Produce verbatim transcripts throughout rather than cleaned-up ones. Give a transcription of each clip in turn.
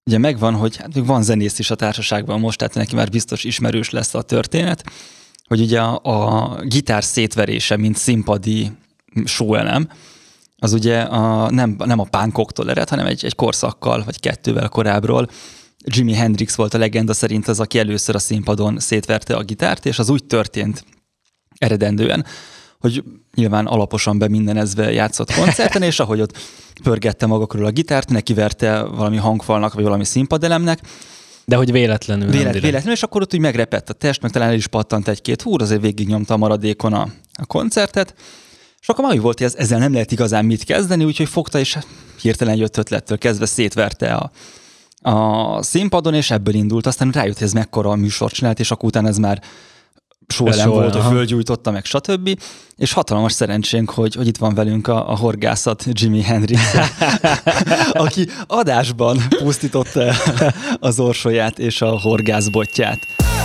ugye megvan, hogy hát van zenész is a társaságban most, tehát neki már biztos ismerős lesz a történet, hogy ugye a, a gitár szétverése, mint színpadi showelem, az ugye a, nem, nem a punkoktól ered, hanem egy, egy korszakkal, vagy kettővel korábbról. Jimi Hendrix volt a legenda szerint az, aki először a színpadon szétverte a gitárt, és az úgy történt eredendően, hogy nyilván alaposan be mindenezve játszott koncerten, és ahogy ott pörgette maga körül a gitárt, nekiverte valami hangfalnak, vagy valami színpadelemnek. De hogy véletlenül. Vélet, véletlenül, és akkor ott úgy megrepett a test, meg talán el is pattant egy-két húr, azért végignyomta a maradékon a, a koncertet, és akkor már úgy volt, hogy ez, ezzel nem lehet igazán mit kezdeni, úgyhogy fogta, és hirtelen jött ötlettől kezdve szétverte a, a színpadon, és ebből indult. Aztán rájött, hogy ez mekkora a műsort csinált, és akkor utána ez már sóelem volt, hogy fölgyújtotta meg, stb. És hatalmas szerencsénk, hogy, hogy itt van velünk a, a horgászat Jimi Hendrix, aki adásban pusztította az orsóját és a horgászbotját.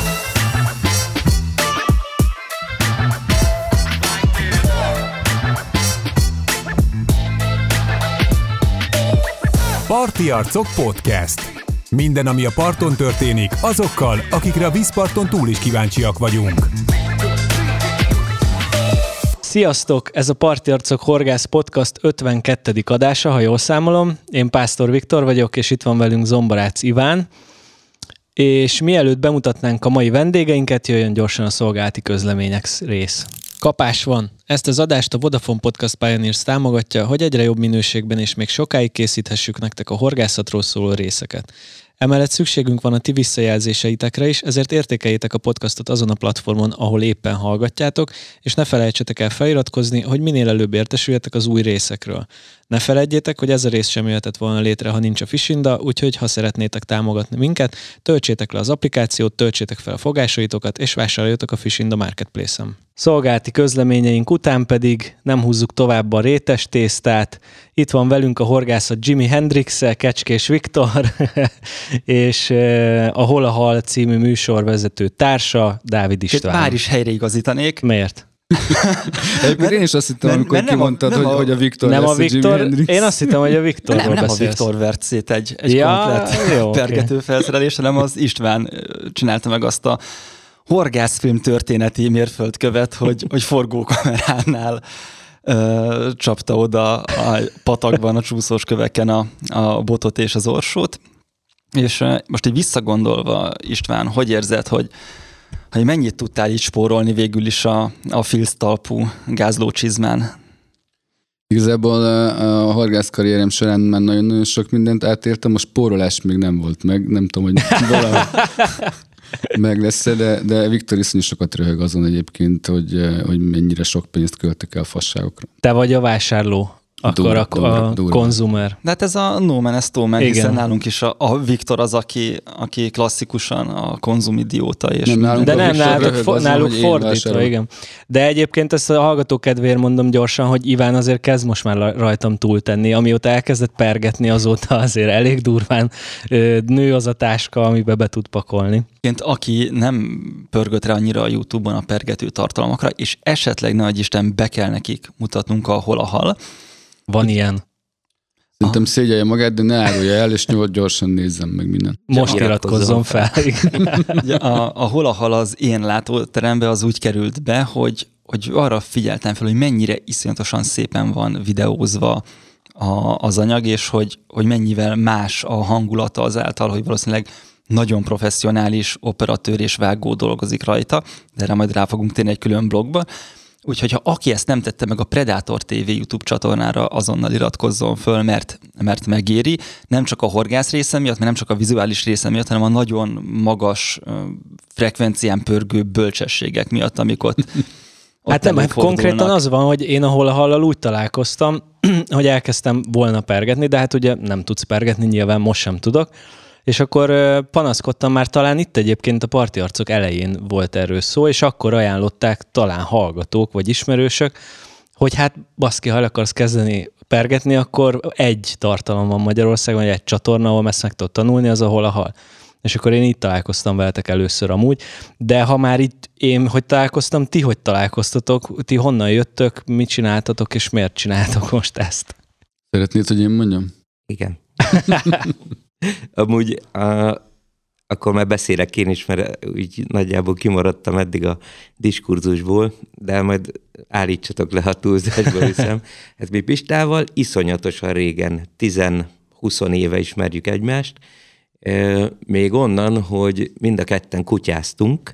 Parti Arcok Podcast. Minden, ami a parton történik, azokkal, akikre a vízparton túl is kíváncsiak vagyunk. Sziasztok! Ez a Parti Arcok Horgász Podcast ötvenkettedik adása, ha jól számolom. Én Pásztor Viktor vagyok, és itt van velünk Zomborác Iván. És mielőtt bemutatnánk a mai vendégeinket, jöjjön gyorsan a szolgálati közlemények rész. Kapás van! Ezt az adást a Vodafone Podcast Pioneers támogatja, hogy egyre jobb minőségben és még sokáig készíthessük nektek a horgászatról szóló részeket. Emellett szükségünk van a ti visszajelzéseitekre is, ezért értékeljétek a podcastot azon a platformon, ahol éppen hallgatjátok, és ne felejtsetek el feliratkozni, hogy minél előbb értesüljetek az új részekről. Ne feledjétek, hogy ez a rész sem jöhetett volna létre, ha nincs a Fishinda, úgyhogy ha szeretnétek támogatni minket, töltsétek le az applikációt, töltsétek fel a fogásaitokat, és vásároljatok a Fishinda Marketplace-en. Szolgálati közleményeink után pedig nem húzzuk tovább a rétes tésztát. Itt van velünk a horgászat Jimi Hendrix-el, Kecskés Viktor, és a Hol a Hal című műsorvezető társa, Dávid István. Már is helyreigazítanék. Miért? Mert, én is azt hittem, amikor nem, kimondtad, nem a, hogy, hogy a Viktor nem lesz a Viktor, a Jimi Hendrix. Én azt hittem, hogy a Viktorról nem, nem beszélsz. a Viktor vert szét egy, egy ja, komplet jó, pergető okay. felszerelés, hanem az István csinálta meg azt a horgászfilm történeti mérföldkövet, hogy, hogy forgókameránál ö, csapta oda a patakban, a csúszós köveken a, a botot és az orsót. És ö, most így visszagondolva, István, hogy érzed, hogy hogy mennyit tudtál így spórolni végül is a, a filztalpú gázlócsizmán? Igazából a, a horgászkarrierem során már nagyon-nagyon sok mindent átéltem, a spórolás még nem volt meg, nem tudom, hogy valahogy meg lesz, de, de Viktor iszonyú sokat röhög azon egyébként, hogy, hogy mennyire sok pénzt költek el fasságokra. Te vagy a vásárló. Akkor durva, a, durva, a durva. konzumer. De hát ez a no man, ez man, hiszen nálunk is a, a Viktor az, aki, aki klasszikusan a konzumidióta. És nem, nálunk de nem, náluk, fo- azon, náluk fordítva, igen. De egyébként ezt a hallgató kedvéért mondom gyorsan, hogy Iván azért kezd most már rajtam túltenni. Amióta elkezdett pergetni, azóta azért elég durván nő az a táska, amiben be tud pakolni. Aki nem pörgött rá annyira a YouTube-on a pergető tartalmakra, és esetleg ne adj Isten, be kell nekik mutatnunk a Hol a Hal. Van ilyen. Szerintem szégyelje magát, de ne árulja el, és nyolc gyorsan nézzem meg minden. Most ja, iratkozzon fel. fel. a, a Hol a Hal az én látóterembe az úgy került be, hogy, hogy arra figyeltem fel, hogy mennyire iszonyatosan szépen van videózva a, az anyag, és hogy, hogy mennyivel más a hangulata azáltal, hogy valószínűleg nagyon professzionális operatőr és vágó dolgozik rajta, de erre majd rá fogunk térni egy külön blogba. Úgyhogy ha aki ezt nem tette meg a Predator té vé YouTube csatornára, azonnal iratkozzon föl, mert, mert megéri. Nem csak a horgász része miatt, mert nem csak a vizuális része miatt, hanem a nagyon magas uh, frekvencián pörgő bölcsességek miatt, amik ott, ott hát nem, hát konkrétan az van, hogy én ahol a hallal úgy találkoztam, hogy elkezdtem volna pergetni, de hát ugye nem tudsz pergetni, nyilván most sem tudok. És akkor panaszkodtam már, talán itt egyébként a Parti Arcok elején volt erről szó, és akkor ajánlották talán hallgatók vagy ismerősök, hogy hát baszki, ha el akarsz kezdeni pergetni, akkor egy tartalom van Magyarországon, vagy egy csatorna, ahol ezt meg tudod tanulni, az a Hol a Hal. És akkor én így találkoztam veletek először amúgy, de ha már itt én hogy találkoztam, ti hogy találkoztatok, ti honnan jöttök, mit csináltatok, és miért csináltok most ezt? Szeretnéd, hogy én mondjam? Igen. Amúgy a, akkor már beszélek én is, mert úgy nagyjából kimaradtam eddig a diskurzusból, de majd állítsatok le, ha túlzásba viszem. Hát mi Pistával iszonyatosan régen, tíz-húsz éve ismerjük egymást, még onnan, hogy mind a ketten kutyáztunk,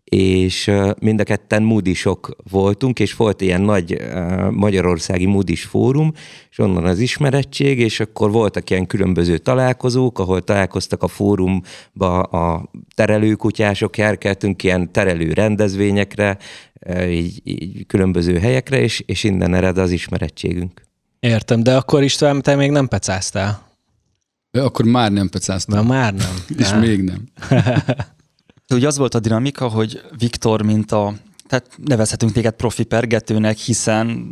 és mind a ketten moodysok voltunk, és volt ilyen nagy magyarországi moodys fórum, és onnan az ismerettség, és akkor voltak ilyen különböző találkozók, ahol találkoztak a fórumba a terelőkutyások, járkáltunk ilyen terelő rendezvényekre, így, így különböző helyekre, és, és innen ered az ismerettségünk. Értem, de akkor István, te még nem pecáztál. Akkor már nem pecáztam. Na, már nem. És Á. még nem. Ugye az volt a dinamika, hogy Viktor, mint a, tehát nevezhetünk téged profi pergetőnek, hiszen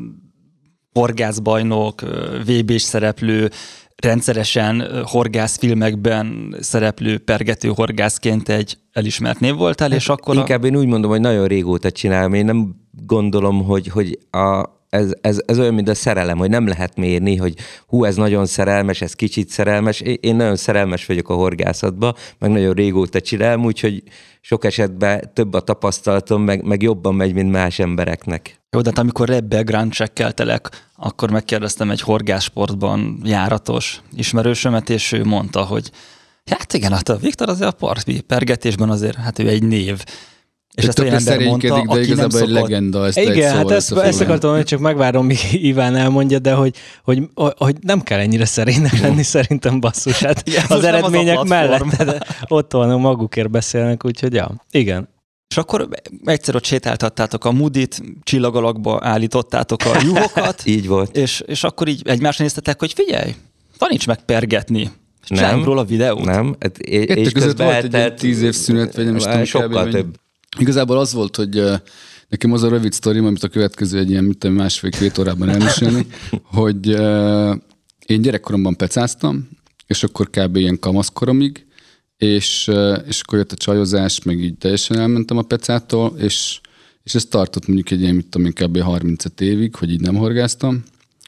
horgászbajnok, vé bés szereplő, rendszeresen horgászfilmekben szereplő pergető horgászként egy elismert név voltál, és akkor... Inkább a... én úgy mondom, hogy nagyon régóta csinálom, én nem gondolom, hogy, hogy a Ez, ez, ez olyan, mint a szerelem, hogy nem lehet mérni, hogy hú, ez nagyon szerelmes, ez kicsit szerelmes. Én nagyon szerelmes vagyok a horgászatba, meg nagyon régóta csinálom, úgyhogy sok esetben több a tapasztalatom, meg, meg jobban megy, mint más embereknek. Jó, de hát amikor egy background checkeltelek, akkor megkérdeztem egy horgászsportban járatos ismerősömet, és ő mondta, hogy hát igen, hát a Viktor azért a parti pergetésben azért, hát ő egy név. És ezt olyan ember mondta, de aki nem szokott... egy legenda. Ezt igen, egy hát ezt, ezt akartam, hogy csak megvárom, míg Iván elmondja, de hogy, hogy, hogy nem kell ennyire szerénynek lenni szerintem, basszus. Hát igen, az eredmények az mellett de ott van, magukért beszélnek, úgyhogy ja, igen. És akkor egyszer ott sétáltattátok a Moodit, csillagalakba állítottátok a juhokat. Így volt. És, és akkor így egymásra néztetek, hogy figyelj, taníts meg pergetni. Csináljunk róla videót. Nem, hát és Kettő között volt egy tíz év szünet, vagy nem is tudom. Sokkal több. Igazából az volt, hogy uh, nekem az a rövid sztorim, amit a következő egy ilyen, mint másfél-két órában elmesélni, hogy uh, én gyerekkoromban pecáztam, és akkor kb. Ilyen kamaszkoromig, és, uh, és akkor jött a csajozás, meg így teljesen elmentem a pecától, és, és ez tartott mondjuk egy ilyen, mit tudom én, kb. harmincöt évig, hogy így nem horgáztam.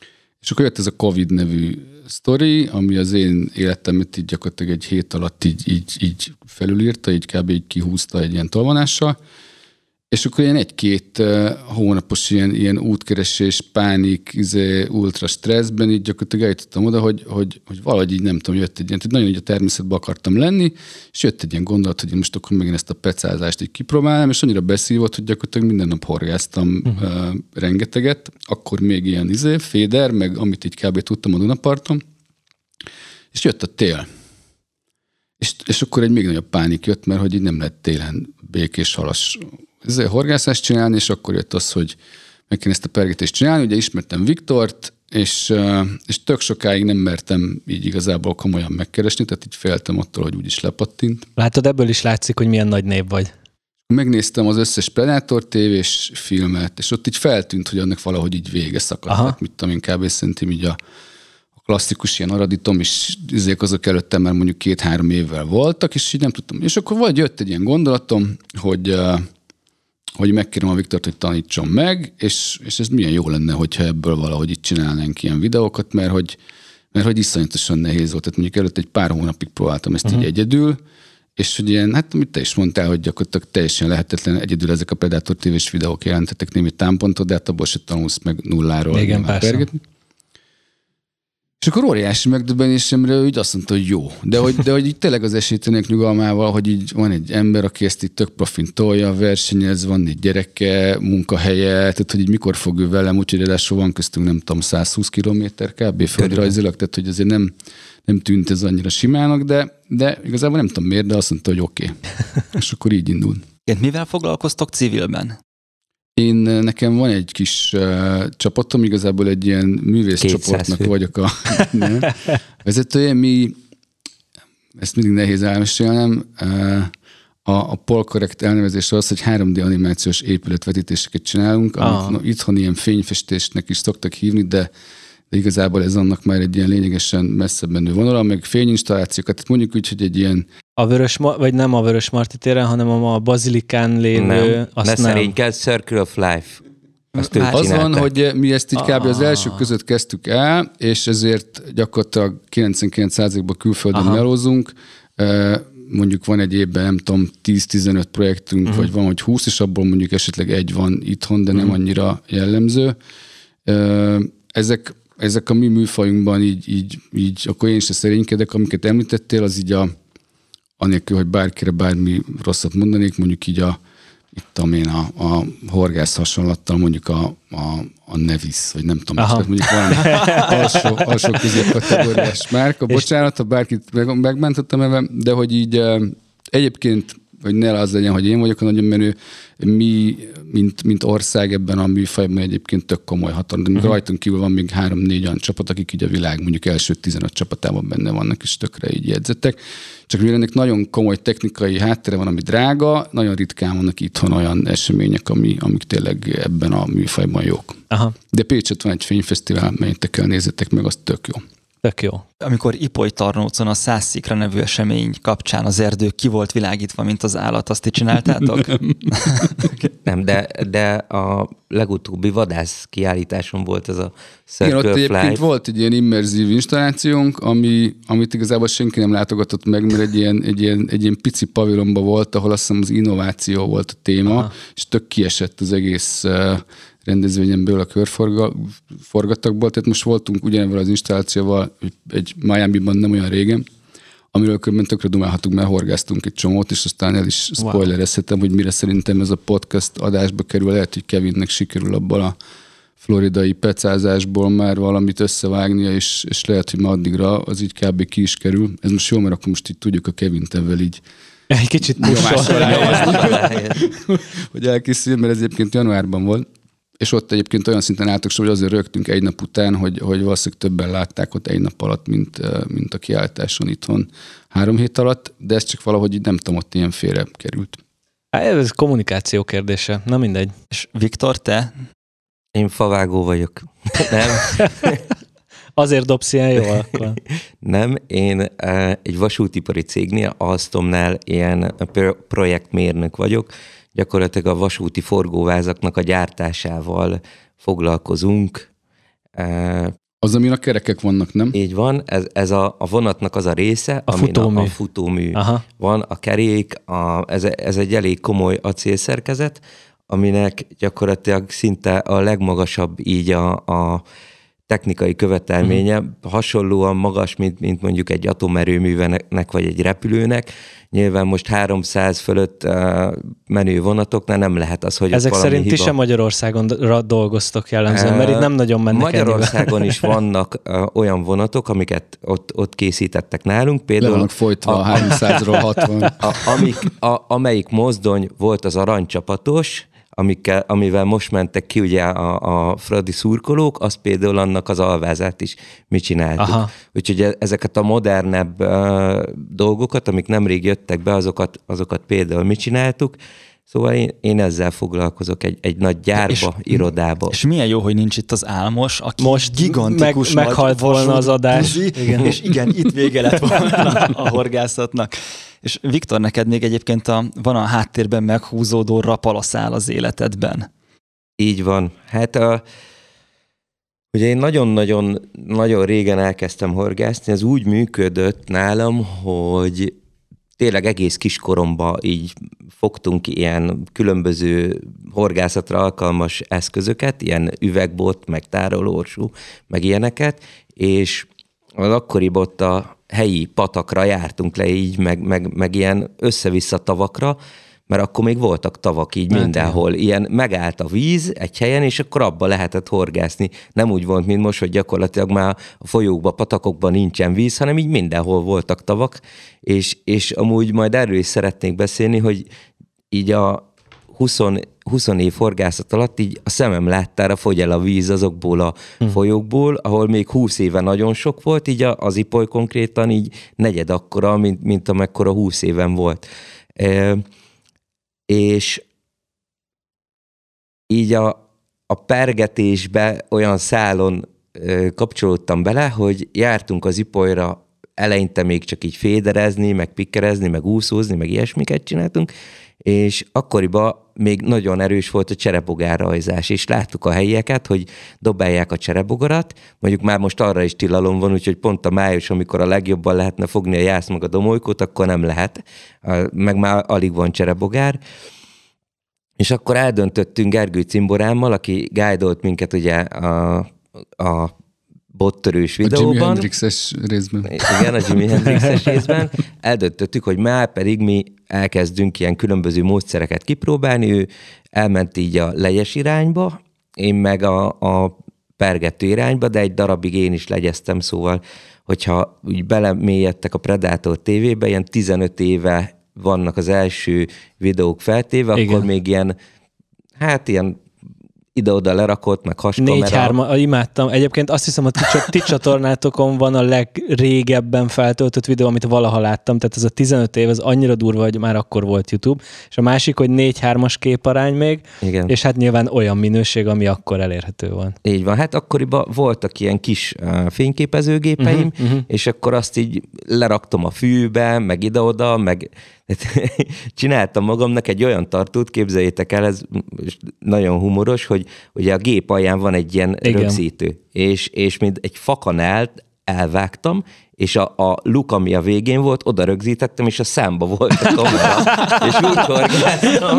És akkor jött ez a Covid nevű sztori, ami az én életemet így gyakorlatilag egy hét alatt így, így, így felülírta, így kb. Így kihúzta egy ilyen tolvonással. És akkor ilyen egy-két uh, hónapos ilyen, ilyen útkeresés, pánik, izé, ultra stresszben így gyakorlatilag eljutottam oda, hogy, hogy, hogy valahogy így nem tudom, jött egy ilyen, hogy nagyon így a természetben akartam lenni, és jött egy ilyen gondolat, hogy most akkor megint ezt a pecázást így kipróbálom, és annyira beszívott, hogy gyakorlatilag minden nap horgáztam uh-huh. uh, rengeteget, akkor még ilyen izé, féder, meg amit így kb. Tudtam a Dunaparton, és jött a tél. És, és akkor egy még nagyobb pánik jött, mert hogy így nem lehet télen békés halas ezzel horgászást csinálni, és akkor jött az, hogy meg kéne ezt a pergetést csinálni. Ugye ismertem Viktort, és, és tök sokáig nem mertem így igazából komolyan megkeresni, tehát így féltem attól, hogy úgyis lepattint. Látod, ebből is látszik, hogy milyen nagy név vagy. Megnéztem az összes Predator tévés filmet, és ott így feltűnt, hogy annak valahogy így vége szakadt. Tehát mit tudom én, kb. Szerintem így a klasszikus ilyen Araditom is izék azok előttem már mondjuk két-három évvel voltak, és így nem tudtam. És akkor vagy jött egy ilyen gondolatom, hogy, hogy megkérem a Viktort, hogy tanítson meg, és, és ez milyen jó lenne, hogyha ebből valahogy itt csinálnánk ilyen videókat, mert hogy, mert hogy iszonyatosan nehéz volt. Tehát mondjuk előtt egy pár hónapig próbáltam ezt uh-huh. így egyedül, és hogy ilyen, hát amit te is mondtál, hogy gyakorlatilag teljesen lehetetlen egyedül ezek a Predator tévés videók jelentettek némi támpontot, de hát abból se tanulsz meg nulláról. Igen, persze. Pergetni. És akkor óriási megdöbbenésemre úgy azt mondta, hogy jó. De hogy, de hogy így tényleg az esélytelenek nyugalmával, hogy így van egy ember, aki ezt így tök profin tolja, versenyez, van egy gyereke, munkahelye, tehát hogy így mikor fog ő velem, úgyhogy ráadásul van köztünk nem tudom száz húsz kilométer kb. Földrajzilag, tehát hogy azért nem, nem tűnt ez annyira simának, de, de igazából nem tudom miért, de azt mondta, hogy oké. Okay. És akkor így indult. Mivel foglalkoztok civilben? Én, nekem van egy kis uh, csapatom, igazából egy ilyen művészcsoportnak vagyok a vezetője. Mi, ezt mindig nehéz elmesélnem, uh, a, a polkorrekt elnevezés az, hogy három dé animációs épületvetítéseket csinálunk, ah. amit itthon ilyen fényfestésnek is szoktak hívni, de, de igazából ez annak már egy ilyen lényegesen messzebb menő vonala, meg fényinstallációkat, tehát mondjuk úgy, hogy egy ilyen A Vörös, vagy nem a Vörös Marty téren, hanem a Bazilikán lévő... Nem, ne szerénykedj, Circle of Life. Azt ők Az csinálták. van, hogy mi ezt így kb. Az elsők között kezdtük el, és ezért gyakorlatilag kilencvenkilenc százalékban külföldön Aha. melózunk. Mondjuk van egy évben, nem tudom, tíz-tizenöt projektünk, uh-huh. vagy van, hogy húsz, és abból mondjuk esetleg egy van itthon, de nem uh-huh. annyira jellemző. Ezek, ezek a mi műfajunkban így, így, így, akkor én is szerénykedek, amiket említettél, az így a, anélkül, hogy bárkire bármi rosszat mondanék, mondjuk így a itt tudom én, a, a horgász hasonlattal mondjuk a, a, a Nevis, vagy nem tudom, tehát mondjuk valami alsó, alsó középkategóriás márka. Bocsánat, ha bárkit meg, megmentottam ebben, de hogy így e, egyébként, hogy ne az legyen, hogy én vagyok a nagyon menő, mi, mint, mint ország ebben a műfajban egyébként tök komoly hatalom. De uh-huh. rajtunk kívül van még három-négy olyan csapat, akik így a világ mondjuk első tizenöt csapatában benne vannak, és tökre így jegyzettek. Csak mivel ennek nagyon komoly technikai háttere van, ami drága, nagyon ritkán vannak itthon olyan események, ami, amik tényleg ebben a műfajban jók. Aha. De Pécset van egy fényfesztivál, melyet nézzetek meg, az tök jó. Tök jó. Amikor Ipoly Tarnócon a Száz Szikra nevű esemény kapcsán az erdő ki volt világítva, mint az állat, azt ti csináltátok? Nem, de, de a legutóbbi vadász kiállításon volt ez a Circle Igen, ott Flight. Egyébként volt egy ilyen immerzív installációnk, ami, amit igazából senki nem látogatott meg, mert egy ilyen, egy ilyen, egy ilyen pici pavilonban volt, ahol azt hiszem az innováció volt a téma, Aha. és tök kiesett az egész rendezvényemből a körforgatagból. Tehát most voltunk ugyanebben az installációval egy Miami-ban nem olyan régen, amiről körben tökre dumálhatunk, mert horgáztunk egy csomót, és aztán el is spoilerezhetem, wow. hogy mire szerintem ez a podcast adásba kerül. Lehet, hogy Kevinnek sikerül abban a floridai pecázásból már valamit összevágnia, és, és lehet, hogy ma addigra az így kb. Ki is kerül. Ez most jó, mert akkor most így tudjuk a Kevint ebben így egy kicsit hogy elkészül, mert ez egyébként januárban volt. És ott egyébként olyan szinten álltak, hogy azért rögtünk egy nap után, hogy, hogy valószínűleg többen látták ott egy nap alatt, mint, mint a kiállításon itthon három hét alatt, de ez csak valahogy így nem tudom, ott ilyen félre került. Ez kommunikáció kérdése, na mindegy. És Viktor, te? Én favágó vagyok. Nem. Azért dobsz ilyen jól akkor. Nem, én egy vasútipari cégnél, Alstomnál ilyen projektmérnök vagyok. Gyakorlatilag a vasúti forgóvázaknak a gyártásával foglalkozunk. Az, amin a kerekek vannak, nem? Így van, ez, ez a, a vonatnak az a része, a amin futómű. A, a futómű van, a kerék, a, ez, ez egy elég komoly acélszerkezet, aminek gyakorlatilag szinte a legmagasabb így a, a technikai követelménye, uh-huh. hasonlóan magas, mint, mint mondjuk egy atomerőművenek vagy egy repülőnek. Nyilván most háromszáz fölött uh, menő vonatoknál nem lehet az, hogy ezek szerint hiba. Ti sem Magyarországon dolgoztok jellemzően, mert itt nem nagyon mennek Magyarországon ennyivel. is vannak uh, olyan vonatok, amiket ott, ott készítettek nálunk. Például le vannak folytva a háromszázról hatvan. A, amik, a, amelyik mozdony volt az aranycsapatos, Amikkel, amivel most mentek ki ugye a, a fradi szurkolók, az például annak az alvázát is mi csináltuk. Aha. Úgyhogy ezeket a modernebb uh, dolgokat, amik nemrég jöttek be, azokat, azokat például mi csináltuk. Szóval én, én ezzel foglalkozok egy, egy nagy gyárba, és, irodába. És milyen jó, hogy nincs itt az Álmos, aki most gigantikus meg, meghalt volna az adás. Igen. És igen, itt vége lett volna a horgászatnak. És Viktor, neked még egyébként a, van a háttérben meghúzódó rapalaszál az életedben. Így van. Hát a, ugye én nagyon-nagyon nagyon régen elkezdtem horgászni, ez úgy működött nálam, hogy tényleg egész kiskoromban így fogtunk ilyen különböző horgászatra alkalmas eszközöket, ilyen üvegbot, meg tárolóorsú, meg ilyeneket, és az akkoriban ott a helyi patakra jártunk le így, meg, meg, meg ilyen össze-vissza tavakra, mert akkor még voltak tavak így hát mindenhol. Ilyen megállt a víz egy helyen, és akkor abba lehetett horgászni. Nem úgy volt, mint most, hogy gyakorlatilag már a folyókban, patakokban nincsen víz, hanem így mindenhol voltak tavak, és, és amúgy majd erről is szeretnék beszélni, hogy így a húsz év horgászat alatt így a szemem láttára fogy el a víz azokból a hmm. folyókból, ahol még húsz éve nagyon sok volt, így az Ipoly konkrétan így negyed akkora, mint, mint amekkora húsz éven volt. E, és így a, a pergetésbe olyan szálon e, kapcsolódtam bele, hogy jártunk az Ipolyra eleinte még csak így féderezni, meg pikkerezni, meg úszózni, meg ilyesmiket csináltunk, és akkoriban még nagyon erős volt a cserebogárrajzás, és láttuk a helyieket, hogy dobálják a cserebogarat, mondjuk már most arra is tilalom van, úgyhogy pont a május, amikor a legjobban lehetne fogni a jász meg a domolykot, akkor nem lehet, meg már alig van cserebogár. És akkor eldöntöttünk Gergő Cimborámmal, aki guidolt minket ugye a, a bottörős videóban. A Jimi Hendrixes részben. Igen, a Jimi Hendrixes részben. Eldöntöttük, hogy már pedig mi elkezdünk ilyen különböző módszereket kipróbálni. Ő elment így a legyes irányba, én meg a, a pergető irányba, de egy darabig én is legyeztem, szóval, hogyha úgy belemélyedtek a Predator tévébe, ilyen tizenöt éve vannak az első videók feltéve, igen. Akkor még ilyen, hát ilyen ide-oda lerakott, meg haskamera. négy-három, imádtam. Egyébként azt hiszem, a ti, ti csatornátokon van a legrégebben feltöltött videó, amit valaha láttam, tehát ez a tizenöt év, ez annyira durva, hogy már akkor volt YouTube. És a másik, hogy négy-hármas képarány még, igen. És hát nyilván olyan minőség, ami akkor elérhető van. Így van, hát akkoriban voltak ilyen kis uh, fényképezőgépeim, uh-huh, uh-huh. És akkor azt így leraktam a fűbe, meg ide-oda, meg csináltam magamnak egy olyan tartót, képzeljétek el, ez nagyon humoros, hogy ugye a gép alján van egy ilyen igen. rögzítő, és, és mint egy fakanált elvágtam, és a, a luk, ami a végén volt, oda rögzítettem, és a számba volt a kamera, és úgy horgáztam.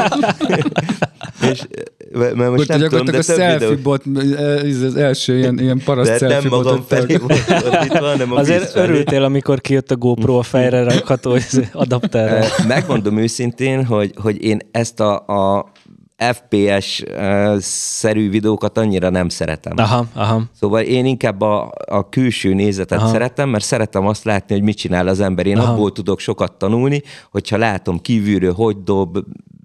és, mert most Most nem tudom, de a selfie bot, ez az első ilyen, ilyen paraszt selfie nem magam felé volt fordítva, hanem a azért örültél, amikor kijött a GoPro a fejre rakható adapterre. Megmondom őszintén, hogy, hogy én ezt a, a ef pé es-szerű videókat annyira nem szeretem. Aha, aha. Szóval én inkább a, a külső nézetet aha. szeretem, mert szeretem azt látni, hogy mit csinál az ember. Én aha. abból tudok sokat tanulni, hogyha látom kívülről, hogy dob,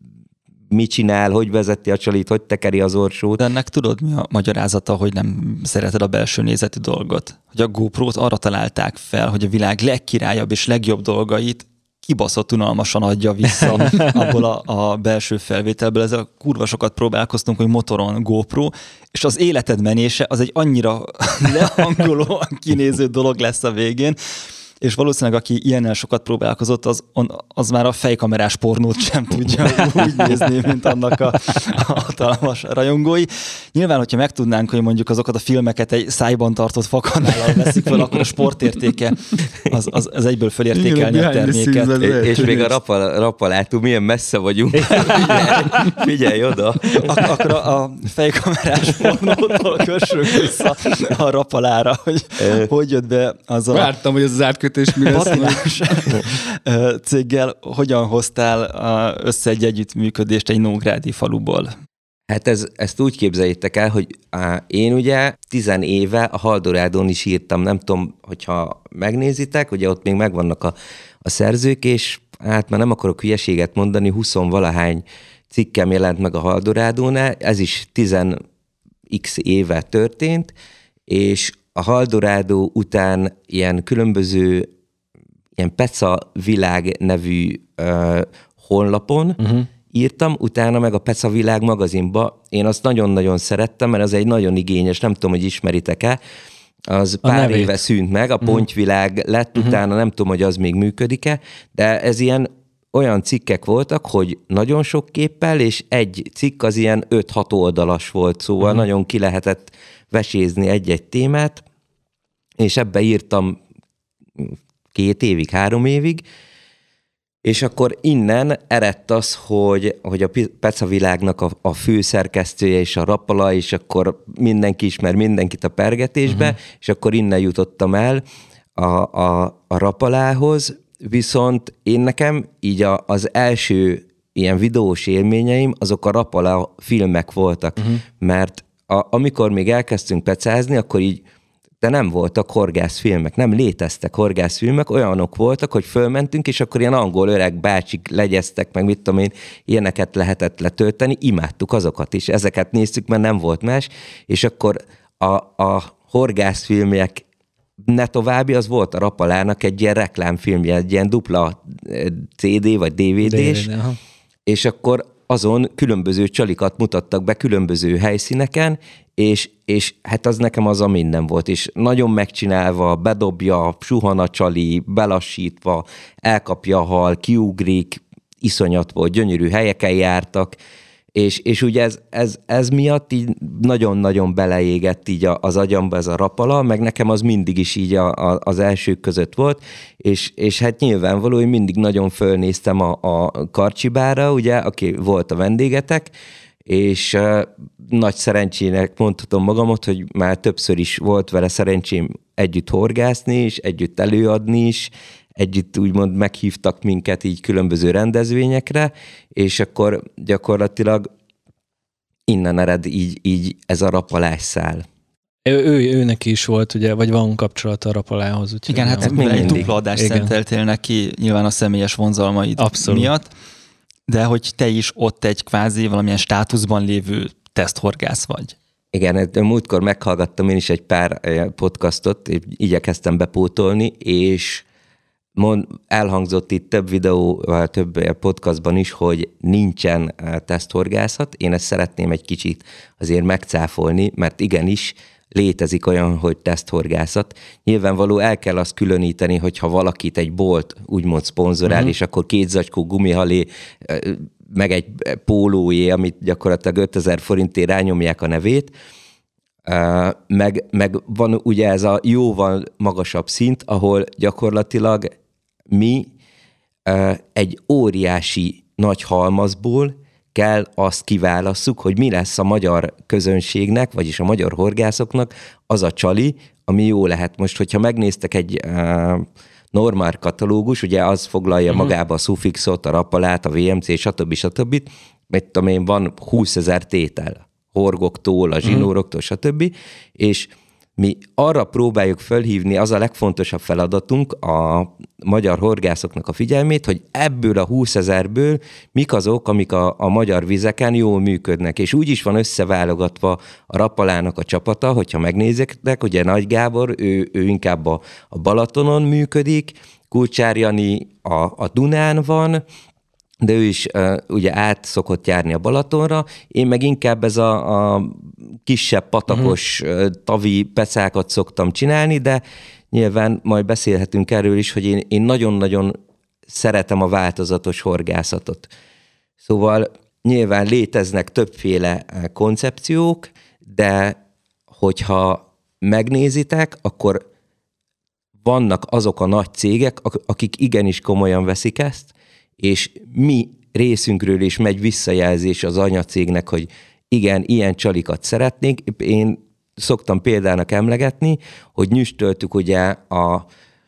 mit csinál, hogy vezeti a csalit, hogy tekeri az orsót. De ennek tudod, mi a magyarázata, hogy nem szereted a belső nézetű dolgot? Hogy a GoPro-t arra találták fel, hogy a világ legkirályabb és legjobb dolgait kibaszott unalmasan adja vissza abból a, a belső felvételből. Ezzel kurva sokat próbálkoztunk, hogy motoron GoPro, és az életed menése az egy annyira lehangolóan kinéző dolog lesz a végén, és valószínűleg aki ilyennel sokat próbálkozott, az, az már a fejkamerás pornót sem tudja úgy nézni, mint annak a, a hatalmas rajongói. Nyilván, hogyha megtudnánk, hogy mondjuk azokat a filmeket egy szájban tartott fakanállal veszik fel, akkor a sportértéke az, az, az egyből fölértékelni a terméket. És még a rapal, rapalától milyen messze vagyunk. Figyelj, figyelj oda. Ak- akkor a, a fejkamerás pornótól kössünk vissza a rapalára, hogy hogy jött be az a... Vártam, hogy ez az átkötés mi lesz. céggel hogyan hoztál össze egy együttműködést egy nógrádi faluból? Hát ez, ezt úgy képzeljétek el, hogy á, én ugye tizen éve a Haldorádón is írtam, nem tudom, hogyha megnézitek, ugye ott még megvannak a, a szerzők, és hát már nem akarok hülyeséget mondani, huszonvalahány cikkem jelent meg a Haldorádónál, ez is tizen x éve történt, és a Haldorádó után ilyen különböző, ilyen Peca Világ nevű uh, honlapon uh-huh. írtam, utána meg a Peca Világ magazinba. Én azt nagyon-nagyon szerettem, mert az egy nagyon igényes, nem tudom, hogy ismeritek-e, az a pár nevét. Éve szűnt meg, a uh-huh. Pontyvilág lett, uh-huh. utána nem tudom, hogy az még működik-e, de ez ilyen olyan cikkek voltak, hogy nagyon sok képpel, és egy cikk az ilyen öt-hat oldalas volt, szóval uh-huh. nagyon ki lehetett vesézni egy-egy témát, és ebbe írtam két évig, három évig, és akkor innen eredt az, hogy, hogy a Peca Világnak a, a főszerkesztője és a Rapala, és akkor mindenki ismer mindenkit a pergetésbe, uh-huh. és akkor innen jutottam el a, a, a Rapalához, viszont én nekem így a, az első ilyen videós élményeim, azok a Rapala filmek voltak, uh-huh. mert a, amikor még elkezdtünk pecázni, akkor így de nem voltak horgászfilmek, nem léteztek horgászfilmek, olyanok voltak, hogy fölmentünk, és akkor ilyen angol öreg bácsik legyeztek, meg mit tudom én, ilyeneket lehetett letölteni, imádtuk azokat is, ezeket néztük, mert nem volt más, és akkor a, a horgászfilmek ne további, az volt a Rapalának egy ilyen reklámfilmje, egy ilyen dupla cé dé vagy dé vé dés, és akkor azon különböző csalikat mutattak be különböző helyszíneken, és, és hát az nekem az a minden volt, és nagyon megcsinálva, bedobja, suhan a csali, belassítva, elkapja a hal, kiugrik, iszonyat volt, gyönyörű helyeken jártak, és, és ugye ez, ez, ez miatt így nagyon-nagyon beleégett így az agyamba ez a Rapala, meg nekem az mindig is így a, a, az elsők között volt, és, és hát nyilvánvaló, hogy mindig nagyon fölnéztem a, a Karcsibára, ugye, aki volt a vendégetek, és uh, nagy szerencsének mondhatom magamot, hogy már többször is volt vele szerencsém együtt horgászni, és együtt előadni is, együtt úgymond meghívtak minket így különböző rendezvényekre, és akkor gyakorlatilag innen ered így, így ez a rapalás szál. Ő, ő, ő neki is volt, ugye, vagy van kapcsolata a Rapalához. Igen, hát még egy dupla adást szenteltél neki, nyilván a személyes vonzalmaid Abszolút. miatt, de hogy te is ott egy kvázi valamilyen státuszban lévő teszthorgász vagy. Igen, múltkor meghallgattam én is egy pár podcastot, igyekeztem bepótolni, és mond, elhangzott itt több videó, több podcastban is, hogy nincsen teszthorgászat. Én ezt szeretném egy kicsit azért megcáfolni, mert igenis létezik olyan, hogy teszthorgászat. Nyilvánvaló el kell azt különíteni, hogyha valakit egy bolt úgymond szponzorál, uh-huh. és akkor két zacskó gumihalé, meg egy pólóé, amit gyakorlatilag ötezer forintért rányomják a nevét, meg, meg van ugye ez a jóval magasabb szint, ahol gyakorlatilag mi egy óriási nagy halmazból kell azt kiválasszuk, hogy mi lesz a magyar közönségnek, vagyis a magyar horgászoknak az a csali, ami jó lehet. Most, hogyha megnéztek egy uh, normál katalógus, ugye az foglalja uh-huh. magába a Sufixot, a Rapalát, a vé em cé, stb. stb. Mert tudom én, van húszezer tétel, horgoktól, a zsinóroktól, uh-huh. stb. És mi arra próbáljuk fölhívni, az a legfontosabb feladatunk a magyar horgászoknak a figyelmét, hogy ebből a húszezerből mik azok, amik a, a magyar vizeken jól működnek. És úgy is van összeválogatva a Rapalának a csapata, hogyha megnézek, ugye Nagy Gábor, ő, ő inkább a, a Balatonon működik, Kulcsár Jani a, a Dunán van, de ő is uh, ugye át szokott járni a Balatonra, én meg inkább ez a, a kisebb patakos uh-huh. tavi pecákat szoktam csinálni, de nyilván majd beszélhetünk erről is, hogy én, én nagyon-nagyon szeretem a változatos horgászatot. Szóval nyilván léteznek többféle koncepciók, de hogyha megnézitek, akkor vannak azok a nagy cégek, akik igenis komolyan veszik ezt, és mi részünkről is megy visszajelzés az anyacégnek, hogy igen, ilyen csalikat szeretnénk. Én szoktam példának emlegetni, hogy nyüstöltük ugye a,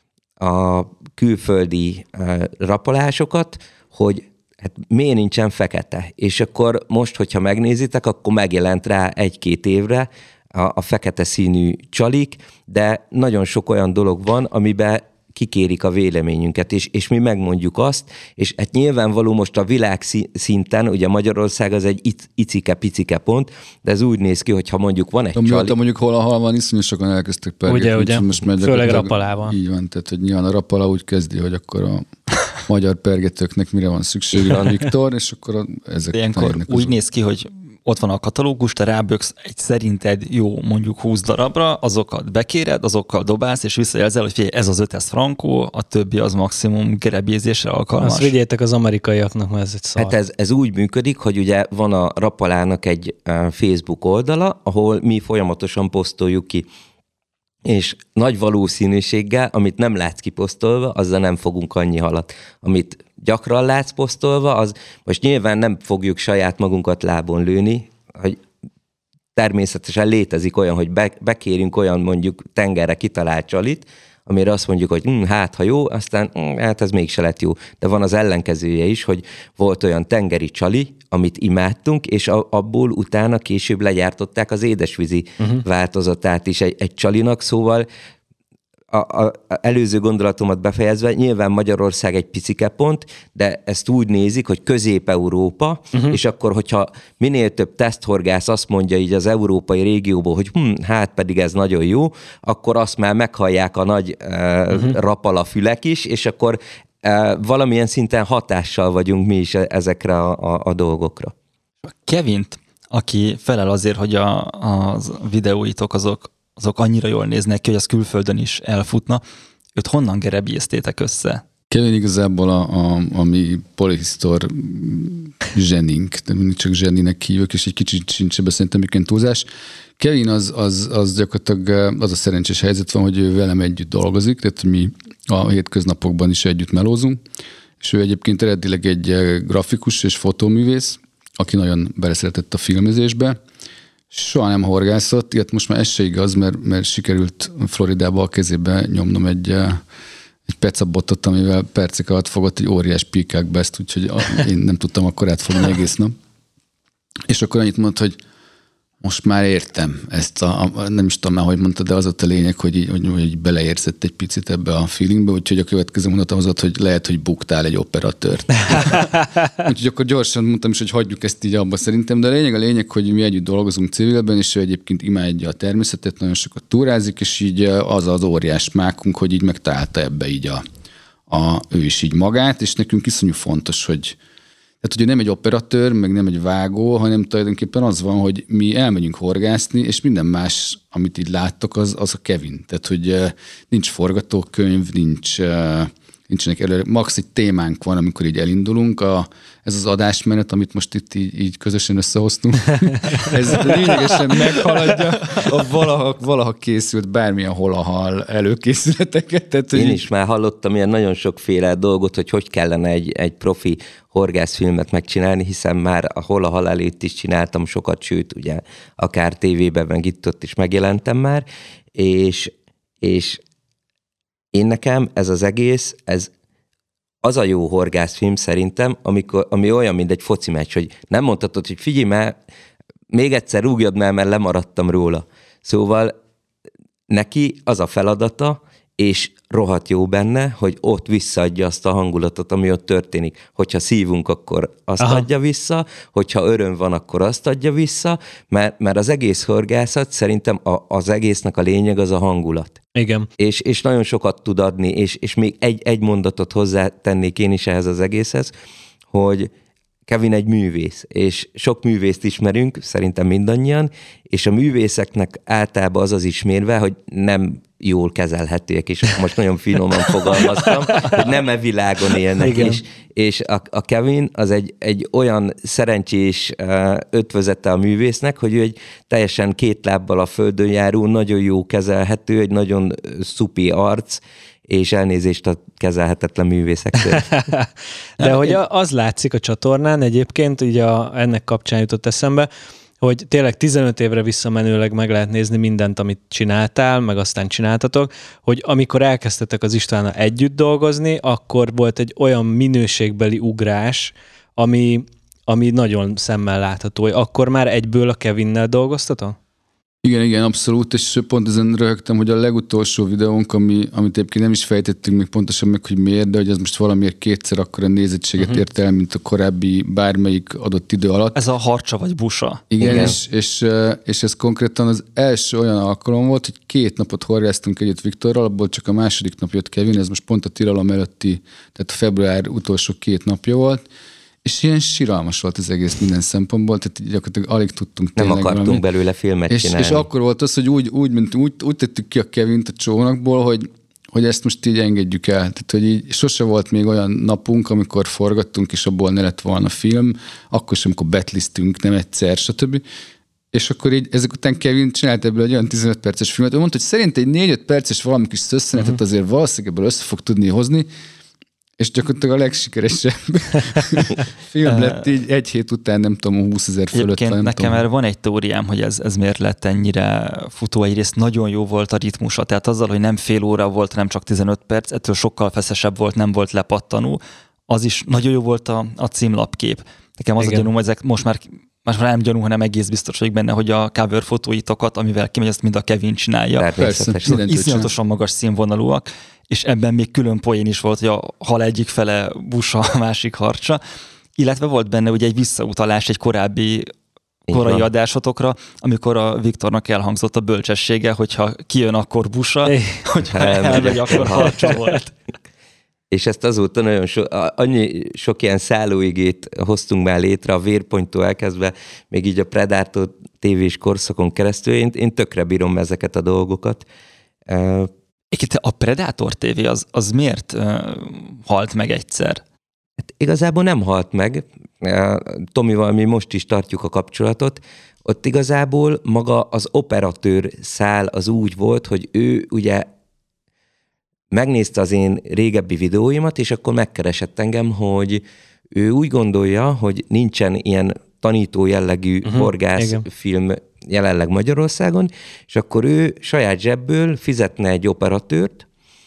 a külföldi rapalásokat, hogy hát miért nincsen fekete. És akkor most, hogyha megnézitek, akkor megjelent rá egy-két évre a, a fekete színű csalik, de nagyon sok olyan dolog van, amiben kikérik a véleményünket, és, és mi megmondjuk azt, és hát nyilvánvaló most a világ szinten, ugye Magyarország az egy icike-picike pont, de ez úgy néz ki, hogyha mondjuk van egy csali... Mióta mondjuk hol a hal van, iszonyú sokan elkezdtek pergetni. Ugye, ugye, most főleg Rapalában. Így van, tehát hogy nyilván a Rapala úgy kezdi, hogy akkor a magyar pergetőknek mire van szükségük, a Viktor, és akkor a, ezek ilyenkor úgy azok. Néz ki, hogy ott van a katalógus, te ráböksz egy szerinted jó mondjuk húsz darabra, azokat bekéred, azokkal dobálsz, és visszajelzel, hogy figyelj, ez az ötezer frankó, a többi az maximum gerebézésre alkalmas. Azt vigyétek az amerikaiaknak, mert ez egy szar. Hát ez, ez úgy működik, hogy ugye van a Rapalának egy Facebook oldala, ahol mi folyamatosan posztoljuk ki. És nagy valószínűséggel, amit nem látsz kiposztolva, azzal nem fogunk annyi halat. Amit gyakran látsz posztolva, az most nyilván nem fogjuk saját magunkat lábon lőni, hogy természetesen létezik olyan, hogy be, bekérünk olyan mondjuk tengerre kitalált csalit, amire azt mondjuk, hogy hm, hát ha jó, aztán hm, hát ez mégse lett jó. De van az ellenkezője is, hogy volt olyan tengeri csali, amit imádtunk, és abból utána később legyártották az édesvízi uh-huh. változatát is egy, egy csalinak, szóval a, a, a előző gondolatomat befejezve, nyilván Magyarország egy picike pont, de ezt úgy nézik, hogy Közép-Európa, uh-huh. és akkor, hogyha minél több teszthorgász azt mondja így az európai régióból, hogy hm, hát pedig ez nagyon jó, akkor azt már meghallják a nagy uh, uh-huh. rapala fülek is, és akkor valamilyen szinten hatással vagyunk mi is ezekre a, a, a dolgokra. Kevint, aki felel azért, hogy a, a videóitok azok, azok annyira jól néznek ki, hogy az külföldön is elfutna, őt honnan gerebjéztétek össze? Kevin igazából a, a, a mi polihisztor zsenink, de mindig csak zseninek hívjuk, és egy kicsit sincs ebbe szerintem miként túlzás. Kevin az, az, az gyakorlatilag az a szerencsés helyzet van, hogy ő velem együtt dolgozik, tehát mi a hétköznapokban is együtt melózunk, és ő egyébként eredetileg egy grafikus és fotóművész, aki nagyon beleszeretett a filmezésbe, soha nem horgászott, ilyet most már ez se igaz, mert, mert sikerült Floridába a kezébe nyomnom egy, egy pecabotot, amivel percek alatt fogott egy óriás píkákbeszt, úgyhogy én nem tudtam akkor átfogni egész nap. És akkor annyit mondta, hogy most már értem ezt, a, a, nem is tudom már, hogy mondta, de az ott a lényeg, hogy így, hogy, hogy beleérzett egy picit ebbe a feelingbe, úgyhogy a következő mondatom az ott, hogy lehet, hogy buktál egy operatőrt. Úgyhogy akkor gyorsan mondtam is, hogy hagyjuk ezt így abba szerintem, de a lényeg a lényeg, hogy mi együtt dolgozunk civilben, és ő egyébként imádja a természetet, nagyon sokat túrázik, és így az az óriás mákunk, hogy így megtalálta ebbe így a, a, ő is így magát, és nekünk iszonyú fontos, hogy tehát ugye nem egy operatőr, meg nem egy vágó, hanem tulajdonképpen az van, hogy mi elmegyünk horgászni, és minden más, amit így láttok, az, az a Kevin. Tehát, hogy nincs forgatókönyv, nincs, nincsenek előre. Max egy témánk van, amikor így elindulunk. A, ez az adásmenet, amit most itt így, így közösen összehoztunk, ez lényegesen meghaladja a valaha, valaha készült bármilyen holahal előkészületeket. Tehát, Én hogy is már hallottam ilyen nagyon sokféle dolgot, hogy hogy kellene egy, egy profi horgászfilmet megcsinálni, hiszen már a Hol a halál előtt is csináltam sokat, sőt, ugye akár tévében, meg itt-ott is megjelentem már, és, és én nekem ez az egész, ez az a jó horgászfilm szerintem, amikor, ami olyan, mint egy foci meccs, hogy nem mondhatod, hogy figyelj már, még egyszer rúgjad már, mert lemaradtam róla. Szóval neki az a feladata, és rohadt jó benne, hogy ott visszaadja azt a hangulatot, ami ott történik. Hogyha szívunk, akkor azt Aha. adja vissza, hogyha öröm van, akkor azt adja vissza, mert, mert az egész horgászat szerintem a, az egésznek a lényeg az a hangulat. Igen. És, és nagyon sokat tud adni, és, és még egy, egy mondatot hozzátennék én is ehhez az egészhez, hogy Kevin egy művész, és sok művészt ismerünk, szerintem mindannyian, és a művészeknek általában az az ismérve, hogy nem jól kezelhetőek, és most nagyon finoman fogalmaztam, hogy nem e világon élnek, és, és a, a Kevin az egy, egy olyan szerencsés uh, ötvözete a művésznek, hogy ő egy teljesen két lábbal a földön járó, nagyon jó kezelhető, egy nagyon szupi arc, és elnézést a kezelhetetlen művészektől. De hogy az látszik a csatornán egyébként, ugye a, ennek kapcsán jutott eszembe, hogy tényleg tizenöt évre visszamenőleg meg lehet nézni mindent, amit csináltál, meg aztán csináltatok, hogy amikor elkezdtetek az Istvánnal együtt dolgozni, akkor volt egy olyan minőségbeli ugrás, ami, ami nagyon szemmel látható. Akkor már egyből a Kevinnel dolgoztatok? Igen, igen, abszolút, és pont ezen röhögtem, hogy a legutolsó videónk, ami, amit egyébként nem is fejtettünk még pontosan meg, hogy miért, de hogy az most valamiért kétszer akkora nézettséget uh-huh. ért el, mint a korábbi bármelyik adott idő alatt. Ez a harcsa vagy busa. Igen, igen. És, és, és ez konkrétan az első olyan alkalom volt, hogy két napot horgáztunk együtt Viktorral, abból csak a második nap jött Kevin, ez most pont a tilalom előtti, tehát a február utolsó két napja volt, és ilyen siralmas volt az egész minden szempontból, tehát gyakorlatilag alig tudtunk Nem tényleg akartunk valami. belőle filmet és, csinálni. és akkor volt az, hogy úgy, úgy, mint, úgy, úgy tettük ki a Kevint a csónakból, hogy, hogy ezt most így engedjük el. Tehát, hogy így sose volt még olyan napunk, amikor forgattunk, és abból ne lett volna film, akkor sem, amikor betliztünk, nem egyszer, stb. És akkor így ezek után Kevin csinált ebből egy olyan tizenöt perces filmet. Ő mondta, hogy szerint egy négy-öt perces valami kis szösszenetet uh-huh. azért valószínűleg ebből össze fog tudni hozni, és gyakorlatilag a legsikeresebb film lett így egy hét után, nem tudom, húszezer fölött. Egyébként nem nekem tudom. erre van egy teóriám, hogy ez, ez miért lett ennyire futó. Egyrészt nagyon jó volt a ritmusa, tehát azzal, hogy nem fél óra volt, nem csak tizenöt perc, ettől sokkal feszesebb volt, nem volt lepattanó. Az is nagyon jó volt a, a címlapkép. Nekem az Igen. a gyanúm, ezek most már most már nem gyanú, hanem egész biztos vagyok benne, hogy a cover fotóitokat, amivel kimegy, azt mind a Kevin csinálja. Persze, iszonyatosan magas színvonalúak, és ebben még külön poén is volt, hogy a hal egyik fele busa, a másik harcsa, illetve volt benne ugye egy visszautalás egy korábbi korai adásotokra, amikor a Viktornak elhangzott a bölcsessége, hogyha kijön, akkor busa, hogyha elmegy, akkor harcsa volt. és ezt azóta nagyon so, annyi sok ilyen szállóigét hoztunk már létre, a Vérponttól elkezdve, még így a Predator tévés korszakon keresztül, én, én tökre bírom ezeket a dolgokat. Itt a Predator té vé az, az miért uh, halt meg egyszer? Hát igazából nem halt meg. Tomival mi most is tartjuk a kapcsolatot. Ott igazából maga az operatőr szál az úgy volt, hogy ő ugye megnézte az én régebbi videóimat, és akkor megkeresett engem, hogy ő úgy gondolja, hogy nincsen ilyen tanító jellegű uh-huh, horgászfilm jelenleg Magyarországon, és akkor ő saját zsebből fizetne egy operatőrt,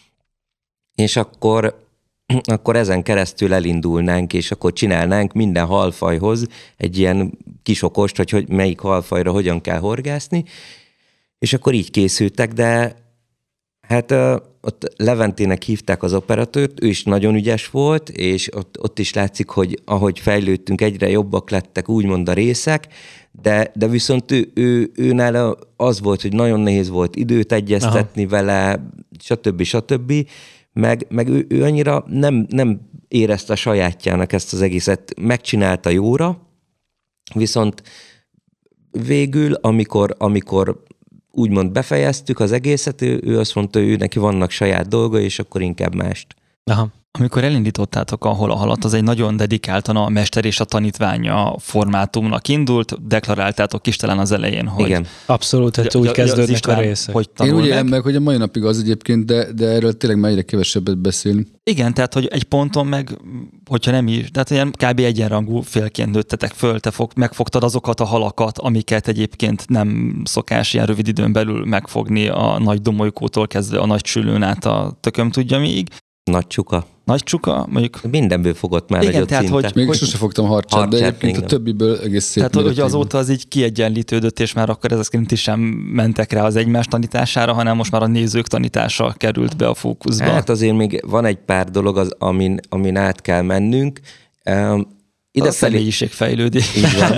és akkor, akkor ezen keresztül elindulnánk, és akkor csinálnánk minden halfajhoz egy ilyen kisokost, hogy, hogy melyik halfajra hogyan kell horgászni, és akkor így készültek, de hát ott Leventének hívták az operatőrt, ő is nagyon ügyes volt, és ott, ott is látszik, hogy ahogy fejlődtünk, egyre jobbak lettek úgymond a részek, de, de viszont ő, ő, ő nála az volt, hogy nagyon nehéz volt időt egyeztetni Aha. vele, stb. stb. Meg, meg ő, ő annyira nem, nem érezte a sajátjának ezt az egészet, megcsinálta jóra, viszont végül, amikor, amikor úgymond befejeztük az egészet, ő, ő azt mondta, hogy ő neki vannak saját dolgai, és akkor inkább mást. Aha. Amikor elindítottátok a Hol a halat, az egy nagyon dedikáltan a mester és a tanítványa formátumnak indult, deklaráltátok is talán az elején, hogy... Igen. Abszolút, hogy úgy kezdődnek a részek. Hogy Én úgy meg. meg, hogy a mai napig az egyébként, de, de erről tényleg már egyre kevesebbet beszélünk. Igen, tehát, hogy egy ponton meg, hogyha nem is, tehát ilyen kb. Egyenrangú félként nőttetek föl, te fog, megfogtad azokat a halakat, amiket egyébként nem szokás ilyen rövid időn belül megfogni a nagy domolykótól kezdve a nagy csülőn át a tököm tudja még. Nagy csuka. Nagy csuka, mondjuk... Mindenből fogott már Igen, nagyot tehát, szinte. hogy- Még sose fogtam harcsát, de egyébként a többiből egész szép. Tehát, hogy mértékben. azóta az így kiegyenlítődött, és már akkor ezek szerint is sem mentek rá az egymás tanítására, hanem most már a nézők tanítása került be a fókuszba. Hát azért még van egy pár dolog, az, amin, amin át kell mennünk. Um, a személyiségfejlődés. Így van.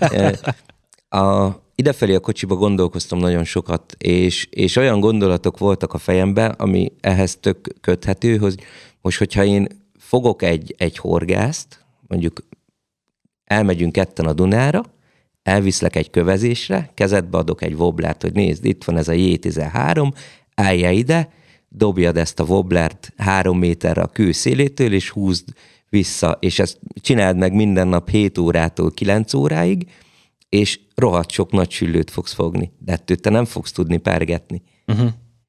A, idefelé a kocsiba gondolkoztam nagyon sokat, és, és olyan gondolatok voltak a fejemben, ami ehhez tök köthető, hogy most, hogyha én fogok egy, egy horgászt, mondjuk elmegyünk ketten a Dunára, elviszlek egy kövezésre, kezedbe adok egy wobblert, hogy nézd, itt van ez a jé tizenhárom, álljál ide, dobjad ezt a wobblert három méterre a kő szélétől, és húzd vissza, és ezt csináld meg minden nap hét órától kilenc óráig, és rohadt sok nagy süllőt fogsz fogni, de ettől te nem fogsz tudni pergetni. Uh-huh.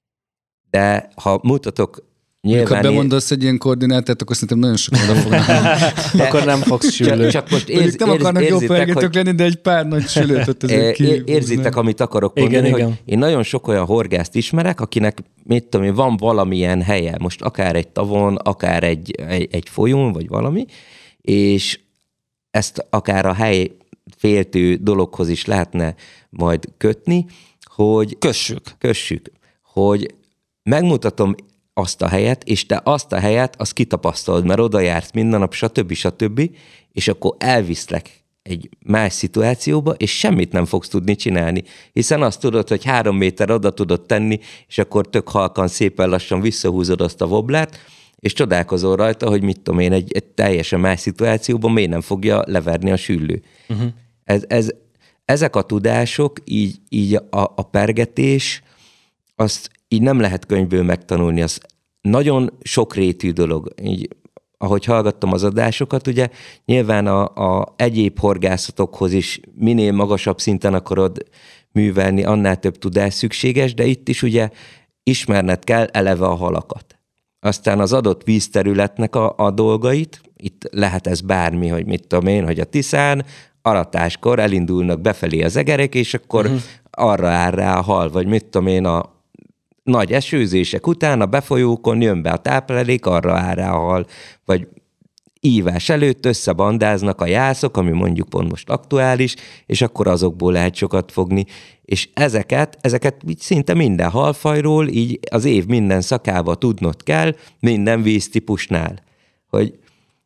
De ha mutatok nyilván... Mikor bemondasz egy ilyen koordinátát, akkor szerintem nagyon sokan oda fognak. De akkor nem fogsz süllő. Csak, csak most érz, nem érz, akarnak jó érzitek, pergetők hogy, lenni, de egy pár nagy sülőt ott azért ki. Érzitek, amit akarok mondani, Igen, hogy igen. én nagyon sok olyan horgászt ismerek, akinek, mit tudom én, van valamilyen helye, most akár egy tavon, akár egy, egy, egy folyón, vagy valami, és ezt akár a hely féltő dologhoz is lehetne majd kötni, hogy... Kössük. Kössük. Hogy megmutatom azt a helyet, és te azt a helyet, azt kitapasztalod, mert oda jársz minden nap, stb. stb. És akkor elviszlek egy más szituációba, és semmit nem fogsz tudni csinálni. Hiszen azt tudod, hogy három méter oda tudod tenni, és akkor tök halkan, szépen lassan visszahúzod azt a wobblert, és csodálkozol rajta, hogy mit tudom én, egy, egy teljesen más szituációban miért nem fogja leverni a süllő. Uh-huh. Ez, ez, ezek a tudások, így, így a, a pergetés, azt így nem lehet könyvből megtanulni, az nagyon sokrétű dolog. Így, ahogy hallgattam az adásokat, ugye nyilván a, a egyéb horgászatokhoz is minél magasabb szinten akarod művelni, annál több tudás szükséges, de itt is ugye ismerned kell eleve a halakat. Aztán az adott vízterületnek a, a dolgait, itt lehet ez bármi, hogy mit tudom én, hogy a Tiszán aratáskor elindulnak befelé az egerek, és akkor uh-huh. arra áll rá a hal, vagy mit tudom én, a nagy esőzések után a befolyókon jön be a táplálék, arra áll rá a hal, vagy ívás előtt összebandáznak a jászok, ami mondjuk pont most aktuális, és akkor azokból lehet sokat fogni. És ezeket, ezeket szinte minden halfajról, így az év minden szakába tudnod kell, minden víztípusnál. Hogy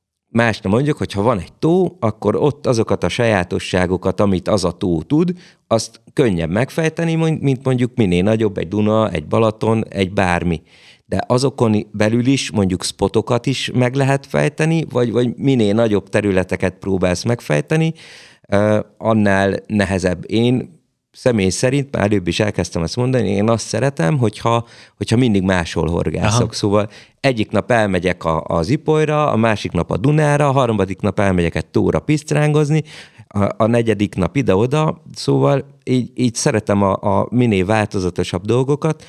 más nem mondjuk, hogy ha van egy tó, akkor ott azokat a sajátosságokat, amit az a tó tud, azt könnyebb megfejteni, mint mondjuk minél nagyobb egy Duna, egy Balaton, egy bármi. de azokon belül is mondjuk spotokat is meg lehet fejteni, vagy, vagy minél nagyobb területeket próbálsz megfejteni, annál nehezebb. Én személy szerint, már előbb is elkezdtem ezt mondani, én azt szeretem, hogyha, hogyha mindig máshol horgászok. Aha. Szóval egyik nap elmegyek a, az Ipolyra, a másik nap a Dunára, a harmadik nap elmegyek egy tóra pisztrángozni, a, a negyedik nap ide-oda, szóval így, így szeretem a, a minél változatosabb dolgokat,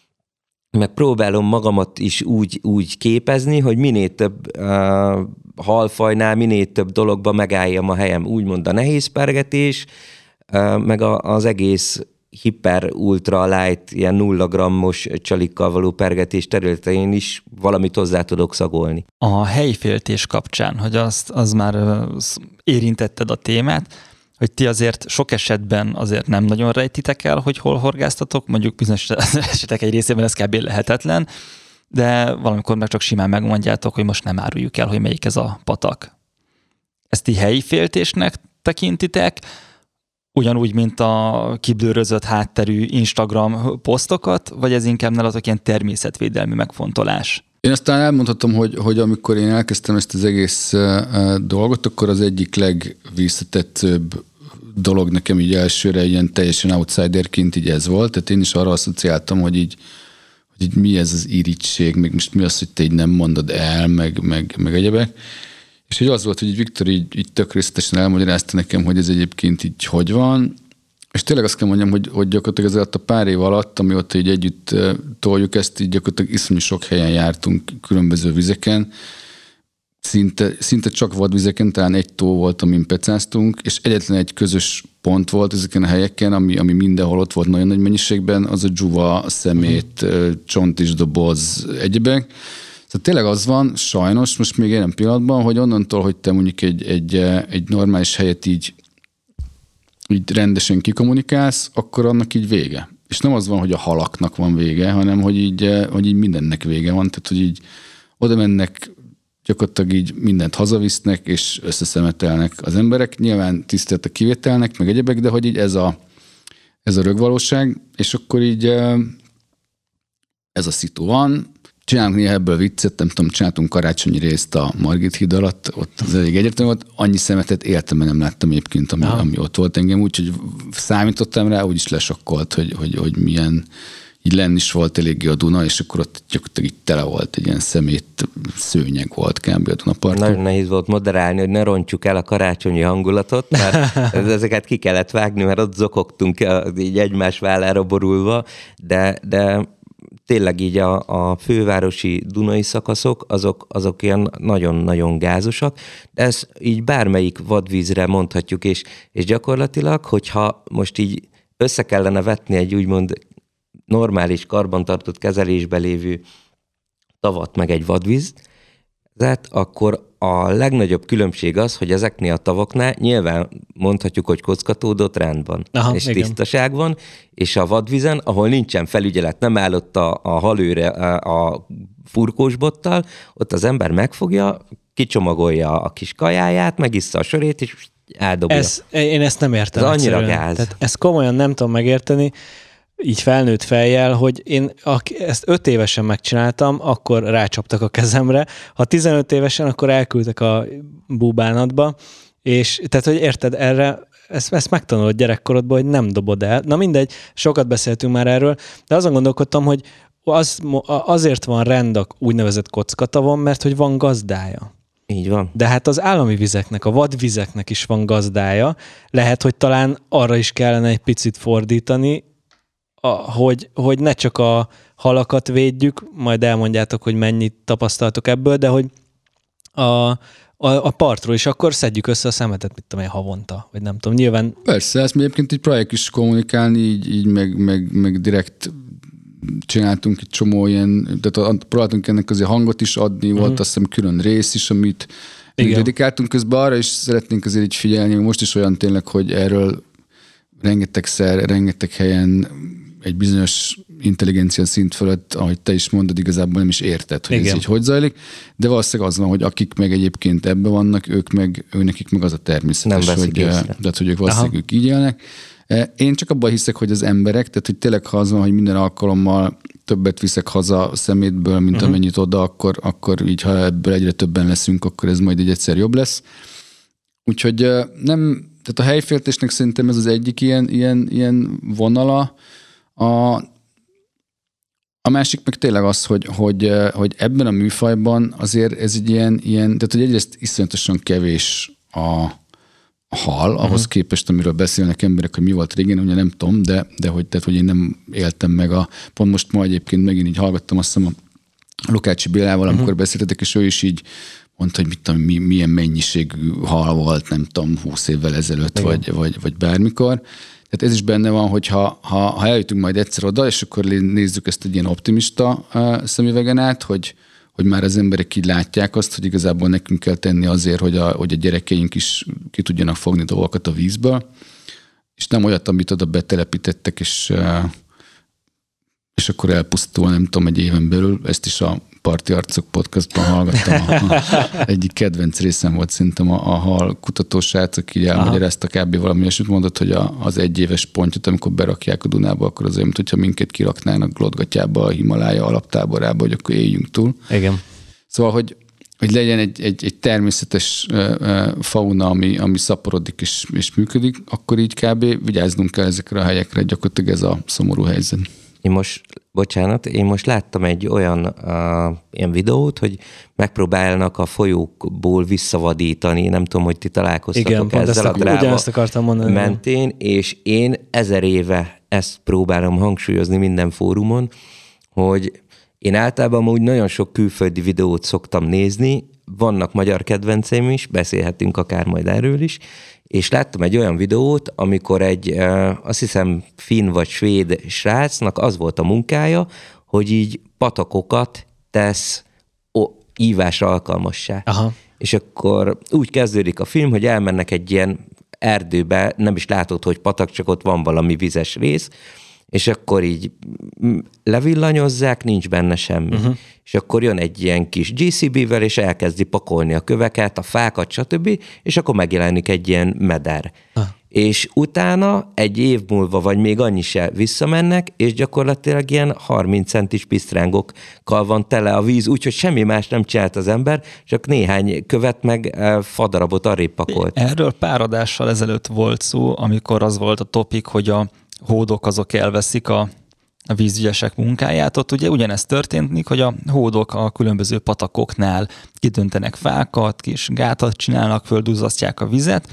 meg próbálom magamat is úgy, úgy képezni, hogy minél több uh, halfajnál, minél több dologba megálljam a helyem, úgymond a nehézpergetés, uh, meg a, az egész hiper, ultra light, ilyen nulla grammos csalikkal való pergetés területein is valamit hozzá tudok szagolni. A helyféltés kapcsán, hogy azt, az már érintetted a témát, hogy ti azért sok esetben azért nem nagyon rejtitek el, hogy hol horgásztatok, mondjuk bizonyos esetek egy részében ez kb. Lehetetlen, de valamikor meg csak simán megmondjátok, hogy most nem áruljuk el, hogy melyik ez a patak. Ezt ti helyi féltésnek tekintitek, ugyanúgy, mint a kiblőrözött hátterű Instagram posztokat, vagy ez inkább nálatok ilyen természetvédelmi megfontolás? Én aztán elmondhatom, hogy, hogy amikor én elkezdtem ezt az egész uh, dolgot, akkor az egyik legvisszatetszőbb dolog nekem így elsőre ilyen teljesen outsiderként így ez volt. Tehát én is arra asszociáltam, hogy így, hogy így mi ez az irigység, meg most mi az, hogy te így nem mondod el, meg, meg, meg egyebek. És hogy az volt, hogy így Viktor így, így tök részletesen elmagyarázta nekem, hogy ez egyébként így hogy van. És tényleg azt kell mondjam, hogy, hogy gyakorlatilag ez alatt a pár év alatt, amióta így együtt toljuk ezt, így gyakorlatilag iszonyú sok helyen jártunk különböző vizeken, szinte, szinte csak vadvizeken, talán egy tó volt, amin pecáztunk, és egyetlen egy közös pont volt ezeken a helyeken, ami, ami mindenhol ott volt nagyon nagy mennyiségben, az a dzsuva, szemét, uh-huh. csontisdoboz, egyebek. Szóval tényleg az van, sajnos, most még jelen pillanatban, hogy onnantól, hogy te mondjuk egy, egy, egy normális helyet így így rendesen kikommunikálsz, akkor annak így vége. És nem az van, hogy a halaknak van vége, hanem hogy így, hogy így mindennek vége van, tehát hogy így oda mennek, gyakorlatilag így mindent hazavisznek, és összeszemetelnek az emberek. Nyilván tiszteletet kivételnek, meg egyebek, de hogy így ez a, ez a rögvalóság, és akkor így ez a szitu van. Csinálunk néha ebből viccet, nem tudom, csináltunk karácsonyi részt a Margit híd alatt, ott az elég egyértelmű volt, annyi szemetet életemben nem láttam egyébként, ami, ami ott volt engem, úgyhogy számítottam rá, úgyis lesokkolt, hogy, hogy, hogy milyen, így lenn is volt eléggé a Duna, és akkor ott gyakorlatilag így tele volt, egy ilyen szemét szőnyeg volt kb. A Dunaparton. Nagyon nehéz volt moderálni, hogy ne rontsuk el a karácsonyi hangulatot, mert ezeket ki kellett vágni, mert ott zokogtunk így egymás vállára borulva, de, de tényleg így a, a fővárosi dunai szakaszok, azok, azok ilyen nagyon-nagyon gázosak, de ezt így bármelyik vadvízre mondhatjuk, és, és gyakorlatilag, hogyha most így össze kellene vetni egy úgymond normális karbantartott kezelésbe lévő tavat meg egy vadvíz, akkor a legnagyobb különbség az, hogy ezeknél a tavaknál nyilván mondhatjuk, hogy kockatódott rendben, Aha, és igen. tisztaság van, és a vadvízen, ahol nincsen felügyelet, nem állott a, a halőre a, a furkósbottal, ott az ember megfogja, kicsomagolja a kis kajáját, megissza a sörét, és eldobja. Ez, én ezt nem értem. Ez annyira gáz. Tehát ezt komolyan nem tudom megérteni, így felnőtt fejjel, hogy én ezt öt évesen megcsináltam, akkor rácsaptak a kezemre. Ha tizenöt évesen, akkor elküldtek a búbánatba, és tehát, hogy érted, erre, ezt, ezt megtanulod gyerekkorodban, hogy nem dobod el. Na mindegy, sokat beszéltünk már erről, de azon gondolkodtam, hogy az, azért van rend a úgynevezett kockatavon, mert hogy van gazdája. Így van. De hát az állami vizeknek, a vadvizeknek is van gazdája. Lehet, hogy talán arra is kellene egy picit fordítani, A, hogy, hogy ne csak a halakat védjük, majd elmondjátok, hogy mennyit tapasztaltok ebből, de hogy a, a, a partról is akkor szedjük össze a szemetet, mit tudom én, havonta, vagy nem tudom, nyilván... Persze, ezt mi egyébként így próbáljuk is kommunikálni, így, így meg, meg, meg direkt csináltunk egy csomó ilyen, tehát próbáltunk ennek azért hangot is adni, volt uh-huh. azt hiszem külön rész is, amit dedikáltunk, közben arra is szeretnénk azért így figyelni, most is olyan tényleg, hogy erről rengetegszer, rengeteg helyen egy bizonyos intelligencia szint fölött, ahogy te is mondod, igazából nem is érted, hogy Igen. ez így hogy zajlik, de valószínűleg az van, hogy akik meg egyébként ebben vannak, ők meg, ő nekik meg az a természetes, nem hogy, tehát, hogy ők valószínűleg ők így élnek. Én csak abban hiszek, hogy az emberek, tehát hogy tényleg ha az van, hogy minden alkalommal többet viszek haza szemétből, mint uh-huh. amennyit oda, akkor, akkor így, ha ebből egyre többen leszünk, akkor ez majd így egyszer jobb lesz. Úgyhogy nem, tehát a helyféltésnek szerintem ez az egyik ilyen, ilyen, ilyen vonala. A, a másik meg tényleg az, hogy, hogy, hogy ebben a műfajban azért ez egy ilyen, ilyen tehát hogy egyrészt iszonyatosan kevés a hal, ahhoz uh-huh. képest, amiről beszélnek emberek, hogy mi volt régen, ugye nem tudom, de, de hogy, tehát, hogy én nem éltem meg a, pont most ma egyébként megint így hallgattam, azt hiszem a Lukácsi Bélával, amikor uh-huh. beszéltetek, és ő is így mondta, hogy mit tudom, mi, milyen mennyiségű hal volt, nem tudom, húsz évvel ezelőtt, vagy, vagy, vagy bármikor. Tehát ez is benne van, hogy ha, ha, ha eljutunk majd egyszer oda, és akkor nézzük ezt egy ilyen optimista uh, szemüvegen át, hogy hogy már az emberek így látják azt, hogy igazából nekünk kell tenni azért, hogy a, hogy a gyerekeink is ki tudjanak fogni dolgokat a vízből, és nem olyat, amit oda betelepítettek, és, és akkor elpusztul, nem tudom, egy éven belül. Ezt is a Parti Arcok podcastban hallgattam. A, a, egyik kedvenc részem volt szerintem a, a hal kutatósrác, aki így elmagyarázta kb. Valami, és úgy mondott, hogy a, az egyéves pontyot, amikor berakják a Dunába, akkor az olyan, mint hogyha minket kiraknának Glodgatyába, a Himalája alaptáborába, hogy akkor éljünk túl. Igen. Szóval, hogy, hogy legyen egy, egy, egy természetes uh, uh, fauna, ami, ami szaporodik és, és működik, akkor így kb. Vigyáznunk kell ezekre a helyekre, gyakorlatilag ez a szomorú helyzet. Én most, bocsánat, én most láttam egy olyan uh, ilyen videót, hogy megpróbálnak a folyókból visszavadítani, nem tudom, hogy ti találkoztatok igen, ezzel a dráma akartam mondani, mentén, és én ezer éve ezt próbálom hangsúlyozni minden fórumon, hogy én általában úgy nagyon sok külföldi videót szoktam nézni, vannak magyar kedvenceim is, beszélhetünk akár majd erről is, és láttam egy olyan videót, amikor egy, azt hiszem, finn vagy svéd srácnak az volt a munkája, hogy így patakokat tesz ó, ívásra alkalmassá. Aha. És akkor úgy kezdődik a film, hogy elmennek egy ilyen erdőbe, nem is látod, hogy patak, csak ott van valami vizes rész, és akkor így levillanyozzák, nincs benne semmi. Uh-huh. És akkor jön egy ilyen kis gé cé bé-vel, és elkezdi pakolni a köveket, a fákat, stb., és akkor megjelenik egy ilyen meder. Uh. És utána egy év múlva, vagy még annyi se visszamennek, és gyakorlatilag ilyen harminc centis pisztrángokkal van tele a víz, úgyhogy semmi más nem csinált az ember, csak néhány követ meg fadarabot arrébb pakolt. Erről pár adással ezelőtt volt szó, amikor az volt a topik, hogy a hódok azok elveszik a, a vízügyesek munkáját. Ott ugye ugyanezt történik, hogy a hódok a különböző patakoknál kidöntenek fákat, kis gátat csinálnak, földuzzasztják a vizet,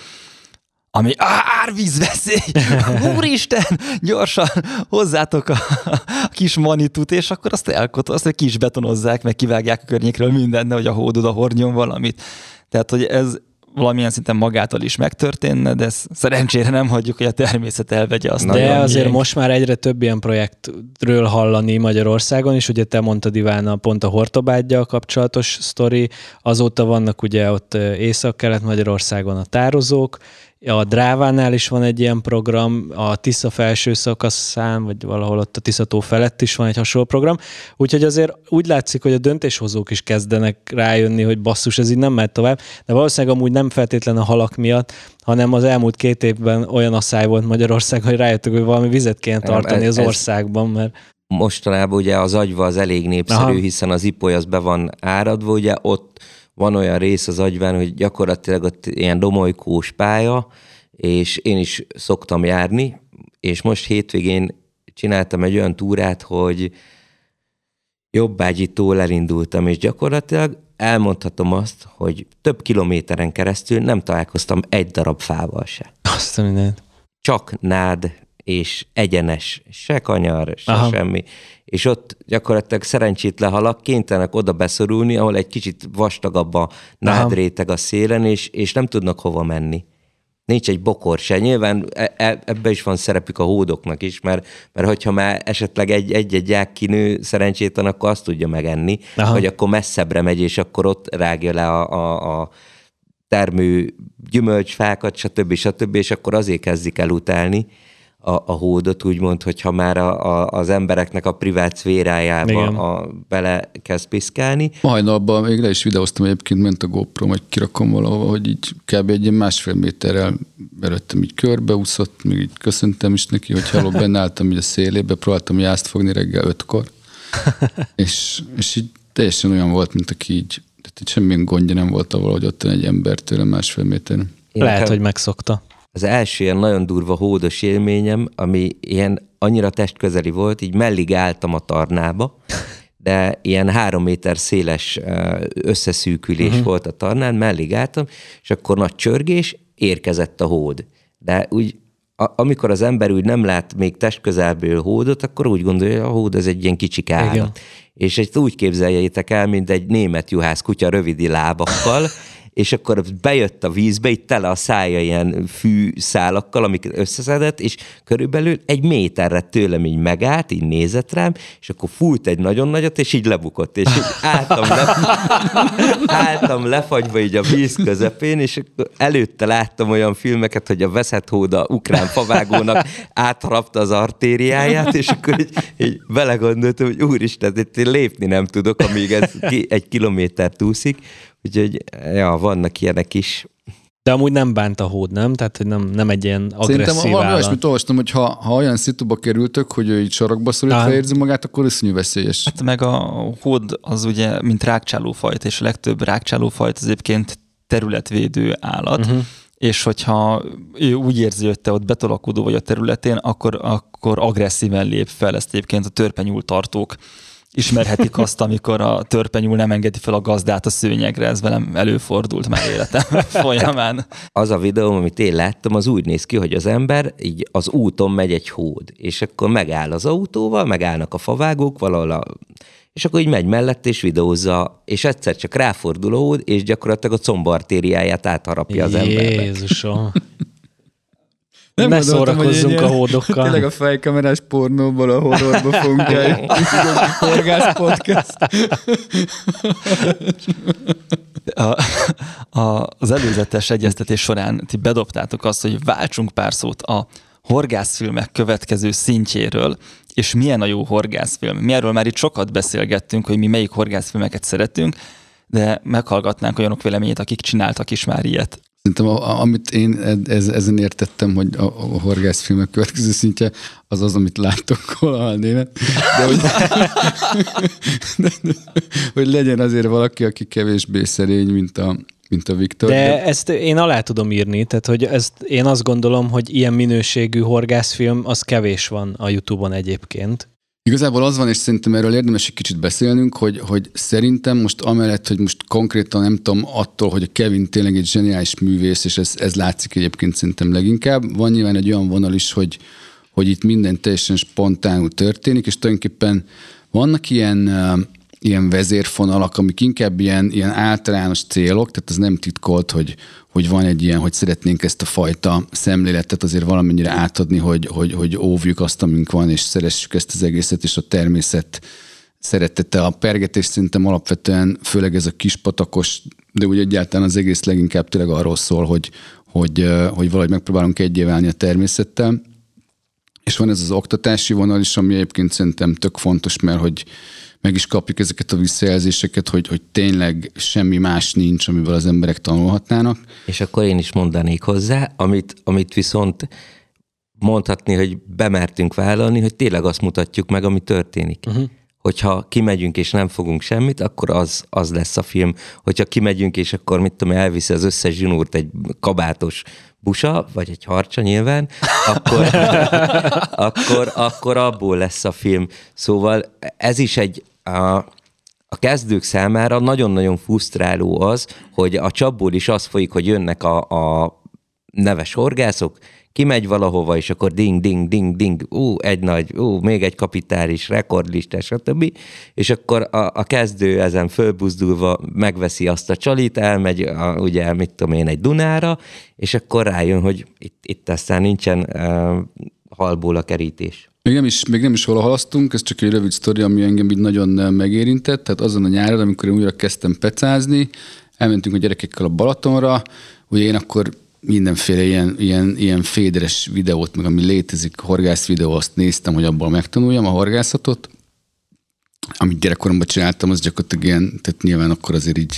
ami árvízveszély, úristen, gyorsan hozzátok a, a kis manitut, és akkor azt elkotol, azt ki is betonozzák, meg kivágják a környékről mindent, hogy a hód oda hordjon valamit. Tehát, hogy ez valamilyen szinten magától is megtörténne, de szerencsére nem hagyjuk, hogy a természet elvegye azt. De azért miénk. Most már egyre több ilyen projektről hallani Magyarországon is, ugye te mondtad, Iván, pont a Hortobággyal kapcsolatos sztori, azóta vannak ugye ott Észak-Kelet-Magyarországon a tározók, a Drávánál is van egy ilyen program, a Tisza felső szakaszán, vagy valahol ott a Tiszató felett is van egy hasonló program, úgyhogy azért úgy látszik, hogy a döntéshozók is kezdenek rájönni, hogy basszus, ez így nem mehet tovább, de valószínűleg amúgy nem feltétlen a halak miatt, hanem az elmúlt két évben olyan asszály volt Magyarországon, hogy rájöttök, hogy valami vizet kéne tartani ez, az országban, mert... Mostanában ugye az Agyva az elég népszerű, aha, hiszen az Ipoly az be van áradva, ugye ott van olyan rész az Agyván, hogy gyakorlatilag ott ilyen domolykós pálya, és én is szoktam járni, és most hétvégén csináltam egy olyan túrát, hogy Jobbágyitól elindultam, és gyakorlatilag elmondhatom azt, hogy több kilométeren keresztül nem találkoztam egy darab fával se. Azt mindent. Csak nád és egyenes, se kanyar, se aha, semmi. És ott gyakorlatilag szerencsétlen halak kénytelenek oda beszorulni, ahol egy kicsit vastagabb a nádréteg a szélen, és, és nem tudnak hova menni. Nincs egy bokor se. Nyilván e- ebben is van szerepük a hódoknak is, mert, mert hogyha már esetleg egy-egy ják kinő szerencsétlen, akkor azt tudja megenni, aha, hogy akkor messzebbre megy, és akkor ott rágja le a, a, a termő gyümölcsfákat, stb. stb. És akkor azért kezdik el utálni a, a hódot, úgymond, hogyha már a, a, az embereknek a privát szférájába a, bele kezd piszkálni. Hajnalban még le is videóztam, egyébként ment a GoPro, hogy kirakom valahova, hogy így kb. Egy ilyen másfél méterrel előttem így körbeúszott, még így köszöntem is neki, hogy hello, benne álltam így a szélébe, próbáltam jást fogni reggel ötkor. és, és így teljesen olyan volt, mint aki így, tehát így semmilyen gondja nem volt avval, hogy ott egy ember tőle másfél méteren. Lehet, hogy megszokta. Az első ilyen nagyon durva hódos élményem, ami ilyen annyira testközeli volt, így mellig álltam a Tarnába, de ilyen három méter széles összeszűkülés uh-huh. volt a Tarnán, mellig álltam, és akkor nagy csörgés, érkezett a hód. De úgy, a, amikor az ember úgy nem lát még testközelből hódot, akkor úgy gondolja, hogy a hód ez egy ilyen kicsik állat. Igen. És ezt úgy képzeljétek el, mint egy német juhász kutya rövidi lábakkal, és akkor bejött a vízbe, itt tele a szája ilyen fűszálakkal, amiket összeszedett, és körülbelül egy méterre tőlem így megállt, így nézett rám, és akkor fújt egy nagyon nagyot, és így lebukott, és így álltam, le, álltam lefagyva így a víz közepén, és előtte láttam olyan filmeket, hogy a veszett hóda ukrán favágónak átharapta az artériáját, és akkor így, így belegondoltam, hogy úristen, itt én lépni nem tudok, amíg ez ki, egy kilométert úszik. Úgyhogy, ja, vannak ilyenek is. De amúgy nem bánt a hód, nem? Tehát, hogy nem, nem egy ilyen agresszív állat. Szerintem valami olyasmit olvastam, hogy ha, ha olyan szituba kerültök, hogy ő így sarokba szorítva érzi magát, akkor iszonyú veszélyes. Hát meg a hód az ugye, mint rágcsálófajt, és a legtöbb rágcsálófajt az egyébként területvédő állat, uh-huh. és hogyha ő úgy érzi, hogy te ott betolakodó vagy a területén, akkor, akkor agresszíven lép fel. Ezt egyébként a törpenyúl tartók ismerhetik azt, amikor a törpenyúl nem engedi fel a gazdát a szőnyegre, ez velem előfordult már életem folyamán. Az a videó, amit én láttam, az úgy néz ki, hogy az ember így az úton megy egy hód, és akkor megáll az autóval, megállnak a favágók valahol, a... és akkor így megy mellett, és videózza, és egyszer csak ráfordul a hód, és gyakorlatilag a combartériáját átharapja az emberbe. Jézusom! Nem ne szórakozzunk a hódokkal. Tényleg a fejkamerás pornóból a horrorba fogunk el. Horgász podcast. A, a, az előzetes egyeztetés során ti bedobtátok azt, hogy váltsunk pár szót a horgászfilmek következő szintjéről, és milyen a jó horgászfilm. Mi erről már itt sokat beszélgettünk, hogy mi melyik horgászfilmeket szeretünk, de meghallgatnánk olyanok véleményét, akik csináltak is már ilyet. Szerintem, amit én ez, ezen értettem, hogy a, a horgászfilmek következő szintje, az az, amit láttok valaha néven. De hogy, de, de, hogy legyen azért valaki, aki kevésbé szerény, mint a, mint a Viktor. De, de ezt én alá tudom írni, tehát hogy ezt én azt gondolom, hogy ilyen minőségű horgászfilm, az kevés van a YouTube-on egyébként. Igazából az van, és szerintem erről érdemes egy kicsit beszélnünk, hogy, hogy szerintem most amellett, hogy most konkrétan nem tudom attól, hogy a Kevin tényleg egy zseniális művész, és ez, ez látszik egyébként szerintem leginkább. Van nyilván egy olyan vonal is, hogy, hogy itt minden teljesen spontánul történik, és tulajdonképpen vannak ilyen, uh, ilyen vezérfonalak, amik inkább ilyen, ilyen általános célok, tehát ez nem titkolt, hogy, hogy van egy ilyen, hogy szeretnénk ezt a fajta szemléletet azért valamennyire átadni, hogy, hogy, hogy óvjuk azt, amink van, és szeressük ezt az egészet, és a természet szeretete. A pergetés szerintem alapvetően, főleg ez a kispatakos, de úgy egyáltalán az egész leginkább tényleg arról szól, hogy, hogy, hogy valahogy megpróbálunk egyé válni a természettel. És van ez az oktatási vonal is, ami egyébként szerintem tök fontos, mert hogy meg is kapjuk ezeket a visszajelzéseket, hogy, hogy tényleg semmi más nincs, amiből az emberek tanulhatnának. És akkor én is mondanék hozzá, amit, amit viszont mondhatni, hogy bemertünk vállalni, hogy tényleg azt mutatjuk meg, ami történik. Uh-huh. Hogyha kimegyünk és nem fogunk semmit, akkor az, az lesz a film. Hogyha kimegyünk és akkor mit tudom, elviszi az összes zsinúrt egy kabátos busa, vagy egy harcsa nyilván, akkor, akkor, akkor abból lesz a film. Szóval ez is egy a, a kezdők számára nagyon-nagyon frusztráló az, hogy a csapból is az folyik, hogy jönnek a, a neves horgászok, kimegy valahova, és akkor ding, ding, ding, ding, ú, egy nagy, ú, még egy kapitális, rekordlistás, stb. És akkor a, a kezdő ezen fölbuzdulva megveszi azt a csalit, elmegy, a, ugye, mit tudom én, egy Dunára, és akkor rájön, hogy itt, itt aztán nincsen uh, halból a kerítés. Még nem is, még nem is hol halasztunk, ez csak egy rövid sztori, ami engem így nagyon megérintett. Tehát azon a nyáron, amikor én újra kezdtem pecázni, elmentünk a gyerekekkel a Balatonra, ugye én akkor mindenféle ilyen, ilyen, ilyen féderes videót, meg ami létezik, horgász videó, azt néztem, hogy abból megtanuljam a horgászatot. Amit gyerekkoromban csináltam, az gyakorlatilag ilyen, tehát nyilván akkor azért így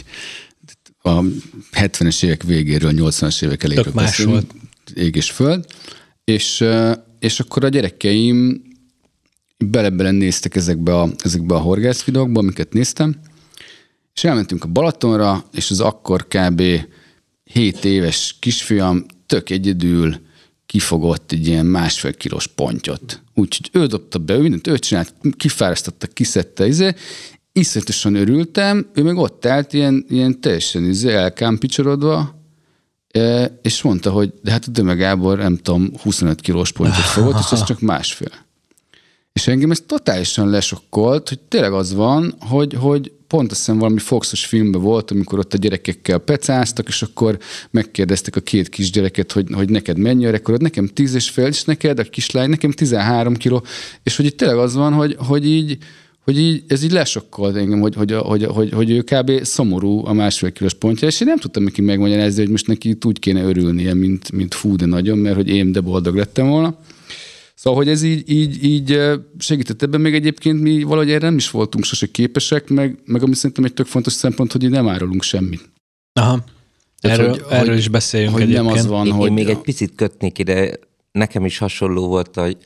a hetvenes évek végéről, nyolcvanas évek elejéről beszélünk. Ég és föld. És, és akkor a gyerekeim bele-bele néztek ezekbe a, ezekbe a horgász videókba, amiket néztem, és elmentünk a Balatonra, és az akkor kb. hét éves kisfiam tök egyedül kifogott egy ilyen másfél kilós pontyot. Úgyhogy ő dobta be, ő mindent ő csinált, kifárasztotta, kiszedte, izé. Iszonyatosan örültem, ő meg ott állt ilyen, ilyen teljesen izé, elkámpicsorodva, és mondta, hogy de hát a Döme Gábor, nem tudom, huszonöt kilós pontyot fogott, és ez csak másfél. És engem ez totálisan lesokkolt, hogy tényleg az van, hogy, hogy pont azt hiszem valami Foxos filmben volt, amikor ott a gyerekekkel pecáztak, és akkor megkérdeztek a két kisgyereket, hogy, hogy neked mennyi a rekordod, nekem tíz és fél, és neked a kislány, nekem tizenhárom kiló, és hogy itt tényleg az van, hogy, hogy így, hogy így, ez így lesokkolt engem, hogy, hogy, hogy, hogy, hogy ő kb. Szomorú a másfél kilós pontja, és én nem tudtam neki megmagyarázni, hogy most neki úgy kéne örülnie, mint, mint fú, de nagyon, mert hogy én de boldog lettem volna. Szóval, hogy ez így, így, így segített ebben, még egyébként mi valahogy erre nem is voltunk sose képesek, meg, meg ami szerintem egy tök fontos szempont, hogy így nem árulunk semmit. Aha. Tehát, erről, hogy, erről hogy, is beszéljünk hogy egyébként. Nem az van, én, hogy... Én még egy picit kötnék ide, nekem is hasonló volt, hogy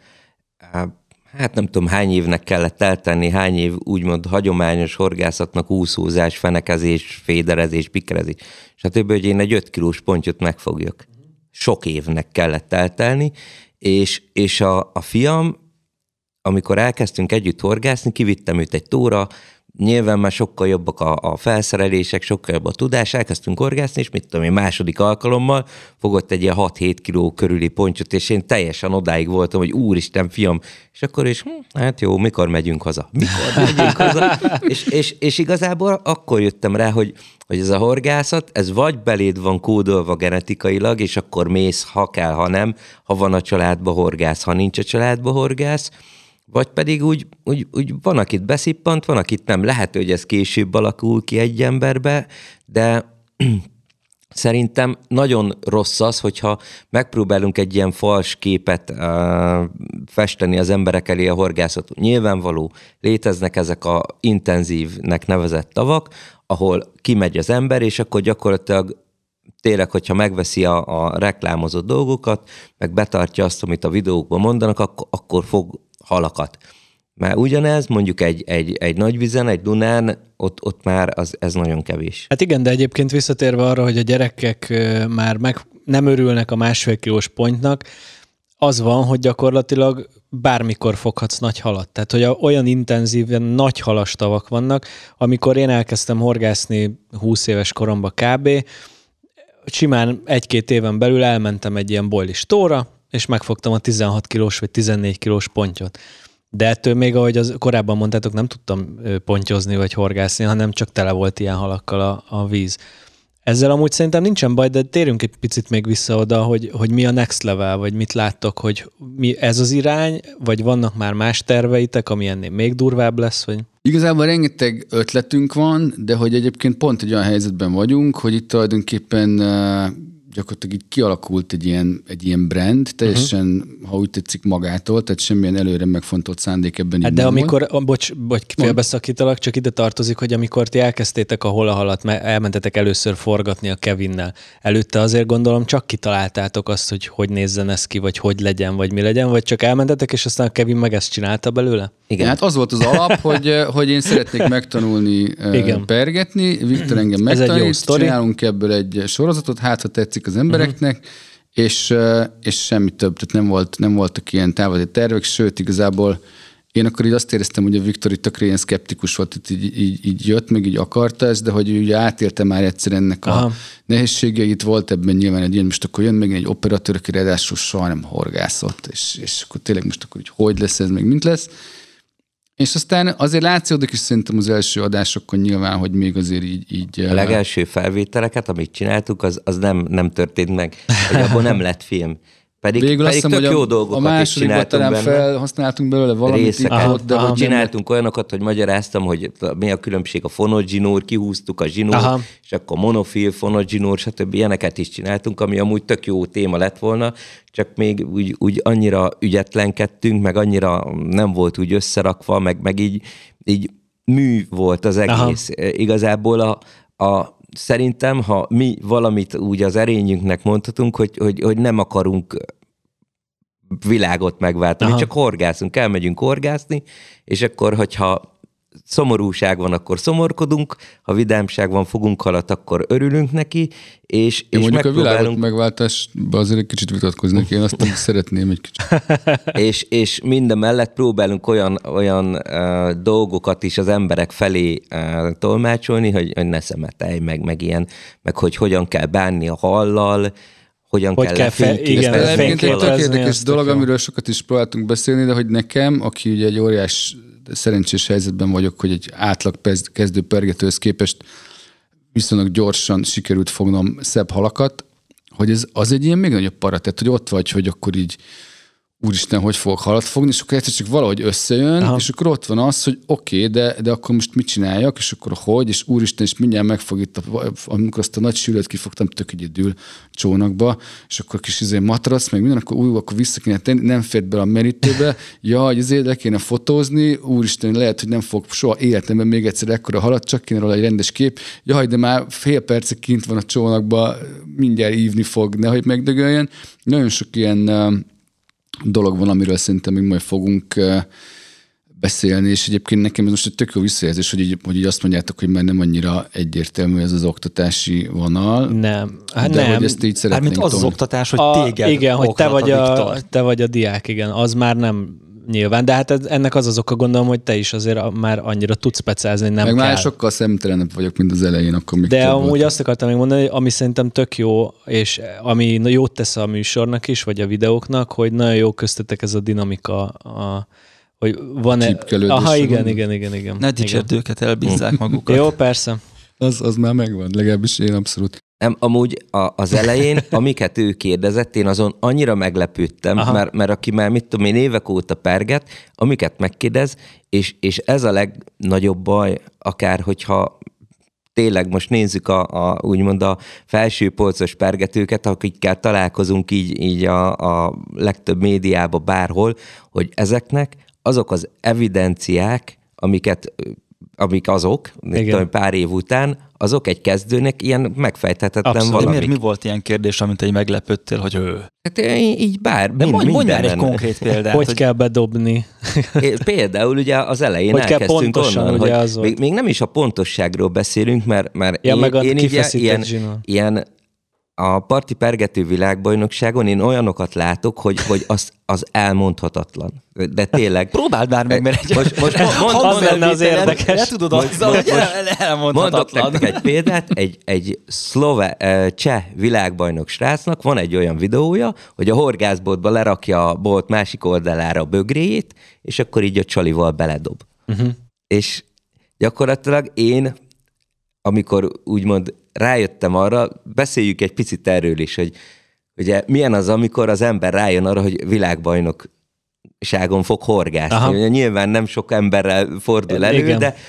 hát nem tudom, hány évnek kellett eltenni, hány év úgymond hagyományos horgászatnak úszózás, fenekezés, féderezés, pikerezés, stb., hogy én egy öt kilós pontyot megfogjak. Sok évnek kellett eltelni, és, és a, a fiam, amikor elkezdtünk együtt horgászni, kivittem őt egy tóra, nyilván már sokkal jobbak a, a felszerelések, sokkal jobb a tudás, elkezdtünk horgászni, és mit tudom én, második alkalommal fogott egy ilyen hat-hét kiló körüli pontyot, és én teljesen odáig voltam, hogy úristen, fiam, és akkor is, hm, hát jó, mikor megyünk haza? Mikor megyünk haza? és, és, és igazából akkor jöttem rá, hogy, hogy ez a horgászat, ez vagy beléd van kódolva genetikailag, és akkor mész, ha kell, ha nem, ha van a családba horgász, ha nincs a családba horgász, vagy pedig úgy, úgy, úgy van, akit beszippant, van, akit nem. Lehet, hogy ez később alakul ki egy emberbe, de szerintem nagyon rossz az, hogyha megpróbálunk egy ilyen fals képet uh, festeni az emberek elé a horgászatot. Nyilvánvaló, léteznek ezek a intenzívnek nevezett tavak, ahol kimegy az ember, és akkor gyakorlatilag tényleg, hogyha megveszi a, a reklámozott dolgokat, meg betartja azt, amit a videókban mondanak, akkor, akkor fog halakat. Mert ugyanez, mondjuk egy, egy, egy nagyvizen, egy Dunán, ott, ott már az, ez nagyon kevés. Hát igen, de egyébként visszatérve arra, hogy a gyerekek már meg nem örülnek a másfél kilós pontnak, az van, hogy gyakorlatilag bármikor foghatsz nagy halat. Tehát, hogy olyan intenzíven nagy halas tavak vannak, amikor én elkezdtem horgászni húsz éves koromban kb., simán egy-két éven belül elmentem egy ilyen bojlis tóra, és megfogtam a tizenhat kilós vagy tizennégy kilós pontyot. De ettől még, ahogy az korábban mondtátok, nem tudtam pontyozni vagy horgászni, hanem csak tele volt ilyen halakkal a, a víz. Ezzel amúgy szerintem nincsen baj, de térjünk egy picit még vissza oda, hogy, hogy mi a next level, vagy mit láttok, hogy mi ez az irány, vagy vannak már más terveitek, ami ennél még durvább lesz, vagy... Igazából rengeteg ötletünk van, de hogy egyébként pont egy olyan helyzetben vagyunk, hogy itt tulajdonképpen gyakorlatilag így kialakult egy ilyen, egy ilyen brand, teljesen, uh-huh. ha úgy tetszik magától, tehát semmilyen előre megfontolt szándék ebben hát így de nem amikor, volt. bocs, bocs félbeszakítalak, csak ide tartozik, hogy amikor ti elkezdtétek a holahalat, elmentetek először forgatni a Kevinnel, előtte azért gondolom csak kitaláltátok azt, hogy hogy nézzen ez ki, vagy hogy legyen, vagy mi legyen, vagy csak elmentetek, és aztán a Kevin meg ezt csinálta belőle? Igen, hát az volt az alap, hogy, hogy én szeretnék megtanulni Igen. pergetni, Viktor engem megtanít, csinálunk ebből egy sorozatot, hát ha tetszik az embereknek, uh-huh. és, és semmi több, tehát nem, volt, nem voltak ilyen távoli tervek, sőt igazából én akkor így azt éreztem, hogy a Viktor itt tökre ilyen szkeptikus volt, hogy így, így, így jött, meg így akarta ezt, de hogy ugye átélte már egyszer ennek Aha. a nehézségeit, volt ebben nyilván egy ilyen, most akkor jön még egy operatőr, aki ráadásul soha nem horgászott, és, és akkor tényleg most akkor hogy, hogy lesz ez, meg mint lesz. És aztán azért látszódik is szerintem az első adásokon nyilván, hogy még azért így... így a legelső felvételeket, amit csináltuk, az, az nem, nem történt meg, hogy abból nem lett film. Pedig, Végül pedig azt tök hiszem, jó a, dolgokat a is csináltunk benne. Felhasználtunk belőle valamit részeket, itt, ott, de hogy csináltunk nem... olyanokat, hogy magyaráztam, hogy mi a különbség a fonogzsinór, kihúztuk a zsinórt, Aha. és akkor monofil, fonogzsinór, stb. Ilyeneket is csináltunk, ami amúgy tök jó téma lett volna, csak még úgy, úgy annyira ügyetlenkedtünk, meg annyira nem volt úgy összerakva, meg, meg így, így mű volt az egész. Aha. Igazából a, a szerintem, ha mi valamit úgy az erényünknek mondhatunk, hogy, hogy, hogy nem akarunk világot megváltani, Aha. csak horgászunk, elmegyünk horgászni, és akkor, hogyha szomorúság van, akkor szomorkodunk, ha vidámság van, fogunk halat, akkor örülünk neki, és, Én és mondjuk a világot megpróbálunk... megváltásban azért egy kicsit vitatkoznék, én azt szeretném egy kicsit. és, és minden mellett próbálunk olyan, olyan uh, dolgokat is az emberek felé uh, tolmácsolni, hogy, hogy ne szemetelj meg, meg ilyen, meg hogy hogyan kell bánni a hallal, hogyan hogy kell, kell fe- igen, Ez egyébként egy tök az érdekes dolog, jó. amiről sokat is próbáltunk beszélni, de hogy nekem, aki ugye egy óriás szerencsés helyzetben vagyok, hogy egy átlag kezdő pergetőhöz képest viszonylag gyorsan sikerült fognom szebb halakat, hogy ez az egy ilyen még nagyobb para, tehát hogy ott vagy, hogy akkor így úristen, hogy fogok halat fogni, és akkor egyszer csak valahogy összejön, aha. és akkor ott van az, hogy oké, okay, de, de akkor most mit csináljak, és akkor hogy, és úristen, és mindjárt megfog itt, a, amikor azt a nagy sülőt kifogtam tök egyedül csónakba, és akkor kis izé matrac, meg minden, akkor új, akkor vissza kéne tenni, nem fért bele a merítőbe, jaj, ezért le kéne fotózni, úristen, lehet, hogy nem fog soha életemben még egyszer ekkora halat, csak kéne róla egy rendes kép, jaj, de már fél percig kint van a csónakba, mindjárt ívni fog, nehogy megdögöljön. Nagyon sok ilyen dolog van, amiről szerintem még majd fogunk beszélni, és egyébként nekem ez most egy tök jó visszajelzés, hogy így, hogy így azt mondjátok, hogy már nem annyira egyértelmű ez az oktatási vonal. Nem. Hát de nem. hogy ezt így szeretnénk. Mármint az az oktatás, hogy a, téged igen, hogy te vagy, a, a, te vagy a diák, igen, az már nem nyilván, de hát ennek az az oka, gondolom, hogy te is azért már annyira tudsz speciázni, hogy nem meg kell. már sokkal szemtelenebb vagyok, mint az elején, akkor még de amúgy volt. azt akartam még mondani, ami szerintem tök jó, és ami jót tesz a műsornak is, vagy a videóknak, hogy nagyon jó köztetek ez a dinamika, a, hogy van-e... Aha, igen, igen, igen, igen. Ne dicsérd őket, elbízzák magukat. Jó, persze. Az, az már megvan, legalábbis én abszolút. Nem, amúgy a, az elején, amiket ő kérdezett, én azon annyira meglepődtem, mert, mert aki már, mit tudom én, évek óta perget, amiket megkérdez, és, és ez a legnagyobb baj, akár hogyha tényleg most nézzük a, a úgymond a felső polcos pergetőket, akikkel találkozunk így, így a, a legtöbb médiába bárhol, hogy ezeknek azok az evidenciák, amiket amik azok, tudom, pár év után, azok egy kezdőnek ilyen megfejthetetlen Abszolút. valamik. De miért, mi volt ilyen kérdés, amit egy meglepődtél, hogy ő? Hát így bár, de mind, mondj, mondj már egy minden. konkrét példát. Hogy, hogy kell bedobni? Például ugye az elején hogy elkezdtünk pontosan, onnan, ugye hogy az még, még nem is a pontosságról beszélünk, mert, mert ja, én, meg a én így ilyen, zsinór. ilyen a parti pergető világbajnokságon én olyanokat látok, hogy, hogy az, az elmondhatatlan. De tényleg. Próbáld már meg, mert egy most, most mond, mond, az lenne az érdekes. Le tudod azzal, hogy elmondhatatlan. Mondok nektek egy példát, egy, egy szlove, cseh világbajnok srácnak van egy olyan videója, hogy a horgászboltba lerakja a bolt másik oldalára a bögréjét, és akkor így a csalival beledob. Uh-huh. És gyakorlatilag én, amikor úgymond rájöttem arra, beszéljük egy picit erről is, hogy ugye milyen az, amikor az ember rájön arra, hogy világbajnokságon fog horgászni. Ugye, nyilván nem sok emberrel fordul elő, igen. De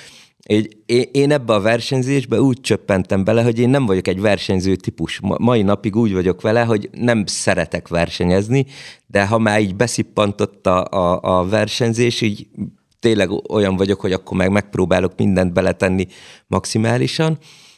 én, én ebbe a versenyzésbe úgy csöppentem bele, hogy én nem vagyok egy versenyző típus. Mai napig úgy vagyok vele, hogy nem szeretek versenyezni, de ha már így beszippantott a, a, a versenyzés, így tényleg olyan vagyok, hogy akkor meg megpróbálok mindent beletenni maximálisan.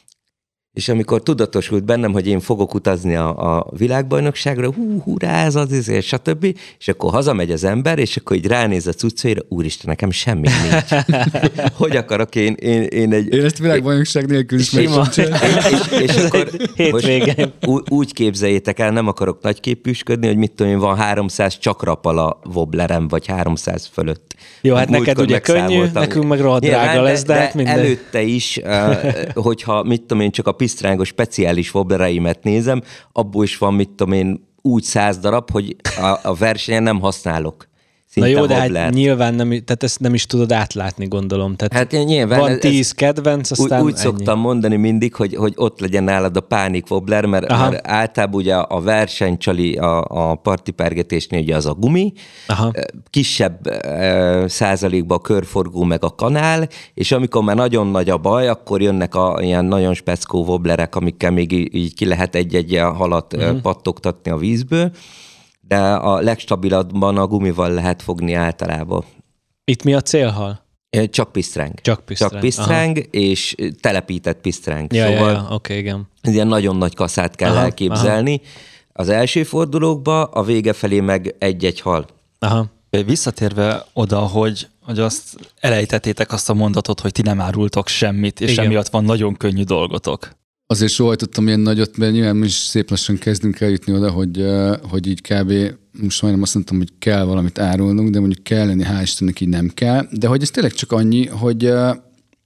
És amikor tudatosult bennem, hogy én fogok utazni a, a világbajnokságra, hú, hurrá, ez az, ez, stb. És akkor hazamegy az ember, és akkor így ránéz a cuccaira, úristen, nekem semmi nincs. Hogy akarok én, én, én egy... Én ezt világbajnokság nélkül is meg és, és, és akkor most úgy képzeljétek el, nem akarok nagyképűsködni, hogy mit tudom én, van háromszáz csakrapala wobblerem, vagy háromszáz fölött. Jó, hát neked ugye könnyű, nekünk meg rohadt drága lesz, de, de hát minden. Előtte is, hogyha mit tudom én, csak a pisztrángos speciális wobblereimet nézem, abból is van, mit tudom én, úgy száz darab, hogy a, a versenyen nem használok. Na jó, de hát nyilván nem, tehát ezt nem is tudod átlátni, gondolom. Tehát hát nyilván van ez, tíz kedvenc, aztán Úgy, úgy ennyi. szoktam mondani mindig, hogy, hogy ott legyen nálad a pánik wobbler, mert, mert általában ugye a versenycsali a, a partipergetésnél ugye az a gumi, aha. kisebb e, százalékban a körforgó meg a kanál, és amikor már nagyon nagy a baj, akkor jönnek a ilyen nagyon speckó wobblerek, amikkel még így ki lehet egy-egy halat uh-huh. pattogtatni a vízből. De a legstabilabban a gumival lehet fogni általában. Itt mi a célhal? Csak pisztráng. Csak pisztráng. Csak pisztráng, és telepített pisztráng. Ja, szóval ja, ja. Okay, igen. ilyen nagyon nagy kaszát kell aha, elképzelni. az első fordulókba, a vége felé meg egy-egy hal. Aha. Visszatérve oda, hogy, hogy azt elejtettétek azt a mondatot, hogy ti nem árultok semmit, és Igen. emiatt van nagyon könnyű dolgotok. Azért sóhajtottam ilyen nagyot, mert nyilván mi is szép lassan kezdünk eljutni oda, hogy, uh, hogy így kb. Most majdnem azt mondtam, hogy kell valamit árulnunk, de mondjuk kell lenni, hál' Istennek így nem kell. De hogy ez tényleg csak annyi, hogy uh,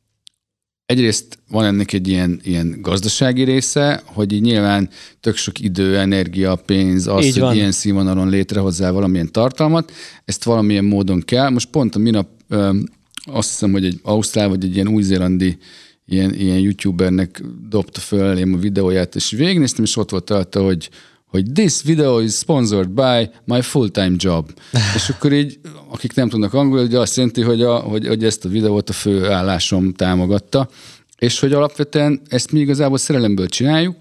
egyrészt van ennek egy ilyen, ilyen gazdasági része, hogy így nyilván tök sok idő, energia, pénz, az, így hogy van. ilyen színvonalon létrehozzál valamilyen tartalmat, ezt valamilyen módon kell. Most pont a minap um, azt hiszem, hogy egy ausztrál vagy egy ilyen új-zélandi ilyen, ilyen youtubernek dobta föl elém a videóját, és végignéztem, és ott volt rajta, hogy, hogy this video is sponsored by my full-time job. És akkor így, akik nem tudnak angolul, ugye azt jelenti, hogy, a, hogy, hogy ezt a videót a fő állásom támogatta, és hogy alapvetően ezt mi igazából szerelemből csináljuk,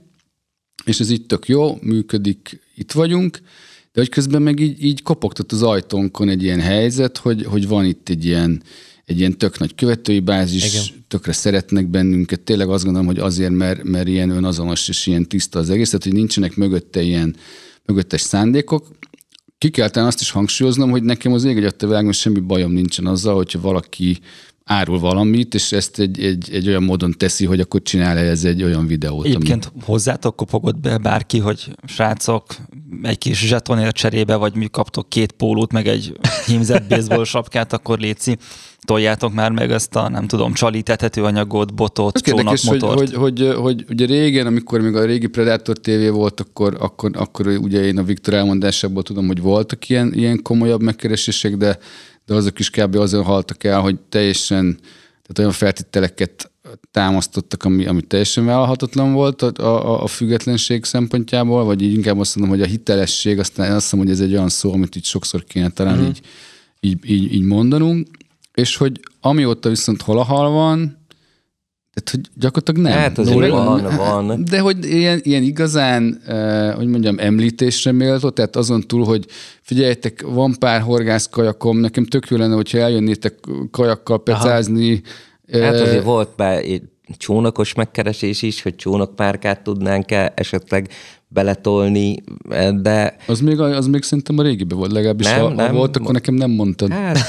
és ez így tök jó, működik, itt vagyunk, de hogy közben meg így, így kopogtat az ajtónkon egy ilyen helyzet, hogy, hogy van itt egy ilyen, egy ilyen tök nagy követői bázis, Igen. tökre szeretnek bennünket. Tényleg azt gondolom, hogy azért, mert, mert ilyen önazonos és ilyen tiszta az egész, tehát hogy nincsenek mögötte ilyen mögöttes szándékok. Ki kell talán azt is hangsúlyoznom, hogy nekem az ég egyatta világon semmi bajom nincsen azzal, hogyha valaki árul valamit, és ezt egy, egy, egy olyan módon teszi, hogy akkor csinál ez egy olyan videót. Egyébként ami... hozzátok kopogott be bárki, hogy srácok, egy kis zsetonért cserébe, vagy mi kaptok két pólót, meg egy hímzett baseball sapkát, akkor léci, toljátok már meg ezt a, nem tudom, csali tetetőanyagot, botot, csónakmotort. Hogy, hogy, hogy, hogy ugye régen, amikor még a régi Predator té vé volt, akkor, akkor, akkor ugye én a Viktor elmondásából tudom, hogy voltak ilyen, ilyen komolyabb megkeresések, de de azok is kb. Azon haltak el, hogy teljesen, tehát olyan feltételeket támasztottak, ami, ami teljesen vállalhatatlan volt a, a, a függetlenség szempontjából, vagy így inkább azt mondom, hogy a hitelesség, aztán azt mondom, hogy ez egy olyan szó, amit így sokszor kéne talán mm. így, így, így, így mondanunk, és hogy amióta viszont hol a hal van, tehát, hogy gyakorlatilag nem. Hát azért no, van, van. De hogy ilyen, ilyen igazán, eh, hogy mondjam, említésre méltó, tehát azon túl, hogy figyeljetek, van pár horgászkajakom, nekem tök jó lenne, hogyha eljönnétek kajakkal pecázni. Aha. Hát azért volt bár egy csónakos megkeresés is, hogy csónakpárkát tudnánk-e esetleg beletolni, de... Az még, az még szerintem a régiben volt, legalábbis nem, ha, nem. ha volt, akkor nekem nem mondtad. Hát...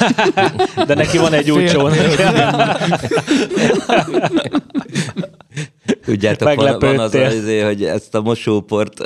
De neki van egy új csónak. Tudjátok, van, van az azért, hogy ezt a mosóport...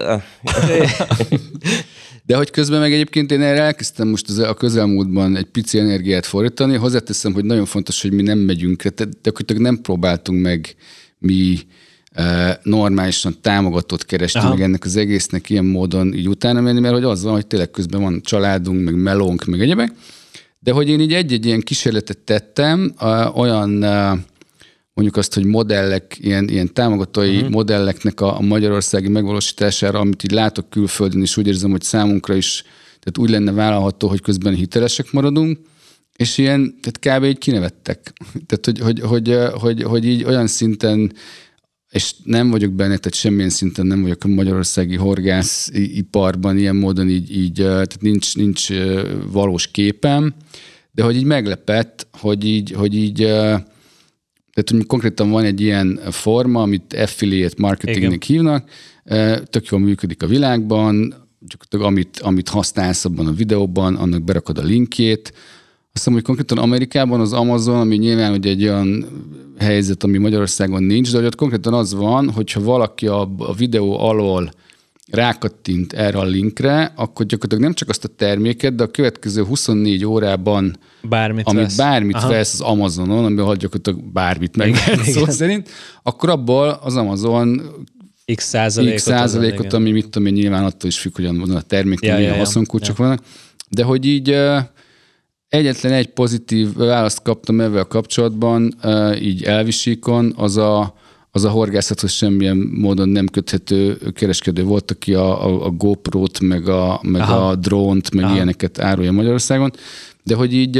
De hogy közben meg egyébként én erre elkezdtem most az, a közelmúltban egy pici energiát fordítani, hozzáteszem, hogy nagyon fontos, hogy mi nem megyünk, de gyakorlatilag nem próbáltunk meg mi e, normálisan támogatót keresni, Aha. meg ennek az egésznek ilyen módon így utána menni, mert hogy az van, hogy tényleg közben van családunk, meg melónk, meg egyebek, de hogy én így egy-egy ilyen kísérletet tettem, e, olyan e, mondjuk azt, hogy modellek, ilyen, ilyen támogatói uh-huh. modelleknek a, a magyarországi megvalósítására, amit így látok külföldön, és úgy érzem, hogy számunkra is, tehát úgy lenne vállalható, hogy közben hitelesek maradunk, és ilyen, tehát kb. Így kinevettek. Tehát, hogy, hogy, hogy, hogy, hogy így olyan szinten, és nem vagyok benne, tehát semmilyen szinten nem vagyok a magyarországi horgásziparban ilyen módon így, így tehát nincs, nincs valós képem, de hogy így meglepett, hogy így, hogy így tehát, hogy konkrétan van egy ilyen forma, amit affiliate marketingnek hívnak, tök jól működik a világban, csak amit, amit használsz abban a videóban, annak berakod a linkjét. Azt hiszem, hogy konkrétan Amerikában az Amazon, ami nyilván ugye egy olyan helyzet, ami Magyarországon nincs, de hogy ott konkrétan az van, hogyha valaki a, a videó alól rákattint erre a linkre, akkor gyakorlatilag nem csak azt a terméket, de a következő huszonnégy órában bármit amit vesz. bármit Aha. vesz az Amazonon, amiben gyakorlatilag bármit meg lehet szó szerint, akkor abból az Amazon X százalékot, X százalékot az, ami mit tudom én, nyilván attól is függ, hogyan a terméken, ja, milyen ja, ja. haszonkulcsok ja. vannak, de hogy így uh, egyetlen egy pozitív választ kaptam ezzel kapcsolatban, uh, így elvisíkon, az a az a horgászathoz semmilyen módon nem köthető kereskedő volt, aki a, a, a GoPro-t, meg a, meg a drónt, meg Aha. ilyeneket árulja Magyarországon. De hogy így,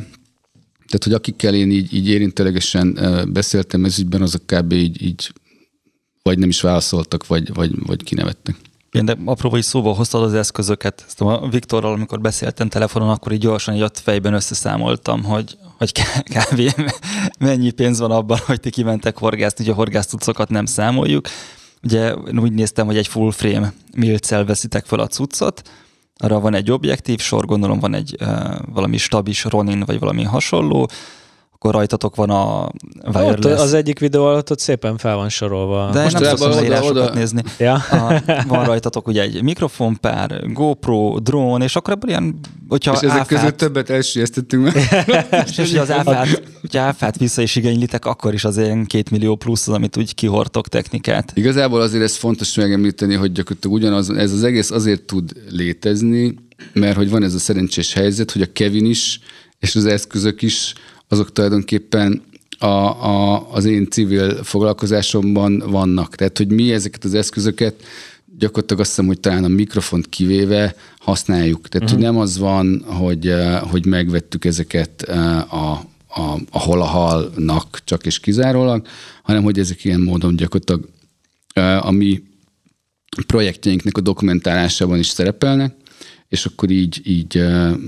tehát hogy akikkel én így, így érintelegesen beszéltem ez ügyben, azok kb. így, így vagy nem is válaszoltak, vagy, vagy, vagy kinevettek. Igen, de apróval is szóval hoztad az eszközöket. Ezt a Viktorral, amikor beszéltem telefonon, akkor így gyorsan így ott fejben összeszámoltam, hogy, hogy kávé mennyi pénz van abban, hogy ti kimentek horgászni, hogy a horgásztucokat nem számoljuk. Ugye úgy néztem, hogy egy full frame milccel veszitek fel a cuccot, arra van egy objektív sor, gondolom van egy uh, valami stabis Ronin, vagy valami hasonló, akkor rajtatok van a wireless. Ott az egyik videó alatt ott szépen fel van sorolva. De most nem szoktam leírásokat oda... nézni. Ja. A, van rajtatok ugye egy mikrofonpár, GoPro, drón, és akkor ebből ilyen, hogyha és ezek áfát, között többet elsüllyesztettünk meg. és, és az áfát, hogyha áfát vissza is igénylitek, akkor is az ilyen két millió plusz az, amit úgy kihordtok technikát. Igazából azért ez fontos megemlíteni, hogy gyakorlatilag ugyanaz, ez az egész azért tud létezni, mert hogy van ez a szerencsés helyzet, hogy a Kevin is, és az eszközök is, azok tulajdonképpen a, a, az én civil foglalkozásomban vannak. Tehát, hogy mi ezeket az eszközöket gyakorlatilag azt hiszem, hogy talán a mikrofont kivéve használjuk. Tehát, uh-huh. hogy nem az van, hogy, hogy megvettük ezeket a, a, a hol-a-halnak csak és kizárólag, hanem hogy ezek ilyen módon gyakorlatilag a mi projektjeinknek a dokumentálásában is szerepelnek, és akkor így, így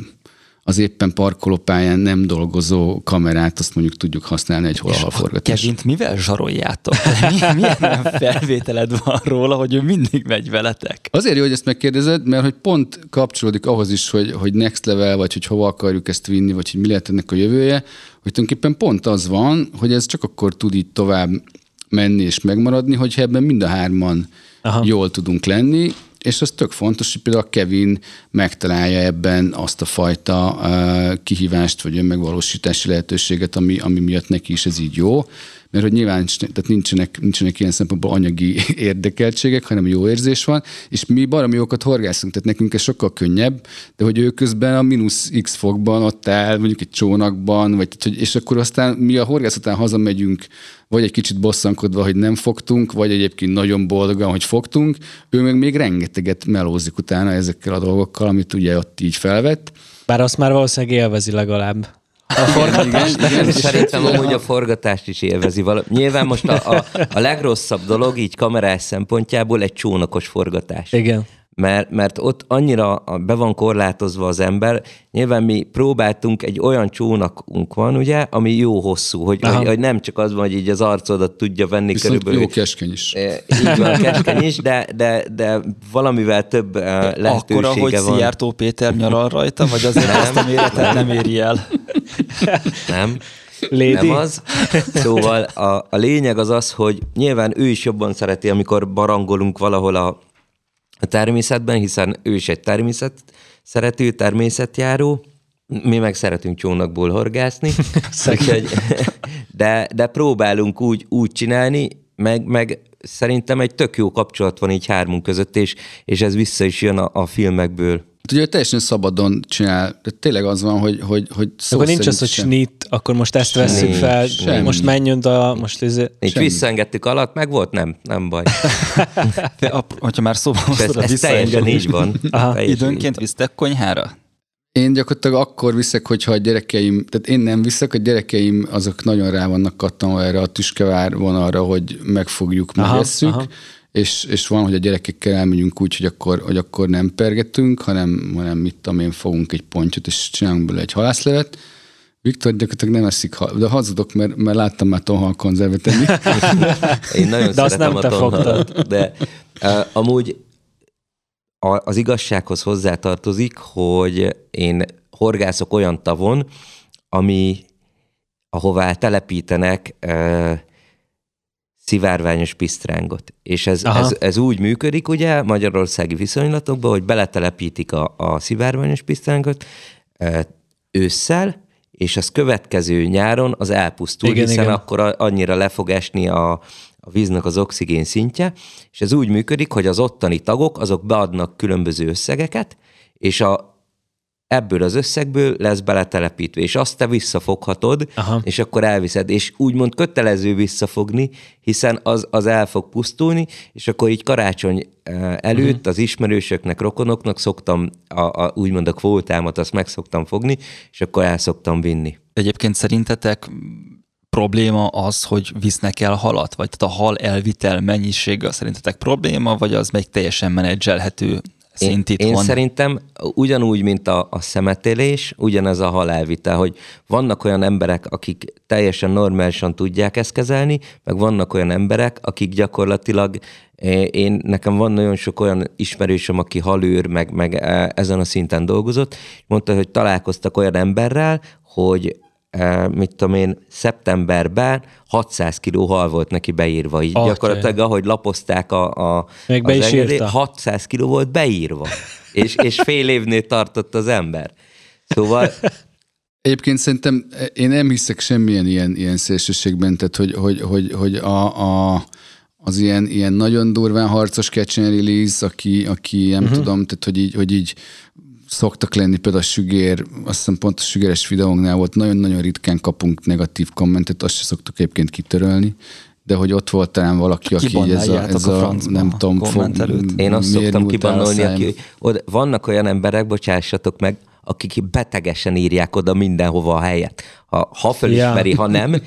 az éppen parkolópályán nem dolgozó kamerát, azt mondjuk tudjuk használni egy hol-a-hal forgatásra. Kevint mivel zsaroljátok? Milyen felvételed van róla, hogy ő mindig megy veletek? Azért jó, hogy ezt megkérdezed, mert hogy pont kapcsolódik ahhoz is, hogy, hogy next level, vagy hogy hova akarjuk ezt vinni, vagy hogy mi lehet ennek a jövője, hogy tulajdonképpen pont az van, hogy ez csak akkor tud így tovább menni és megmaradni, hogyha ebben mind a hárman Aha. jól tudunk lenni, és az tök fontos, hogy például a Kevin megtalálja ebben azt a fajta uh, kihívást, vagy önmegvalósítási lehetőséget, ami, ami miatt neki is ez így jó. Mert hogy nyilván tehát nincsenek, nincsenek ilyen szempontból anyagi érdekeltségek, hanem jó érzés van, és mi baromi jókat horgászunk, tehát nekünk ez sokkal könnyebb, de hogy ő közben a mínusz x fokban ott áll, mondjuk egy csónakban, vagy, és akkor aztán mi a horgász után hazamegyünk, vagy egy kicsit bosszankodva, hogy nem fogtunk, vagy egyébként nagyon boldogan, hogy fogtunk, ő meg még rengeteget melózik utána ezekkel a dolgokkal, amit ugye ott így felvett. Bár azt már valószínűleg élvezi legalább. A forgatást. Igen, igen. Szerintem amúgy a forgatást is élvezi valami. Nyilván most a, a, a legrosszabb dolog így kamerás szempontjából egy csónakos forgatás. Igen. Mert, mert ott annyira be van korlátozva az ember, nyilván mi próbáltunk, egy olyan csónakunk van, ugye, ami jó hosszú, hogy, hogy, hogy nem csak az van, hogy így az arcodat tudja venni. Viszont körülbelül. Jó keskeny is. Így van, keskeny is, de, de, de valamivel több lehetősége Akkora, van. hogy Szijjártó Péter nyalal rajta, vagy azért nem, azt a méretet nem éri el? Nem. Lady? Nem az. Szóval a, a lényeg az az, hogy nyilván ő is jobban szereti, amikor barangolunk valahol a a természetben, hiszen ő is egy természet szerető, természetjáró, mi meg szeretünk csónakból horgászni, úgyhogy, de, de próbálunk úgy, úgy csinálni, meg, meg szerintem egy tök jó kapcsolat van így hármunk között, és, és ez vissza is jön a, a filmekből. Ugye teljesen szabadon csinál, de tényleg az van, hogy, hogy, hogy szó akkor nincs az, hogy sem. snit, akkor most ezt vesszük fel, semmi. most menjön a... Most ez... Így visszaengedtük alatt, meg volt? Nem, nem baj. De, a, hogyha már szóval hoztad a visszaengedni így van. Időnként visztek konyhára? Én gyakorlatilag akkor viszek, hogyha a gyerekeim, tehát én nem viszek, a gyerekeim azok nagyon rá vannak kattanva erre a tüskevár vonalra, hogy megfogjuk, megesszük, és, és van, hogy a gyerekekkel elmegyünk úgy, hogy akkor, hogy akkor nem pergetünk, hanem, hanem mit tudom én, fogunk egy pontyot, és csinálunk belőle egy halászlevet. Viktor gyakorlatilag nem eszik, de hazudok, mert, mert láttam már tonhal konzervet enni. Én nagyon de szeretem a tonhalat, de uh, amúgy a, az igazsághoz hozzátartozik, hogy én horgászok olyan tavon, ami, ahová telepítenek uh, szivárványos pisztrángot. És ez, ez, ez úgy működik, ugye, magyarországi viszonylatokban, hogy beletelepítik a, a szivárványos pisztrángot uh, ősszel, és az következő nyáron az elpusztul, igen, hiszen igen. akkor annyira le fog esni a, a víznek az oxigén szintje, és ez úgy működik, hogy az ottani tagok, azok beadnak különböző összegeket, és a, ebből az összegből lesz beletelepítve, és azt te visszafoghatod, aha. és akkor elviszed, és úgymond kötelező visszafogni, hiszen az, az el fog pusztulni, és akkor így karácsony előtt uh-huh. az ismerősöknek, rokonoknak szoktam, a, a, úgymond a kvótámat, azt meg szoktam fogni, és akkor el szoktam vinni. Egyébként szerintetek probléma az, hogy visznek el halat? Vagy tehát a hal elvitel mennyisége szerintetek probléma, vagy az meg teljesen menedzselhető szint én, itthon. Én szerintem ugyanúgy, mint a, a szemetélés, ugyanez a halálvita, hogy vannak olyan emberek, akik teljesen normálisan tudják ezt kezelni, meg vannak olyan emberek, akik gyakorlatilag, én, nekem van nagyon sok olyan ismerősöm, aki halőr, meg, meg ezen a szinten dolgozott, mondta, hogy találkoztak olyan emberrel, hogy mit tudom én, szeptemberben hatszáz kiló hal volt neki beírva. Így oh, gyakorlatilag, ahogy lapozták a, a, Még be is írta. hatszáz kiló volt beírva. és, és fél évnél tartott az ember. Szóval... Egyébként szerintem én nem hiszek semmilyen ilyen, ilyen szélsőségben, tehát hogy, hogy, hogy, hogy a, a, az ilyen, ilyen nagyon durván harcos catch and release, aki, aki nem uh-huh. tudom, tehát hogy így, hogy így szoktak lenni, például a Sügér, azt hiszem pont a Sügéres videónknál volt, nagyon-nagyon ritkán kapunk negatív kommentet, azt se szoktuk egyébként kitörölni, de hogy ott volt talán valaki, aki így ez a, ez a, a nem tudom, fog, én azt szoktam kibannolni, aki, oda, vannak olyan emberek, bocsássatok meg, akik betegesen írják oda mindenhova a helyet. Ha, ha fölismeri, ja. ha nem,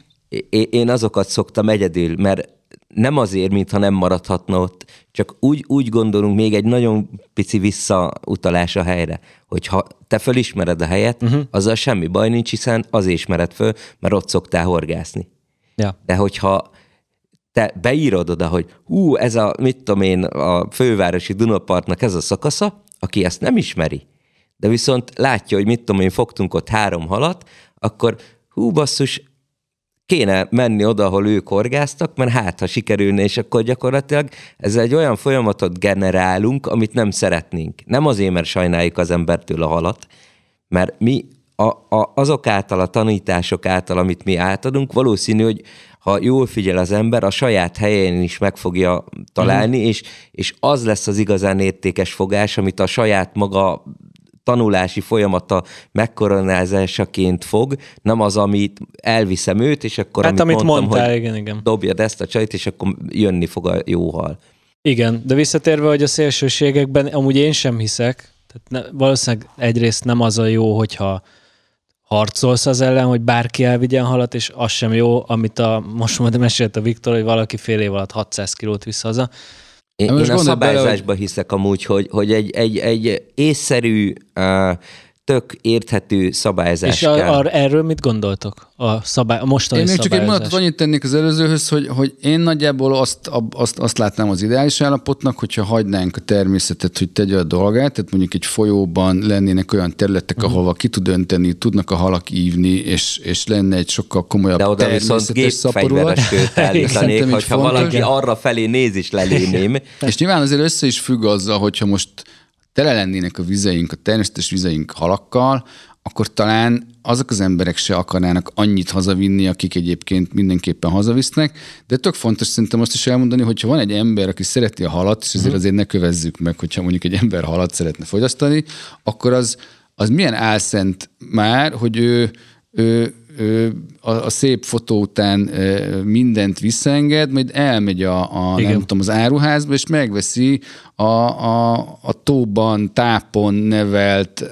én azokat szoktam egyedül, mert nem azért, mintha nem maradhatna ott, csak úgy, úgy gondolunk még egy nagyon pici visszautalás a helyre, hogy ha te fölismered a helyet, uh-huh. azzal semmi baj nincs, hiszen azért ismered föl, mert ott szoktál horgászni. Ja. De hogyha te beírod oda, hogy hú, ez a, mit tudom én, a fővárosi Dunapartnak ez a szakasza, aki ezt nem ismeri, de viszont látja, hogy mit tudom én, fogtunk ott három halat, akkor hú, basszus, kéne menni oda, ahol ők horgáztak, mert hát, ha sikerülne, és akkor gyakorlatilag ez egy olyan folyamatot generálunk, amit nem szeretnénk. Nem azért, mert sajnáljuk az embertől a halat, mert mi a, a, azok által, a tanítások által, amit mi átadunk, valószínű, hogy ha jól figyel az ember, a saját helyén is meg fogja találni, mm. és, és az lesz az igazán értékes fogás, amit a saját maga tanulási folyamata megkoronázásaként fog, nem az, amit elviszem őt, és akkor hát, amit, amit mondtam, mondtál, hogy igen, igen. dobjad ezt a csajt, és akkor jönni fog a jó hal. Igen, de visszatérve, hogy a szélsőségekben amúgy én sem hiszek, tehát ne, valószínűleg egyrészt nem az a jó, hogyha harcolsz az ellen, hogy bárki elvigyen halat, és az sem jó, amit a, most majd mesélt a Viktor, hogy valaki fél év alatt hatszáz kilót visz haza. Én, én a szabályzásba bele, hiszek amúgy, hogy, hogy egy, egy, egy észszerű, tök érthető szabályzás és a, a, erről mit gondoltok? A, szabály, a mostani én még szabályozás. csak egy mondatot annyit tennék az előzőhöz, hogy, hogy én nagyjából azt, azt, azt látnám az ideális állapotnak, hogyha hagynánk a természetet, hogy tegye a dolgát, tehát mondjuk egy folyóban lennének olyan területek, uh-huh. ahol ki tud önteni, tudnak a halak ívni, és, és lenne egy sokkal komolyabb de oda természetes szaporulat. De oda viszont állítanék, hogyha valaki arra felé néz is leléném. És nyilván azért össze is függ azzal, hogyha most tele lennének a vizeink, a természetes vizeink halakkal, akkor talán azok az emberek se akarnának annyit hazavinni, akik egyébként mindenképpen hazavisznek, de tök fontos szerintem azt is elmondani, hogyha van egy ember, aki szereti a halat, és ezért azért ne kövezzük meg, hogyha mondjuk egy ember halat szeretne fogyasztani, akkor az, az milyen álszent már, hogy ő, ő, ő a, a szép fotó után mindent visszaenged, majd elmegy a, a nem tudom, az áruházba, és megveszi a, a, a tóban, tápon nevelt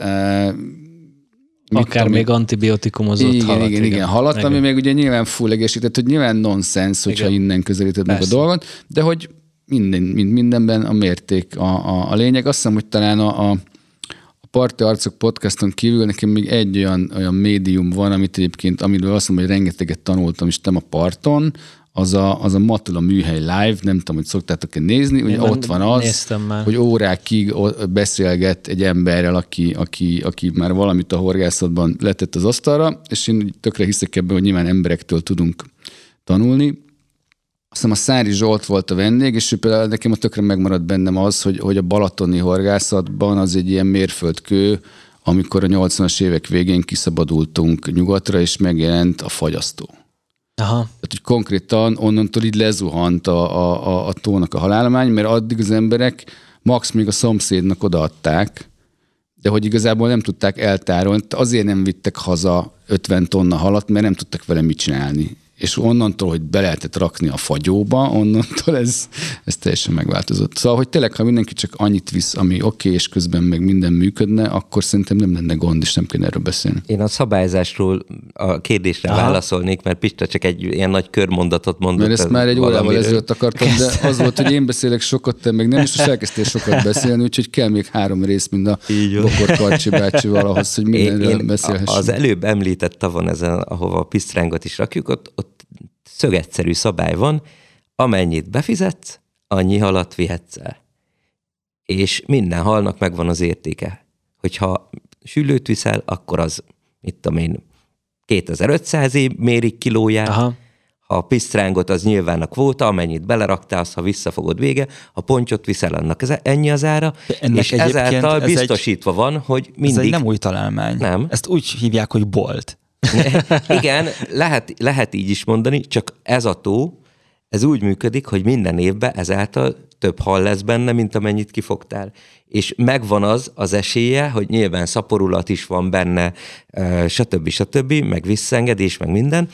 akár még antibiotikumozott igen, halat. Igen, igen, igen, halat, igen. Ami meg ugye nyilván fullegesített, hogy nyilván nonsens, hogyha igen. innen közelíted meg a dolgot, de hogy minden, mind, mindenben a mérték a, a, a lényeg. Azt hiszem, hogy talán a, a Parti Arcok podcaston kívül nekem még egy olyan, olyan médium van, amit egyébként, amiről azt mondom, hogy rengeteget tanultam is, nem a parton, az a, az a Matula Műhely Live, nem tudom, hogy szoktátok-e nézni, ugye ott van az, hogy órákig beszélget egy emberrel, aki, aki, aki már valamit a horgászatban letett az asztalra, és én tökre hiszek ebben, hogy nyilván emberektől tudunk tanulni. Azt hiszem a Szári Zsolt volt a vendég, és ő például nekem a tökre megmaradt bennem az, hogy, hogy a balatoni horgászatban az egy ilyen mérföldkő, amikor a nyolcvanas évek végén kiszabadultunk nyugatra, és megjelent a fagyasztó. Aha. Tehát, hogy konkrétan onnantól így lezuhant a, a, a tónak a halállomány, mert addig az emberek max még a szomszédnak odaadták, de hogy igazából nem tudták eltárolni, azért nem vittek haza ötven tonna halat, mert nem tudtak vele mit csinálni. és onnantól, hogy be lehetett rakni a fagyóba, onnantól ez, ez teljesen megváltozott. Szóval, hogy tényleg, ha mindenki csak annyit visz, ami oké, okay, és közben meg minden működne, akkor szerintem nem lenne gond, és nem kéne erről beszélni. Én a szabályzásról a kérdésre Aha. válaszolnék, mert Pista csak egy ilyen nagy körmondatot mondott. Mert ezt már egy órával ezelőtt akartam, de az volt, hogy én beszélek sokat, te meg nem, és most elkezdtél sokat beszélni, úgyhogy kell még három rész, mint a Bokor Karcsi bácsival ahhoz, hogy mindenről beszélhessünk. Az előbb említett tavon ezen, ahova a pisztrángot is rakjuk, ott, ott szögegyszerű szabály van, amennyit befizetsz, annyi halat vihetsz el. És minden halnak megvan az értéke. Hogyha süllőt viszel, akkor az, mit tudom én, kétezer-ötszáz év mérik kilóját. Aha. Ha a pisztrángot, az nyilván a kvóta, amennyit beleraktál, azt, ha visszafogod vége, a pontyot viszel, annak ez, ennyi az ára, ennek és ezáltal ez biztosítva egy, van, hogy mindig... Ez egy nem új találmány. Nem. Ezt úgy hívják, hogy bolt. Igen, lehet, lehet így is mondani, csak ez a tó, ez úgy működik, hogy minden évben ezáltal több hal lesz benne, mint amennyit kifogtál. És megvan az az esélye, hogy nyilván szaporulat is van benne, stb. stb., meg visszaengedés, meg minden,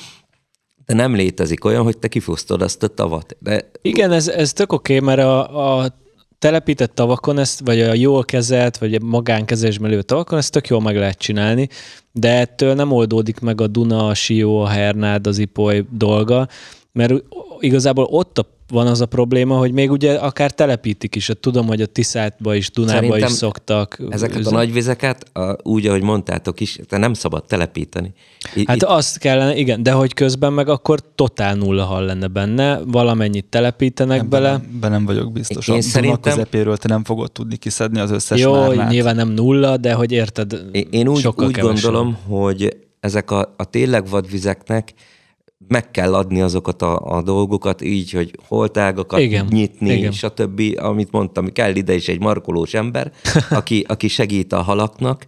de nem létezik olyan, hogy te kifosztod azt a tavat. De... Igen, ez, ez tök oké, okay, mert a, a telepített tavakon, ezt, vagy a jól kezelt, vagy a magánkezésben lévő tavakon, ezt tök jól meg lehet csinálni, de ettől nem oldódik meg a Duna, a Sió, a Hernád, az Ipoly dolga, mert igazából ott van az a probléma, hogy még ugye akár telepítik is. Tudom, hogy a Tiszátba is, Dunába Szerintem is szoktak. Ezeket üzen... a nagyvizeket, a, úgy, ahogy mondtátok is, de nem szabad telepíteni. I- hát itt... azt kellene, igen, de hogy közben meg akkor totál nulla hal lenne benne, valamennyit telepítenek Ebben bele. Nem, be nem vagyok biztos. Én a szerintem... közepéről te nem fogod tudni kiszedni az összes Jó, mármát. Nyilván nem nulla, de hogy érted, Én, én úgy, úgy gondolom, hogy ezek a, a tényleg vadvizeknek meg kell adni azokat a, a dolgokat, így, hogy holtágakat igen, nyitni, igen. stb. Amit mondtam, kell ide is egy markolós ember, aki, aki segít a halaknak,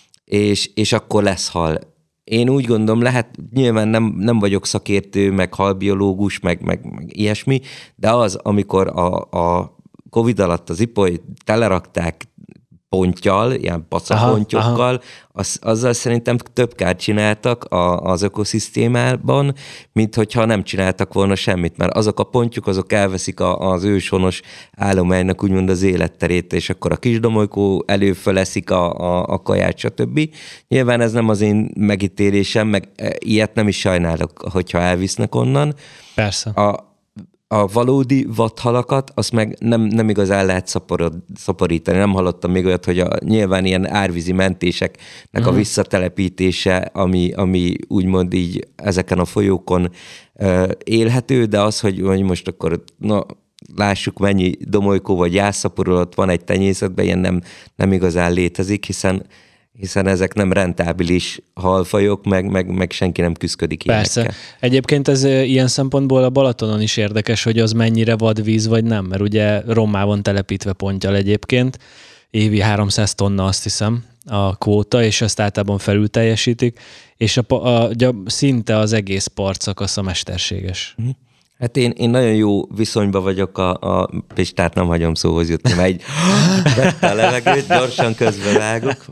és, és akkor lesz hal. Én úgy gondolom, lehet, nyilván nem, nem vagyok szakértő, meg halbiológus, meg, meg, meg ilyesmi, de az, amikor a, a Covid alatt az Ipoly telerakták ponttyal, ilyen pacapontyokkal, az, azzal szerintem több kárt csináltak a, az ökoszisztémában, mint hogyha nem csináltak volna semmit, mert azok a pontyok, azok elveszik a, az őshonos állománynak úgymond az életterét, és akkor a kisdomolykó előföleszik a, a, a kaját, stb. Nyilván ez nem az én megítélésem, meg ilyet nem is sajnálok, hogyha elvisznek onnan. Persze. A, A valódi vadhalakat, azt meg nem, nem igazán lehet szaporod, szaporítani. Nem hallottam még olyat, hogy a, nyilván ilyen árvízi mentéseknek uh-huh. a visszatelepítése, ami, ami úgymond így ezeken a folyókon uh, élhető, de az, hogy, hogy most akkor na, lássuk, mennyi domolykó vagy jászszaporulat van egy tenyészetben, ilyen nem, nem igazán létezik, hiszen hiszen ezek nem rentábilis halfajok, meg, meg, meg senki nem küszködik Persze. ilyenekkel. Egyébként ez ilyen szempontból a Balatonon is érdekes, hogy az mennyire vadvíz vagy nem, mert ugye Rommá van telepítve ponttyal egyébként, évi háromszáz tonna azt hiszem a kvóta, és ezt általában felül teljesítik, és a, a, a, szinte az egész partszakasz a mesterséges. Uh-huh. Hát én, én nagyon jó viszonyban vagyok a, a Pistát, nem hagyom szóhoz jutni, mert egy vette a levegőt, gyorsan közbevágok.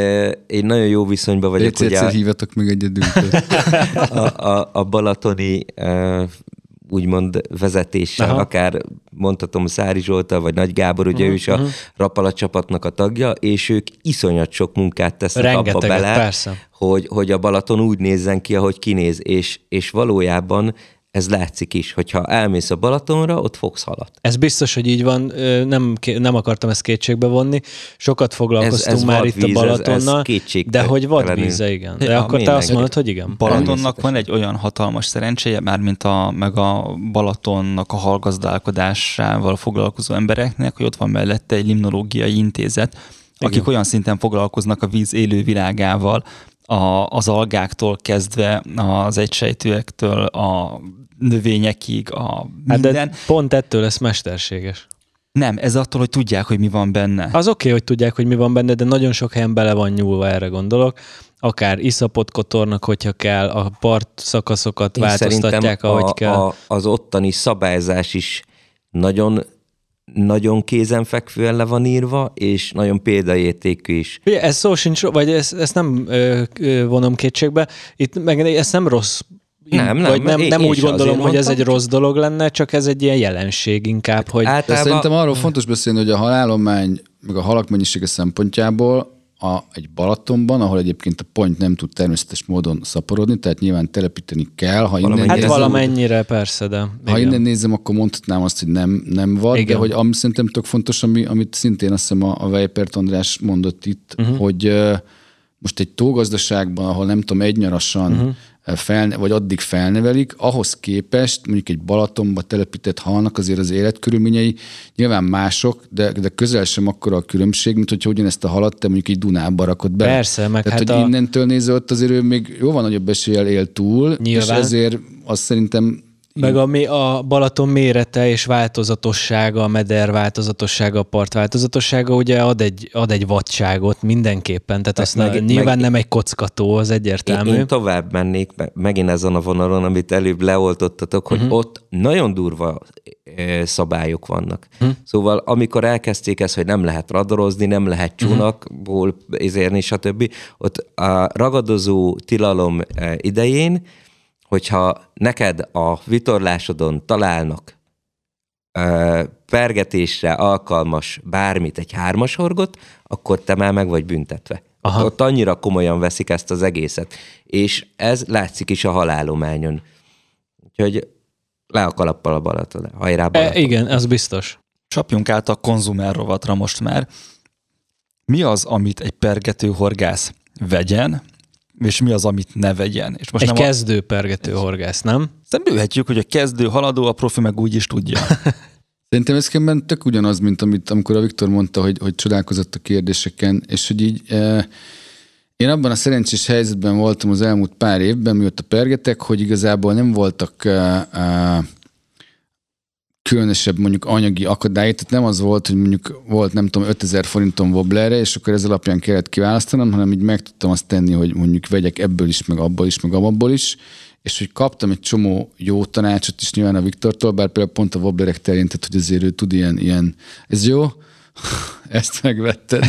Én nagyon jó viszonyban vagyok. Egyszer, egyszer hívatok meg egyedül. A, a, a balatoni úgymond vezetéssel, Aha. akár mondhatom Szári Zsoltal, vagy Nagy Gábor, ugye uh-huh. ő is a Rapala csapatnak a tagja, és ők iszonyat sok munkát tesznek Rengeteget, abba bele, persze. Hogy, hogy a Balaton úgy nézzen ki, ahogy kinéz, és, és valójában ez látszik is, hogyha elmész a Balatonra, ott fogsz halat. Ez biztos, hogy így van, nem, nem akartam ezt kétségbe vonni. Sokat foglalkoztunk ez, ez már itt a Balatonnal, ez, ez de hogy vadvíze, igen. De ja, akkor te azt mondod, hogy igen. Balatonnak van egy olyan hatalmas szerencséje, már mint a, meg a Balatonnak a hallgazdálkodásával foglalkozó embereknek, hogy ott van mellette egy limnológiai intézet, akik igen. olyan szinten foglalkoznak a víz élő világával, A, az algáktól kezdve, az egysejtőektől, a növényekig, a minden. Hát de pont ettől lesz mesterséges. Nem, ez attól, hogy tudják, hogy mi van benne. Az oké, okay, hogy tudják, hogy mi van benne, de nagyon sok helyen bele van nyúlva, erre gondolok. Akár iszapot kotornak, hogyha kell, a part szakaszokat Én változtatják, ahogy a, kell. A, az ottani szabályzás is nagyon nagyon kézenfekvően le van írva, és nagyon példaértékű is. Ugye, ez szó sincs, vagy ezt, ezt nem ö, ö, vonom kétségbe, itt meg ezt nem rossz Nem, nem. Vagy nem, én, nem én úgy gondolom, hogy mondtam, ez egy rossz dolog lenne, csak ez egy ilyen jelenség inkább, hogy... De Általában... szerintem arról fontos beszélni, hogy a halállomány, meg a halak mennyisége szempontjából a, egy Balatonban, ahol egyébként a pont nem tud természetes módon szaporodni, tehát nyilván telepíteni kell. Ha innen Hát nézem, valamennyire persze, de... Ha igen. innen nézem, akkor mondhatnám azt, hogy nem, nem vad, Igen. de hogy ami szerintem tök fontos, ami, amit szintén azt hiszem a, a Weipert András mondott itt, uh-huh. hogy uh, most egy tógazdaságban, ahol nem tudom, egynyarasan uh-huh. fel, vagy addig felnevelik, ahhoz képest mondjuk egy Balatonba telepített halnak azért az életkörülményei nyilván mások, de, de közel sem akkora a különbség, mint hogyha ugyanezt a halat te mondjuk egy Dunába rakod be. Persze, meg Tehát, hát hogy a... innentől nézve ott azért ő még jóval nagyobb eséllyel él túl, Nyilván. és ezért azt szerintem Meg a, a Balaton mérete és változatossága, a meder változatossága, a part változatossága ugye ad egy, ad egy vadságot mindenképpen, tehát azt meg, meg, nyilván meg, nem egy kockató, az egyértelmű. Én, én tovább mennék, megint ezen a vonalon, amit előbb leoltottatok, hogy uh-huh. ott nagyon durva szabályok vannak. Uh-huh. Szóval amikor elkezdték ezt, hogy nem lehet radarozni, nem lehet csónakból izérni, stb., ott a ragadozó tilalom idején, hogyha neked a vitorlásodon találnak ö, pergetésre alkalmas bármit, egy hármasorgot, akkor te már meg vagy büntetve. Aha. Ott annyira komolyan veszik ezt az egészet. És ez látszik is a halálományon. Úgyhogy le a kalappal a Balaton. Hajrá Balaton. E, igen, ez biztos. Csapjunk át a konzumer rovatra most már. Mi az, amit egy pergető horgász vegyen, és mi az, amit ne vegyen? És most egy nem kezdő a... pergető horgász, nem? Szerintem bőhetjük, hogy a kezdő haladó, a profi meg úgy is tudja. Szerintem ez különben tök ugyanaz, mint amit, amikor a Viktor mondta, hogy, hogy csodálkozott a kérdéseken, és hogy így e, én abban a szerencsés helyzetben voltam az elmúlt pár évben, mióta pergetek, hogy igazából nem voltak e, e, különösebb mondjuk anyagi akadály, tehát nem az volt, hogy mondjuk volt nem tudom ötezer forintom wobblerre, és akkor ez alapján kellett kiválasztanom, hanem így meg tudtam azt tenni, hogy mondjuk vegyek ebből is, meg abból is, meg abból is, és hogy kaptam egy csomó jó tanácsot is nyilván a Viktortól, bár például pont a wobblerek terén, tehát hogy azért ő tud ilyen, ilyen ez jó, ezt megvetted.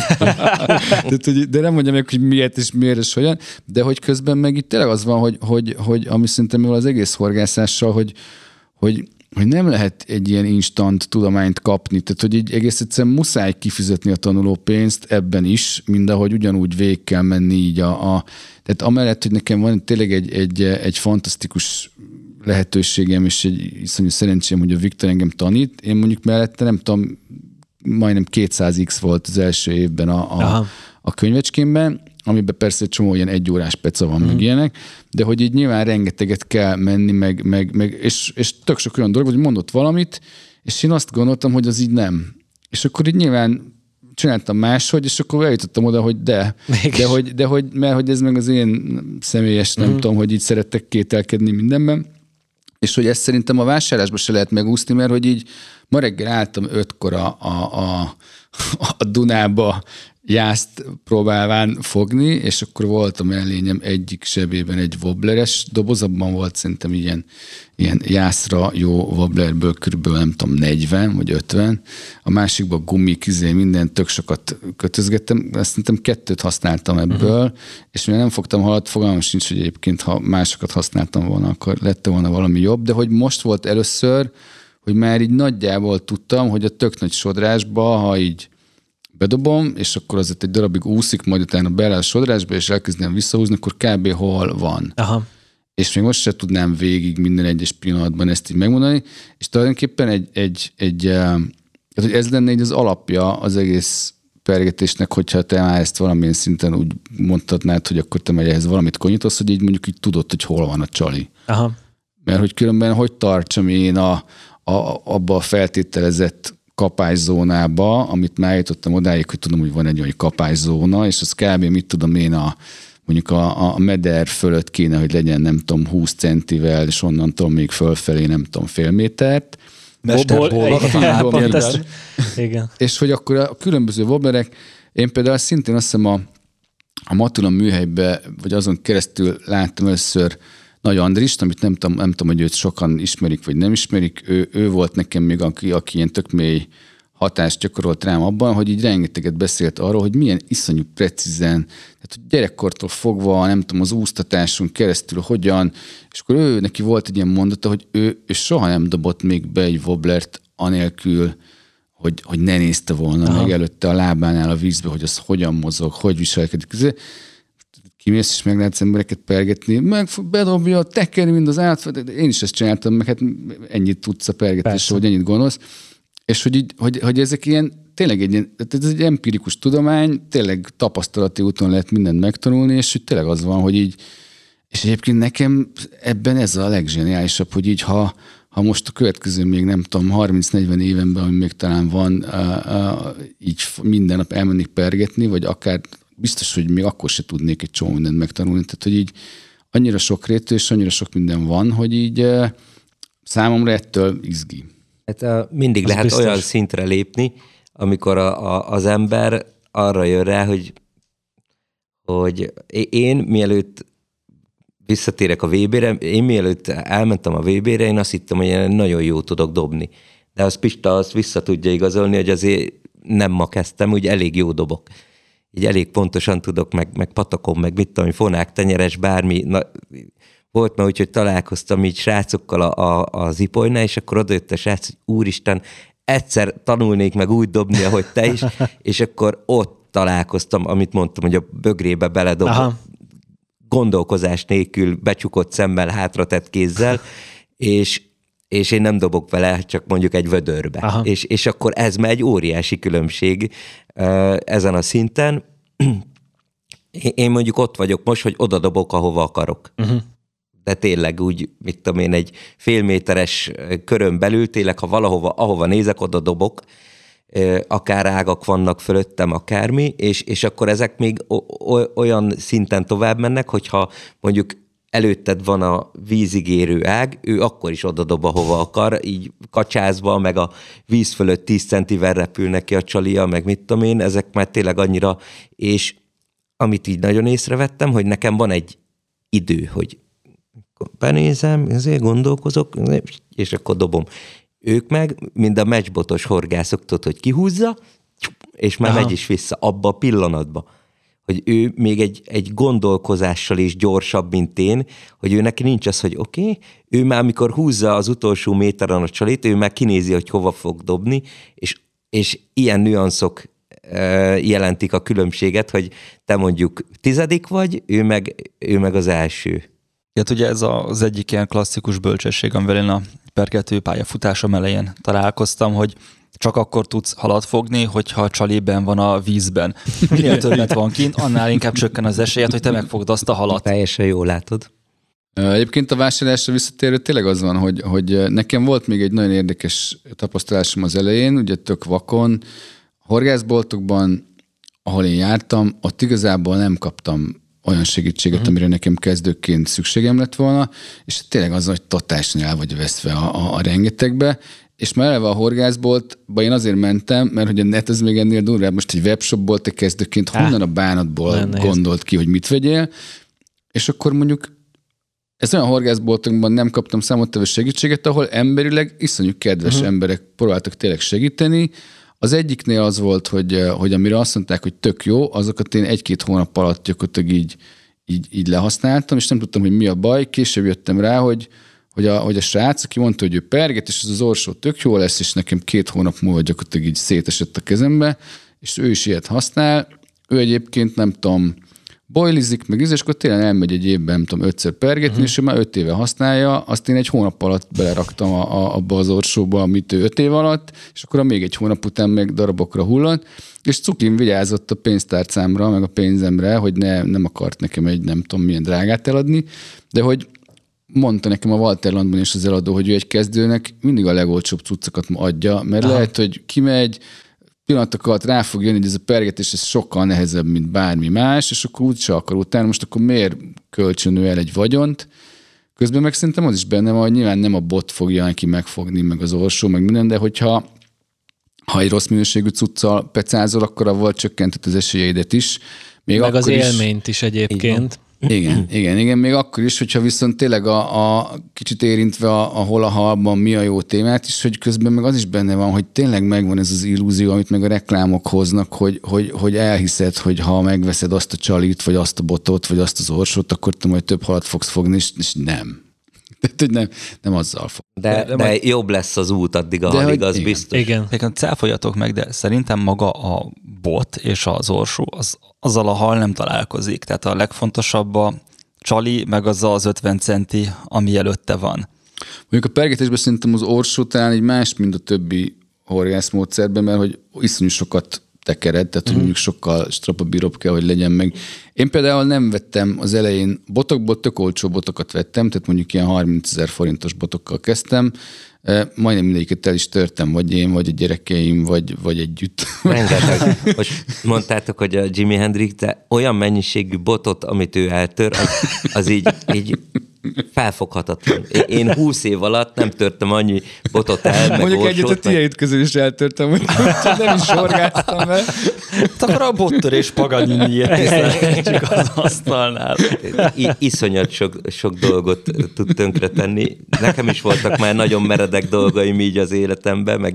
Tehát, hogy, de nem mondjam meg, hogy miért és miért és hogyan, de hogy közben meg itt tényleg az van, hogy, hogy, hogy ami szerintem az egész horgászással, hogy, hogy hogy nem lehet egy ilyen instant tudományt kapni, tehát hogy így egész egyszerűen muszáj kifizetni a tanulópénzt ebben is, mindahogy ugyanúgy végig kell menni így a, a tehát amellett, hogy nekem van tényleg egy, egy, egy fantasztikus lehetőségem, és egy iszonyú szerencsém, hogy a Viktor engem tanít, én mondjuk mellette nem tudom, majdnem kétszáz x volt az első évben a, a, a könyvecskémben, amiben persze egy csomó ilyen egyórás peca van, mm. meg ilyenek, de hogy így nyilván rengeteget kell menni, meg, meg, meg és, és tök sok olyan dolog, hogy mondott valamit, és én azt gondoltam, hogy az így nem. És akkor így nyilván csináltam máshogy, és akkor eljutottam oda, hogy de, de hogy, de hogy, mert hogy ez meg az én személyes, nem mm. tudom, hogy így szerettek kételkedni mindenben, és hogy ezt szerintem a vásárlásban se lehet megúszni, mert hogy így ma reggel álltam ötkor a, a, a, a Dunába jászt próbálván fogni, és akkor volt a mellényem egyik sebében egy wobbleres doboz, abban volt szerintem ilyen, ilyen jászra jó wobblerből körülbelül nem tudom negyven vagy ötven, a másikban gumik, izé, minden tök sokat kötözgettem, ezt szerintem kettőt használtam ebből, uh-huh. és mivel nem fogtam halat, fogalmam sincs, hogy egyébként ha másokat használtam volna, akkor lett volna valami jobb, de hogy most volt először, hogy már így nagyjából tudtam, hogy a tök nagy sodrásba, ha így bedobom, és akkor azért egy darabig úszik, majd utána beáll a sodrásba, és elkezdem visszahúzni, akkor kb. Hol van. Aha. És még most se tudnám végig minden egyes pillanatban ezt így megmondani, és tulajdonképpen egy, egy, egy, egy ez lenne így az alapja az egész pergetésnek, hogyha te már ezt valamilyen szinten úgy mondhatnád, hogy akkor te megy ehhez valamit konyítasz, hogy így mondjuk így tudod, hogy hol van a csali. Aha. Mert hogy különben hogy tartsam én a, a, abba a feltételezett kapályzónába, amit már jutottam odáig, hogy tudom, hogy van egy olyan kapályzóna, és az kb. Mit tudom én, a, mondjuk a, a meder fölött kéne, hogy legyen nem tudom húsz centivel, és onnantól még fölfelé nem tudom fél métert. Mesterból. Igen. És hogy akkor a különböző wobblerek, én például szintén azt hiszem a, a Matula műhelybe, vagy azon keresztül láttam először Nagy Andrist, amit nem tudom, nem tudom, hogy őt sokan ismerik, vagy nem ismerik. Ő, ő volt nekem még, aki, aki ilyen tök mély hatást gyakorolt rám abban, hogy így rengeteget beszélt arról, hogy milyen iszonyú precízen, tehát hogy gyerekkortól fogva, nem tudom, az úsztatáson keresztül hogyan, és akkor ő, neki volt egy ilyen mondata, hogy ő, ő soha nem dobott még be egy wobblert anélkül, hogy, hogy ne nézte volna Aha. meg előtte a lábánál a vízbe, hogy az hogyan mozog, hogy viselkedik. Kimész és meglátsz embereket pergetni, meg bedobja, tekeri, mind az állat. Én is ezt csináltam, meg hát ennyit tudsz a pergetésre, hogy ennyit gondolsz. És hogy, így, hogy, hogy ezek ilyen, tényleg egy, ilyen, ez egy empirikus tudomány, tényleg tapasztalati úton lehet mindent megtanulni, és hogy tényleg az van, hogy így, és egyébként nekem ebben ez a legzseniálisabb, hogy így, ha, ha most a következő még nem tudom, harminc-negyven évenben, ami még talán van, a, a, így minden nap elmennék pergetni, vagy akár biztos, hogy még akkor se tudnék egy csomó mindent megtanulni. Tehát, hogy így annyira sokrétű, és annyira sok minden van, hogy így számomra ettől izgi. Hát mindig az lehet biztos. Olyan szintre lépni, amikor a, a, az ember arra jön rá, hogy, hogy én mielőtt visszatérek a vé bére, én mielőtt elmentem a vé bére, én azt hittem, hogy én nagyon jó tudok dobni. De az Pista azt vissza tudja igazolni, hogy azért nem ma kezdtem, úgy elég jó dobok. Így elég pontosan tudok, meg, meg patakon, meg mit tudom, fonák, tenyeres, bármi. Na, volt már úgy, hogy találkoztam így srácokkal a, a, az Ipolynál, és akkor odajött a srác, hogy úristen, egyszer tanulnék meg úgy dobni, ahogy te is, és akkor ott találkoztam, amit mondtam, hogy a bögrébe beledobom, Aha. gondolkozás nélkül, becsukott szemmel, hátratett kézzel, és, és én nem dobok vele, csak mondjuk egy vödörbe. És, és akkor ez már egy óriási különbség uh, ezen a szinten. Én mondjuk ott vagyok most, hogy oda dobok, ahova akarok. Uh-huh. De tényleg úgy, mit tudom én, egy félméteres körön belül, tényleg, ha valahova, ahova nézek, oda dobok, akár ágak vannak fölöttem, akármi, és, és akkor ezek még olyan szinten tovább mennek, hogyha mondjuk előtted van a vízigérő ág, ő akkor is oda dob, ahova akar, így kacsázva, meg a víz fölött tíz centivel repül neki a csalia, meg mit tudom én, ezek már tényleg annyira, és amit így nagyon észrevettem, hogy nekem van egy idő, hogy benézem, ezért gondolkozok, és akkor dobom. Ők meg, mind a matchbotos horgászok, tudod, hogy kihúzza, és már Aha. megy is vissza abba a pillanatba. Hogy ő még egy, egy gondolkozással is gyorsabb, mint én, hogy ő neki nincs az, hogy oké, okay, ő már amikor húzza az utolsó méteren a csalit, ő már kinézi, hogy hova fog dobni, és, és ilyen nüanszok jelentik a különbséget, hogy te mondjuk tizedik vagy, ő meg, ő meg az első. Hát ugye ez az egyik ilyen klasszikus bölcsesség, amivel én a pergető pályafutásom elején találkoztam, hogy csak akkor tudsz halat fogni, hogyha a csalében van a vízben. Minél többet van kint, annál inkább csökken az esélyed, hogy te megfogd azt a halat. Teljesen jól látod. Egyébként a vásárlásra visszatérő tényleg az van, hogy, hogy nekem volt még egy nagyon érdekes tapasztalásom az elején, ugye tök vakon, horgászboltokban, ahol én jártam, ott igazából nem kaptam olyan segítséget, uh-huh. amire nekem kezdőként szükségem lett volna, és tényleg az, hogy totálisan el vagy veszve a, a, a rengetegbe, és már eleve a horgászboltba én azért mentem, mert hogy a net az még ennél durvább, most egy webshopból te kezdőként honnan a bánatból gondolt ki, hogy mit vegyél, és akkor mondjuk ez olyan horgászboltokban nem kaptam számottevő segítséget, ahol emberileg iszonyú kedves uh-huh. emberek próbáltak tényleg segíteni. Az egyiknél az volt, hogy, hogy amire azt mondták, hogy tök jó, azokat én egy-két hónap alatt gyakorlatilag így, így, így lehasználtam, és nem tudtam, hogy mi a baj. Később jöttem rá, hogy, hogy, a, hogy a srác, aki mondta, hogy ő perget, és az az orsó tök jó lesz, és nekem két hónap múlva gyakorlatilag így szétesett a kezembe, és ő is ilyet használ. Ő egyébként nem tudom, bojlizik, meg és akkor tényleg elmegy egy évben, nem tudom, ötször pergetni, uh-huh. és ő már öt éve használja, azt én egy hónap alatt beleraktam a, a, abba az orsóba, amit ő öt év alatt, és akkor a még egy hónap után meg darabokra hullott, és cukin vigyázott a pénztárcámra, meg a pénzemre, hogy ne, nem akart nekem egy nem tudom milyen drágát eladni, de hogy mondta nekem a Walterlandban is az eladó, hogy ő egy kezdőnek mindig a legolcsóbb cuccokat adja, mert Aha. lehet, hogy kimegy, pillanatok alatt rá fog jönni, hogy ez a pergetés ez sokkal nehezebb, mint bármi más, és akkor úgyse akar utána, most akkor miért kölcsönő el egy vagyont? Közben meg szerintem az is benne van, hogy nyilván nem a bot fogja neki megfogni, meg az orsó, meg minden, de hogyha ha egy rossz minőségű cuccal pecázol, akkor avval csökkentett az esélyeidet is. Még meg az élményt is, is egyébként. Igen, igen, igen, még akkor is, hogyha viszont tényleg a, a kicsit érintve a, a hol a halban mi a jó témát is, hogy közben meg az is benne van, hogy tényleg megvan ez az illúzió, amit meg a reklámok hoznak, hogy, hogy, hogy elhiszed, hogy ha megveszed azt a csalit, vagy azt a botot, vagy azt az orsót, akkor te majd több halat fogsz fogni, és, és nem. Tehát, hogy nem, nem azzal fog. De, de, de, de majd... jobb lesz az út addig a halig, az igen. biztos. Igen. Igen, cáfoljatok meg, de szerintem maga a bot és az orsó, az, azzal a hal nem találkozik. Tehát a legfontosabb a csali, meg az az ötven centi, ami előtte van. Mondjuk a pergetésben szerintem az orsó talán egy más, mint a többi horgászmódszerben, mert hogy iszonyú sokat tekered, tehát mm. mondjuk sokkal strapabíróbb kell, hogy legyen meg. Én például nem vettem az elején botokból, tök olcsó botokat vettem, tehát mondjuk ilyen harmincezer forintos botokkal kezdtem, majdnem mindegyiket el is törtem, vagy én, vagy a gyerekeim, vagy, vagy együtt. Rengeteg. Most mondtátok, hogy a Jimi Hendrix, de olyan mennyiségű botot, amit ő eltör, az, az így, így felfoghatatlan. Én húsz év alatt nem törtem annyi botot el, meg mondjuk orsót, egyet a tiéd közül is eltörtem, hogy nem is sorgáztam el. Akkor a bottör és Paganiniért csak az asztalnál. I- iszonyat sok, sok dolgot tud tönkretenni. Nekem is voltak már nagyon meredek dolgaim így az életemben, meg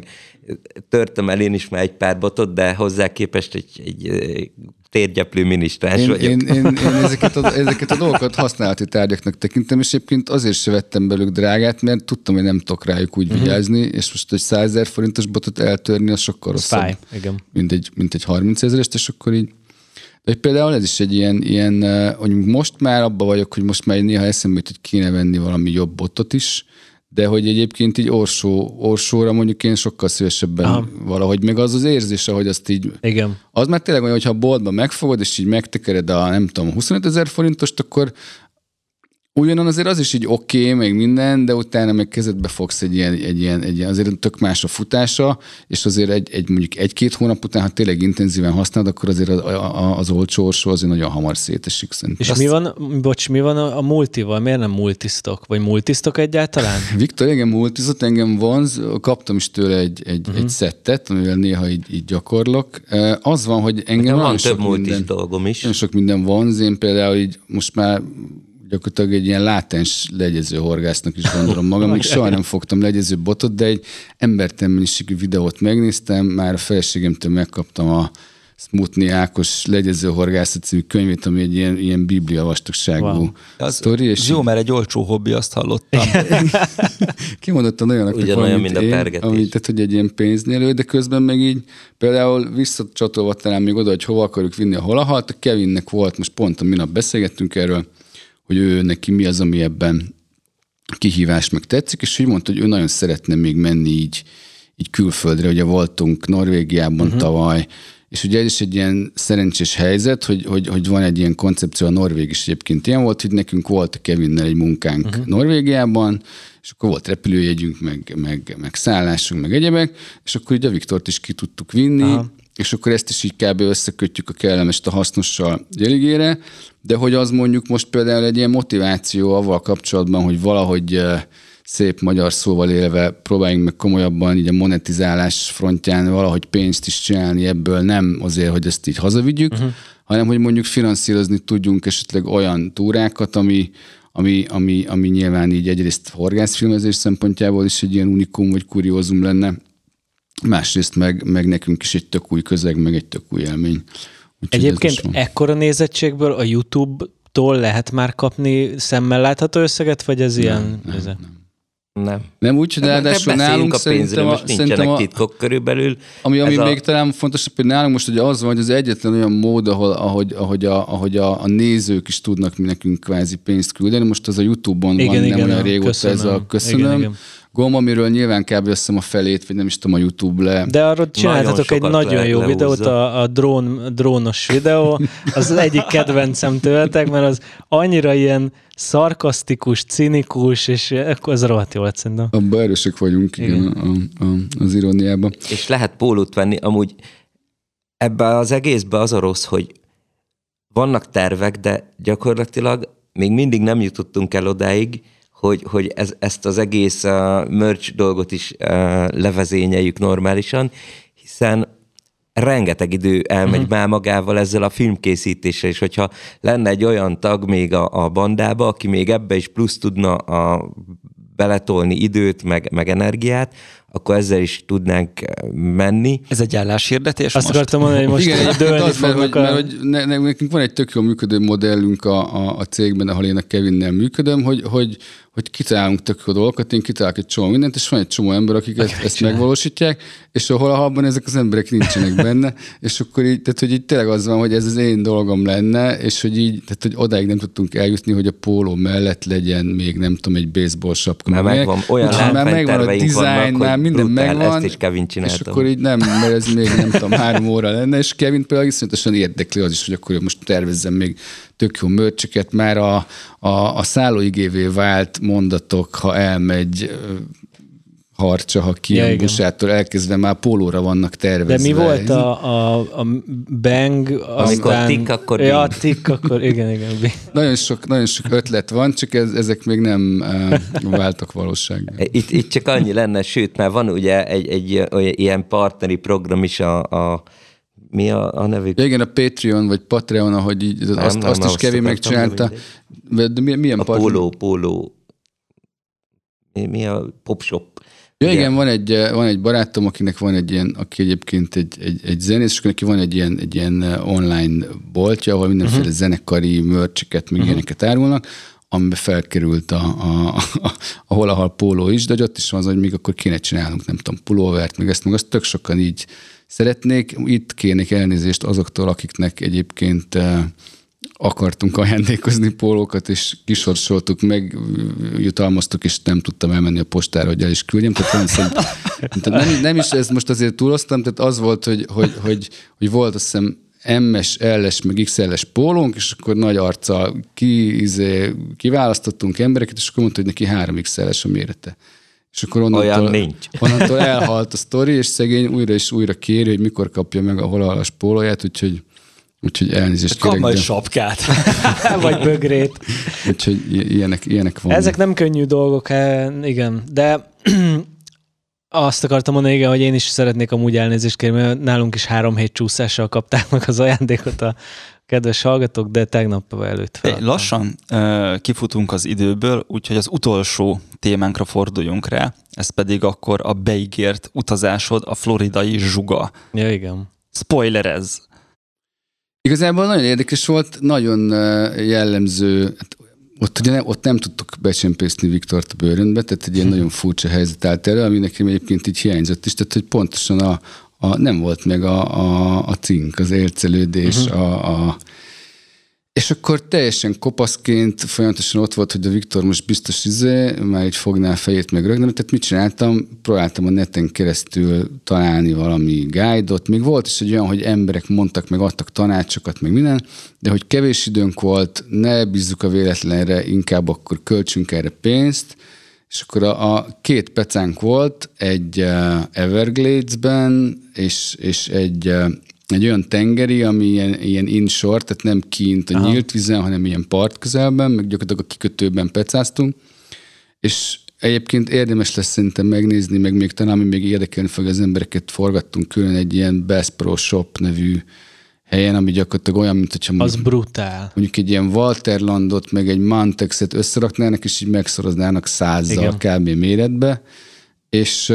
törtem el én is már egy pár botot, de hozzá képest egy, egy térgyeplő minisztrás én, vagyok. Én, én, én ezeket, a, ezeket a dolgokat használati tárgyaknak tekintem, és egyébként azért se vettem belőlük drágát, mert tudtam, hogy nem tudok rájuk úgy uh-huh. vigyázni, és most egy százezer forintos botot eltörni, az sokkal rosszabb, Fáj, igen. mint egy, mint egy harmincezerest, és akkor így. De például ez is egy ilyen, ilyen, hogy most már abba vagyok, hogy most már néha eszembe jut, hogy kéne venni valami jobb botot is, de hogy egyébként így orsó, orsóra mondjuk én sokkal szívesebben Aha. valahogy, meg az az érzés, ahogy azt így... Igen. Az már tényleg olyan, hogyha a boltban megfogod, és így megtekered a, nem tudom, huszonötezer forintost, akkor ugyanan azért az is így oké, okay, meg minden, de utána meg kezedbe fogsz egy ilyen, egy ilyen, egy ilyen, azért tök más a futása, és azért egy, egy mondjuk egy-két hónap után, ha tényleg intenzíven használod, akkor azért az, az olcsó orsó azért nagyon hamar szétesik szerintem. És Azt... mi van, bocs, mi van a, a multival? Miért nem multisztok? Vagy multisztok egyáltalán? Viktor, igen, multizott, engem vonz, kaptam is tőle egy, egy, uh-huh. egy szettet, amivel néha így, így gyakorlok. Az van, hogy engem van több multis minden, dolgom is. Nagyon sok minden vonz, én például így most már gyakorlatilag egy ilyen látens legyező horgásznak is gondolom magam. Még soha nem fogtam legyező botot, de egy embertelen mennyiségű videót megnéztem, már a feleségemtől megkaptam a Smutny Ákos legyező horgászat című könyvét, ami egy ilyen, ilyen biblia vastagságú wow. sztori. És jó, mert egy olcsó hobbi, azt hallottam. Kimondottan olyanok, ugyanolyan, mint a pergetés. Ami, tehát, hogy egy ilyen pénznyelő, de közben meg így például visszacsatolva talán még oda, hogy hova akarjuk vinni a holahalt. A Kevinnek volt, most pont a minap beszélgettünk erről, hogy ő neki mi az, ami ebben kihívás meg tetszik, és úgy mondta, hogy ő nagyon szeretne még menni így, így külföldre. Ugye voltunk Norvégiában uh-huh. tavaly, és ugye ez is egy ilyen szerencsés helyzet, hogy, hogy, hogy van egy ilyen koncepció, a Norvég is egyébként ilyen volt, hogy nekünk volt a Kevinnel egy munkánk uh-huh. Norvégiában, és akkor volt repülőjegyünk, meg, meg, meg szállásunk, meg egyebek, és akkor ugye a Viktort is ki tudtuk vinni, Aha. és akkor ezt is így kb. Összekötjük a kellemest a hasznossal gyeligére, de hogy az mondjuk most például egy ilyen motiváció avval kapcsolatban, hogy valahogy szép magyar szóval élve próbáljunk meg komolyabban így a monetizálás frontján valahogy pénzt is csinálni ebből, nem azért, hogy ezt így hazavigyük, uh-huh. hanem hogy mondjuk finanszírozni tudjunk esetleg olyan túrákat, ami, ami, ami, ami nyilván így egyrészt horgászfilmezés szempontjából is egy ilyen unikum vagy kuriózum lenne, másrészt meg, meg nekünk is egy tök új közeg, meg egy tök új élmény. Úgyhogy egyébként ekkora nézettségből a YouTube-tól lehet már kapni szemmel látható összeget, vagy ez nem, ilyen? Nem, nem. Nem. Nem úgy, hogy ráadásul nálunk a pénzről, most nincsenek a, titkok körülbelül. Ami, ami a... még talán fontosabb, hogy nálunk most ugye az van, hogy az egyetlen olyan mód, ahol, ahogy, ahogy, a, ahogy a, a nézők is tudnak mi nekünk kvázi pénzt küldeni. Most az a YouTube-on igen, van, igen, nem olyan régóta köszönöm. Ez a köszönöm. Igen, igen. Gomb, amiről nyilván kb. Összem a felét, vagy nem is tudom, a YouTube le. De arról csináltatok egy nagyon jó leúzza. videót, a, a drón, drónos videó. Az egyik kedvencem tőletek, mert az annyira ilyen szarkasztikus, cinikus, és az rohadt jó lett szerintem. Abban erősek vagyunk, igen, igen a, a, az iróniában. És lehet pólót venni, amúgy ebben az egészben az a rossz, hogy vannak tervek, de gyakorlatilag még mindig nem jutottunk el odáig, hogy, hogy ez, ezt az egész uh, merch dolgot is uh, levezényeljük normálisan, hiszen rengeteg idő elmegy uh-huh. már magával ezzel a filmkészítéssel, és hogyha lenne egy olyan tag még a, a bandába, aki még ebbe is plusz tudna a, beletolni időt, meg, meg energiát, akkor ezzel is tudnánk menni. Ez egy álláshirdetés Azt most? akartam mondani, hogy most igen, dőlni az, mert, hogy, a... mert hogy ne, ne, nekünk van egy tök jó működő modellünk a, a, a cégben, ahol én a Kevinnel működöm, hogy, hogy, hogy kitalálunk tök jó dolgokat, én kitalálok egy csomó mindent, és van egy csomó ember, akik ezt, ezt megvalósítják, és ahol abban ezek az emberek nincsenek benne, és akkor így, tehát, hogy így tényleg az van, hogy ez az én dolgom lenne, és hogy így, tehát, hogy odáig nem tudtunk eljutni, hogy a póló mellett legyen még nem tudom, egy baseball sapka. Már megvan, olyan látványterveink vannak, már minden brutál, megvan, ezt is Kevin csináltam. És akkor így nem, mert ez még nem tudom, három óra lenne, és Kevin például iszonyatosan érdekli az is, hogy akkor most tervezzem még tök jó mörcsöket, már a, a, a szállóigévé vált mondatok, ha elmegy harcsa, ha kijön ja, busától, elkezdve már pólóra vannak tervezve. De mi volt a, a, a bang? Amikor aztán... tik, akkor bing. Ja, tik, akkor igen, igen. nagyon, sok, nagyon sok ötlet van, csak ez, ezek még nem uh, váltak valósággá. Itt, itt csak annyi lenne, sőt, már van ugye egy, egy olyan, ilyen partneri program is a, a mi a, a nevük? Ja, igen, a Patreon, vagy Patreon, ahogy így, nem, azt, nem, azt nem, is Kevin megcsinálta. De milyen a partner? póló, póló. Mi, mi a popshop? Ja, igen, van egy, van egy barátom, akinek van egy ilyen, aki egyébként egy, egy, egy zenész, és neki van egy ilyen, egy ilyen online boltja, ahol mindenféle uh-huh. zenekari mörcseket, meg uh-huh. ilyeneket árulnak, amiben felkerült a, a, a, a hol-ahol póló is, de ott is van az, hogy még akkor kéne csinálnunk, nem tudom, pulóvert, meg ezt, meg azt tök sokan így szeretnék. Itt kérnék elnézést azoktól, akiknek egyébként uh, akartunk ajándékozni pólókat, és kisorsoltuk, meg jutalmaztuk, és nem tudtam elmenni a postára, hogy el is küldjem. Tehát, tehát nem, nem is ez most azért túloztam, tehát az volt, hogy, hogy, hogy, hogy volt azt hiszem em-es, el-es, meg iksz el-es pólónk, és akkor nagy arccal ki, izé, kiválasztottunk embereket, és akkor mondta, hogy neki három iksz el-es a mérete. És akkor onnantól, onnantól elhalt a sztori, és szegény újra és újra kéri, hogy mikor kapja meg a hol-ahol-as pólóját, úgyhogy Úgyhogy elnézést kérek. Kap majd sapkát. Vagy bögrét. Úgyhogy ilyenek, ilyenek vannak. Ezek nem könnyű dolgok, igen. De azt akartam mondani, igen, hogy én is szeretnék amúgy elnézést kérni, mert nálunk is három hét csúszással kapták meg az ajándékot a kedves hallgatók, de tegnap előtt fel. Lassan uh, kifutunk az időből, úgyhogy az utolsó témánkra forduljunk rá, ez pedig akkor a beígért utazásod, a floridai zsuga. Ja, igen. Spoilerezz! Igazából nagyon érdekes volt, nagyon jellemző, hát ott ugye nem, ott nem tudtuk becsempészni Viktort a bőrönbe, tehát egy ilyen nagyon furcsa helyzet állt elő, ami nekem egyébként így hiányzott is, tehát hogy pontosan a, a, nem volt meg a, a, a cink, az élcelődés, uh-huh. a, a és akkor teljesen kopaszként folyamatosan ott volt, hogy a Viktor most biztos izé, már így fogná a fejét meg rögtön, tehát mit csináltam? Próbáltam a neten keresztül találni valami guide-ot, még volt is egy olyan, hogy emberek mondtak, meg adtak tanácsokat, meg minden, de hogy kevés időnk volt, ne bízzuk a véletlenre, inkább akkor költsünk erre pénzt, és akkor a, a két pecánk volt, egy uh, Evergladesben, és, és egy uh, egy olyan tengeri, ami ilyen, ilyen inshore, tehát nem kint a Aha. nyílt vízen, hanem ilyen part közelben, meg gyakorlatilag a kikötőben pecáztunk, és egyébként érdemes lesz szerintem megnézni, meg még talán, ami még érdekelni fog az embereket, forgattunk külön egy ilyen Bass Pro Shop nevű helyen, ami gyakorlatilag olyan, mint hogyha az brutál. Mondjuk egy ilyen Walterlandot, meg egy Mantexet összeraknának, és így megszoroznának százzal kb. Méretbe, és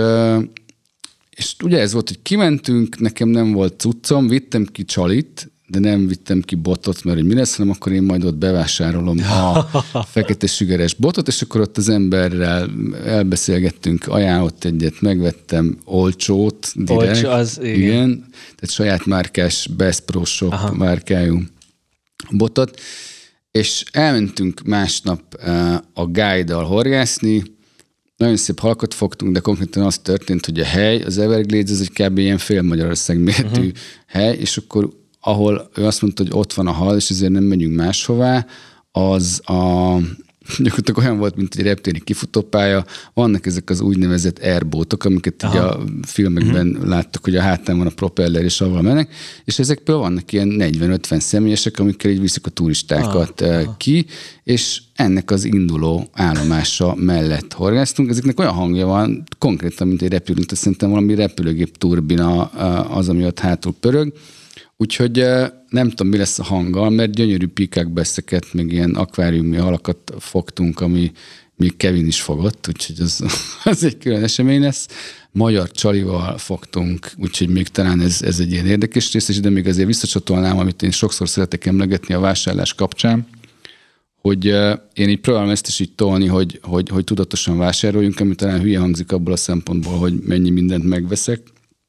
És ugye ez volt, hogy kimentünk, nekem nem volt cuccom, vittem ki csalit, de nem vittem ki botot, mert hogy mi lesz, hanem akkor én majd ott bevásárolom a fekete sügeres botot, és akkor ott az emberrel elbeszélgettünk, ajánlott egyet, megvettem olcsót direkt. Olcsó, az, igen. igen. Tehát saját márkás Bass Pro Shop Aha. márkájú botot, és elmentünk másnap a guide-dal horgászni, nagyon szép halakat fogtunk, de konkrétan az történt, hogy a hely, az Everglades, ez egy kb. Ilyen fél Magyarország méretű uh-huh. hely, és akkor ahol ő azt mondta, hogy ott van a hal, és ezért nem megyünk máshová, az a, gyakorlatilag olyan volt, mint egy reptéri kifutópálya. Vannak ezek az úgynevezett airbótok, amiket ugye a filmekben uh-huh. láttuk, hogy a hátán van a propeller, és avval mennek, és ezekből vannak ilyen negyven-ötven személyesek, amikkel így viszik a turistákat uh-huh. ki, és ennek az induló állomása mellett horgásztunk. Ezeknek olyan hangja van, konkrétan, mint egy repülőnt, szerintem valami repülőgép turbina az, ami ott hátul pörög. Úgyhogy nem tudom, mi lesz a hanggal, mert gyönyörű pikákba ezeket, meg ilyen akváriumi halakat fogtunk, ami még Kevin is fogott, úgyhogy az, az egy külön esemény lesz. Magyar csalival fogtunk, úgyhogy még talán ez, ez egy ilyen érdekes rész, de még azért visszacsatolnám, amit én sokszor szeretek emlegetni a vásárlás kapcsán, hogy én így próbálom ezt is így tolni, hogy, hogy, hogy tudatosan vásároljunk, ami talán hülye hangzik abból a szempontból, hogy mennyi mindent megveszek,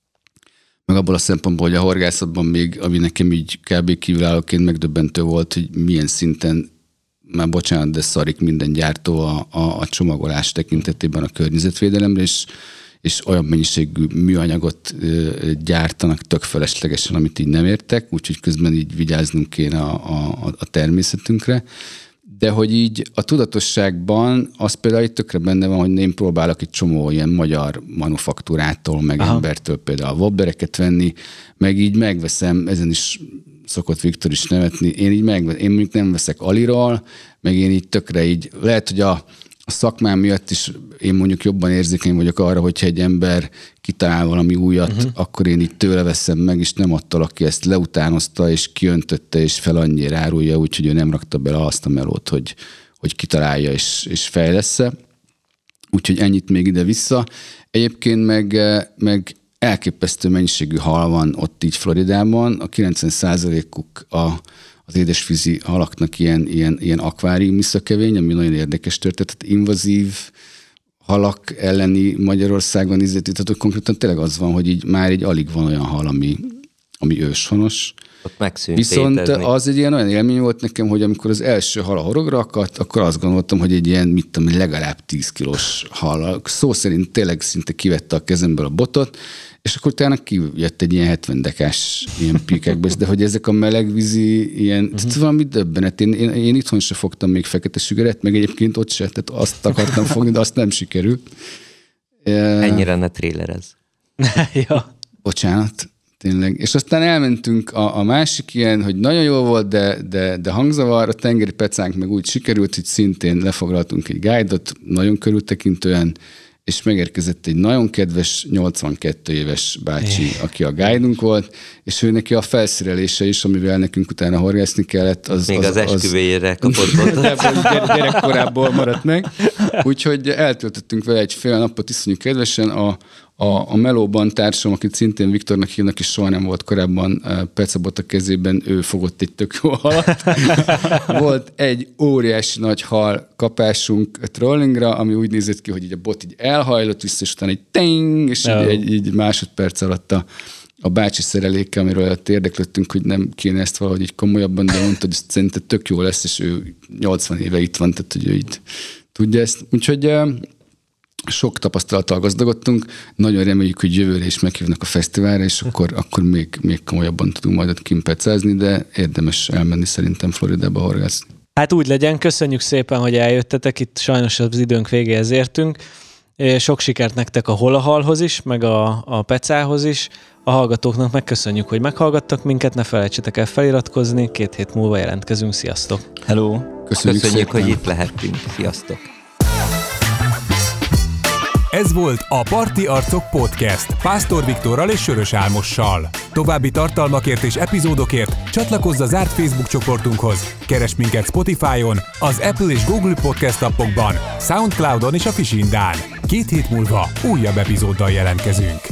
meg abból a szempontból, hogy a horgászatban még, ami nekem így kb. Kívülállóként megdöbbentő volt, hogy milyen szinten, már bocsánat, de szarik minden gyártó a, a, a csomagolás tekintetében a környezetvédelemre, és, és olyan mennyiségű műanyagot ö, gyártanak tök feleslegesen, amit így nem értek, úgyhogy közben így vigyáznunk kéne a, a, a természetünkre. De hogy így a tudatosságban az például itt tökre benne van, hogy én próbálok egy csomó ilyen magyar manufaktúrától, meg Aha. embertől például wobbereket venni, meg így megveszem, ezen is szokott Viktor is nevetni, én így megveszem, én mondjuk nem veszek Aliról, meg én így tökre így, lehet, hogy a, a szakmám miatt is én mondjuk jobban érzékeny vagyok arra, hogyha egy ember kitalál valami újat, uh-huh. akkor én így tőle veszem meg, és nem attól, aki ezt leutánozta, és kiöntötte, és fel annyira árulja, úgyhogy ő nem rakta bele azt a melót, hogy, hogy kitalálja, és, és fejlesz-e. Úgyhogy ennyit még ide-vissza. Egyébként meg, meg elképesztő mennyiségű hal van ott így Floridában. A kilencven százalékuk a az édesvízi halaknak ilyen, ilyen, ilyen akváriumi szökevény, ami nagyon érdekes történet. Invazív halak elleni Magyarországon izzetíthető, konkrétan tényleg az van, hogy így már így alig van olyan hal, ami, ami őshonos. Ott megszűnt Viszont létezni. Az egy ilyen olyan élmény volt nekem, hogy amikor az első hal a horogra akadt, akkor azt gondoltam, hogy egy ilyen, mit tudom, legalább tíz kilós hal. Szó szerint tényleg szinte kivette a kezemből a botot, és akkor utána kijött egy ilyen hetven dekás ilyen píkákba, de hogy ezek a melegvízi ilyen, uh-huh. tehát valami döbbenet. Én, én, én itthon se fogtam még fekete sügeret, meg egyébként ott se, tehát azt akartam fogni, de azt nem sikerült. Ennyire ne trélerez. ja. Bocsánat, tényleg. És aztán elmentünk a, a másik ilyen, hogy nagyon jó volt, de, de, de hangzavar, a tengeri pecánk meg úgy sikerült, hogy szintén lefoglaltunk egy guide-ot, nagyon körültekintően, és megérkezett egy nagyon kedves nyolcvankettő éves bácsi, aki a guide-unk volt, és ő neki a felszerelése is, amivel nekünk utána horgászni kellett. Az, Még az, az esküvőjére kapott botot. Gyerekkorából maradt meg. Úgyhogy eltöltöttünk vele egy fél napot iszonyú kedvesen. A, a, a melóban társam, akit szintén Viktornak hívnak, és soha nem volt korábban pecabot a kezében, ő fogott egy tök jó halat. Volt egy óriási nagy hal kapásunk a trollingra, ami úgy nézett ki, hogy így a bot így elhajlott vissza, és utána egy ting, és így, egy, így másodperc alatt a, a bácsi szereléke, amiről érdeklődtünk, hogy nem kéne ezt valahogy így komolyabban, de mondta, hogy szerintem tök jó lesz, és ő nyolcvan éve itt van, tehát hogy ő így tudja ezt. Úgyhogy sok tapasztalattal gazdagodtunk, nagyon reméljük, hogy jövőre is meghívnak a fesztiválra, és akkor, akkor még, még komolyabban tudunk majd ott kimpecázni, de érdemes elmenni szerintem Floridába horgászni. Hát úgy legyen, köszönjük szépen, hogy eljöttetek, itt sajnos az időnk végéhez értünk. Sok sikert nektek a Holahalhoz is, meg a, a Pecához is. A hallgatóknak megköszönjük, hogy meghallgattak minket, ne felejtsetek el feliratkozni, két hét múlva jelentkezünk, sziasztok! Hello! Köszönjük, Köszönjük hogy itt lehettünk, sziasztok! Ez volt a Parti Arcok Podcast Pásztor Viktorral és Sörös Álmossal. További tartalmakért és epizódokért csatlakozz a zárt Facebook csoportunkhoz. Keresd minket Spotify-on, az Apple és Google Podcast appokban, Soundcloudon és a Fisindán. Két hét múlva újabb epizóddal jelentkezünk.